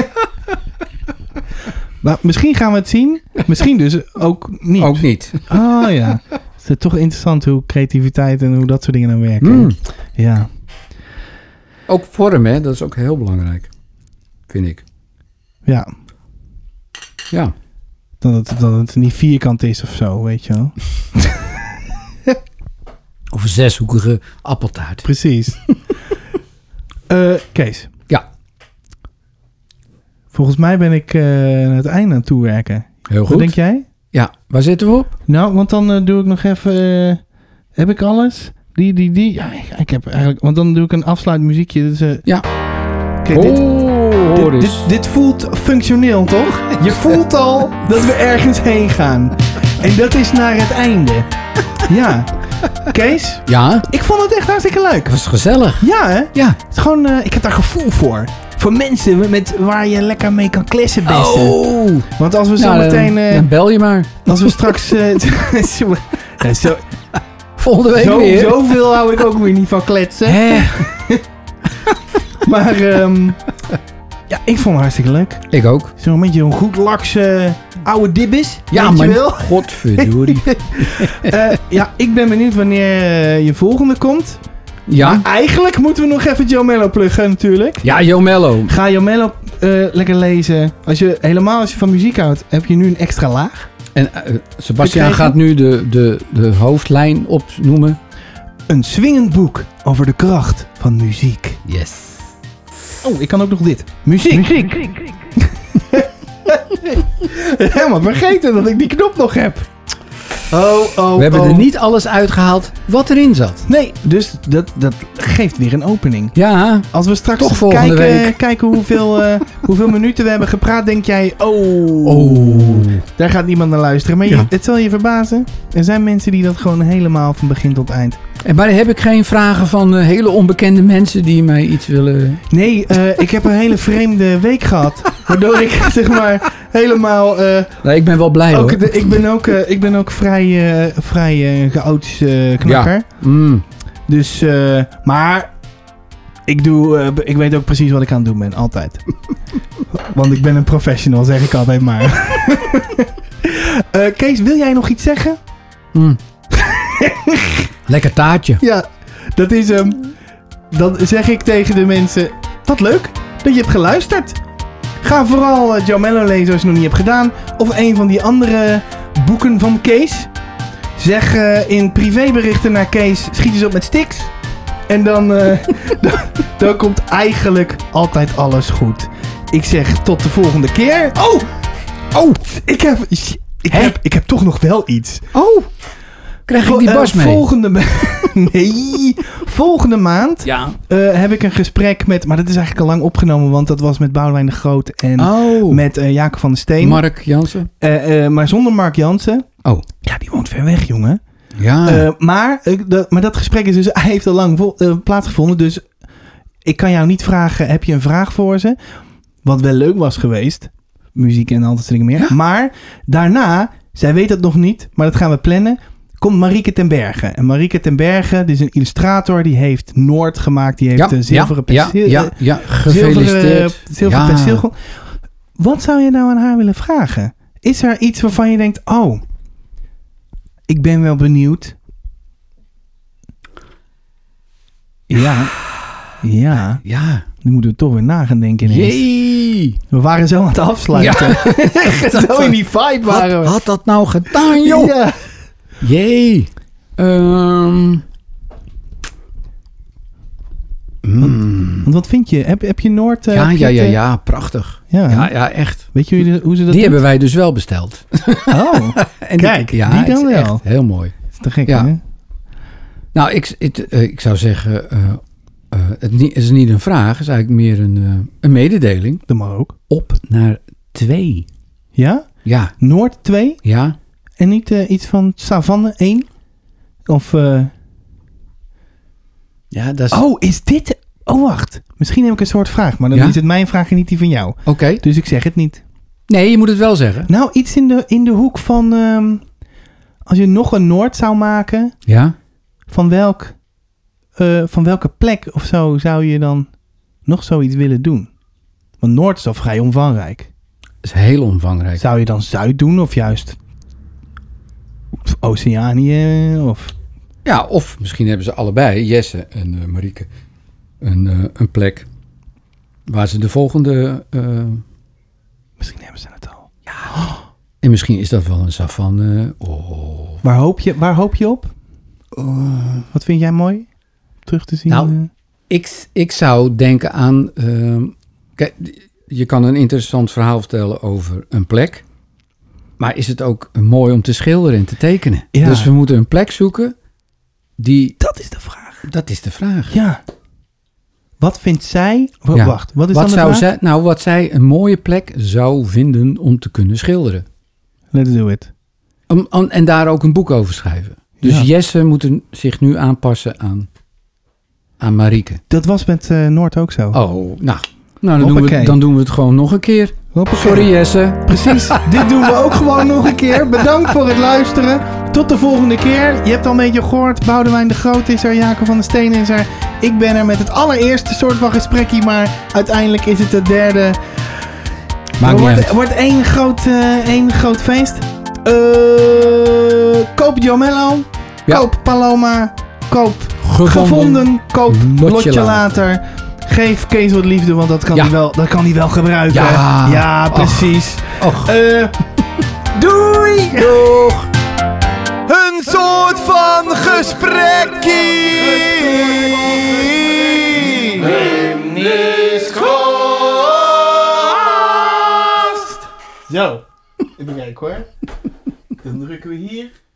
Maar misschien gaan we het zien. Misschien dus ook niet. Ook niet. Oh ja. Het is toch interessant hoe creativiteit en hoe dat soort dingen dan werken. Mm. Ja. Ook vorm, hè? Dat is ook heel belangrijk, vind ik. Ja. Ja. Dat het, dat het niet vierkant is of zo, weet je wel. Of een zeshoekige appeltaart. Precies. uh, Kees. Ja. Volgens mij ben ik uh, naar het einde aan het toewerken. Heel Wat goed. denk jij? Ja, waar zitten we op? Nou, want dan uh, doe ik nog even... Uh, heb ik alles? Die, die, die. Ja, ik, ik heb eigenlijk... Want dan doe ik een afsluitmuziekje. Dus, uh, Ja. Kijk, dit, oh, hoor dit, eens. dit, dit voelt functioneel, toch? Je voelt al dat we ergens heen gaan. En dat is naar het einde. Ja. Kees, Ja, ik vond het echt hartstikke leuk. het was gezellig. Ja, hè? Ja. Het is gewoon... Uh, ik heb daar gevoel voor. Voor mensen met, met, waar je lekker mee kan kletsen, beste. Oh. Want als we zo Nou, meteen... dan, Uh, dan bel je maar. als we straks... Uh, zo, ja, zo, Volgende week zo, weer. zoveel hou ik ook weer niet van kletsen. Hè? Maar um, Ja, ik vond het hartstikke leuk. Ik ook. Zo'n beetje een goed lakse oude dibbes. Ja, weet je maar wel. godverdorie. uh, ja, ik ben benieuwd wanneer uh, je volgende komt. Ja? Maar eigenlijk moeten we nog even Joe Mello pluggen natuurlijk. Ja, Jo Mello. Ga Joe Mello uh, lekker lezen. Als je, helemaal als je van muziek houdt, heb je nu een extra laag. En uh, Sebastian Gekregen? gaat nu de, de, de hoofdlijn opnoemen. Een swingend boek over de kracht van muziek. Yes. Oh, ik kan ook nog dit. Muziek. Muziek. Helemaal vergeten dat ik die knop nog heb. Oh, oh, We hebben oh. er niet alles uitgehaald wat erin zat. Nee, dus dat, dat geeft weer een opening. Ja, Als we straks Toch volgende kijken, week. kijken hoeveel, uh, hoeveel minuten we hebben gepraat, denk jij... Oh, Oh. daar gaat niemand naar luisteren. Maar je, Ja. het zal je verbazen. Er zijn mensen die dat gewoon helemaal van begin tot eind... En maar heb ik geen vragen van uh, hele onbekende mensen die mij iets willen... Nee, uh, ik heb een hele vreemde week gehad. Waardoor ik zeg maar helemaal... Uh, Nou, ik ben wel blij hoor. ook, de, ik, ben ook, uh, ik ben ook vrij, uh, vrij uh, geoud uh, knakker. Ja. Mm. Dus, uh, maar... Ik, doe, uh, ik weet ook precies wat ik aan het doen ben, altijd. Want ik ben een professional, zeg ik altijd maar. uh, Kees, wil jij nog iets zeggen? Mm. Lekker taartje. Ja, dat is hem. Dan zeg ik tegen de mensen... Wat leuk dat je hebt geluisterd. Ga vooral uh, Joe Mello lezen als je het nog niet hebt gedaan. Of een van die andere boeken van Kees. Zeg uh, in privéberichten naar Kees... Schiet eens op met Stix. En dan, uh, dan, dan komt eigenlijk altijd alles goed. Ik zeg tot de volgende keer. Oh! Oh! Ik heb... Ik heb, ik heb toch nog wel iets. Oh, krijg ik die bas Uh, mee? Volgende ma- nee. Volgende maand Ja. uh, heb ik een gesprek met... Maar dat is eigenlijk al lang opgenomen, want dat was met Boudewijn de Groot en Oh, met uh, Jacob van der Steen. Mark Jansen. Uh, uh, maar zonder Mark Jansen. Oh. Ja, die woont ver weg, jongen. Ja. Uh, maar, uh, dat, maar dat gesprek is dus, hij heeft al lang vo- uh, plaatsgevonden. Dus ik kan jou niet vragen, heb je een vraag voor ze? Wat wel leuk was geweest. Muziek en al dat soort dingen meer. Ja. Maar daarna, zij weet het nog niet, maar dat gaan we plannen... Komt Marieke ten Berge. En Marieke ten Berge, dit is een illustrator, die heeft Noord gemaakt. Die heeft ja, een zilveren ja, penseel. ja, ja, ja, gefeliciteerd. Zilveren, zilveren Ja. penseel. Wat zou je nou aan haar willen vragen? Is er iets waarvan je denkt, oh, ik ben wel benieuwd. Ja, ja, Ja. nu moeten we toch weer na gaan denken ineens. Jee. We waren zo aan het afsluiten. Zo in die vibe waren Had, we. had dat nou gedaan, joh? Ja. Jee. Ehm. Mm. Want wat vind je? Heb, heb je Noord... uh, Ja, heb je ja, het, ja, uh, ja, prachtig. Ja, Ja, ja, echt. Weet je hoe, je- hoe ze dat Die doen? hebben wij dus wel besteld. Oh, En Kijk, ja, die het dan is wel. echt heel mooi. dat is te gek, Ja. hè? Nou, ik, het, eh, ik zou zeggen, eh, eh, het ni- is niet een vraag, het is eigenlijk meer een, eh, een mededeling. Dat mag ook. Op naar twee. Ja? Ja, Noord twee? ja. En niet uh, iets van Savanne één? Of... Uh... Ja, dat is... Oh, is dit... Oh, wacht. Misschien heb ik een soort vraag, maar dan Ja? is het mijn vraag en niet die van jou. Oké. Dus ik zeg het niet. Nee, je moet het wel zeggen. Nou, iets in de, in de hoek van... Um, als je nog een Noord zou maken... Ja? Van, welk, uh, van welke plek of zo zou je dan nog zoiets willen doen? Want Noord is al vrij omvangrijk. Dat is heel omvangrijk. Zou je dan Zuid doen of juist Oceanië? Of... Ja, of misschien hebben ze allebei, Jesse en uh, Marieke, een, uh, een plek waar ze de volgende... Uh, Misschien hebben ze het al. en misschien is dat wel een savanne. Oh. Waar hoop je, waar hoop je op? Oh. Wat vind jij mooi? Terug te zien? Nou, uh? Ik, ik zou denken aan... Uh, kijk, je kan een interessant verhaal vertellen over een plek. Maar is het ook mooi om te schilderen en te tekenen? Ja. Dus we moeten een plek zoeken die... Dat is de vraag. Dat is de vraag. Ja. Wat vindt zij... W- Ja. Wacht, wat is Wat dan de zou vraag? zij, nou, wat zij een mooie plek zou vinden om te kunnen schilderen. Let's do it. Om, om- en daar ook een boek over schrijven. Dus Ja. Jesse moet een- zich nu aanpassen aan, aan Marieke. Dat was met uh, Noord ook zo. Oh, nou, nou dan, doen we, Hoppakee. het- dan doen we het gewoon nog een keer. Hoppakee. Sorry Jesse. Precies, dit doen we ook gewoon nog een keer. Bedankt voor het luisteren. Tot de volgende keer. Je hebt al een beetje gehoord. Boudewijn de Groot is er. Jacob van der Steen is er. Ik ben er met het allereerste soort van gesprekje. Maar uiteindelijk is het het derde. Maakt Het niet wordt, uit. wordt één groot, uh, één groot feest. Uh, koop Jomello. Ja. Koop Paloma. Koop Gevonden. Gevonden. Koop Lotje Lotje later. later. Geef Kees wat liefde, want dat kan Ja. hij wel, dat kan hij wel gebruiken. Ja. Ja, precies. Och. Uh, doei! Doeg. Een soort van gesprekkie. Zo, even kijken hoor. Dan drukken we hier.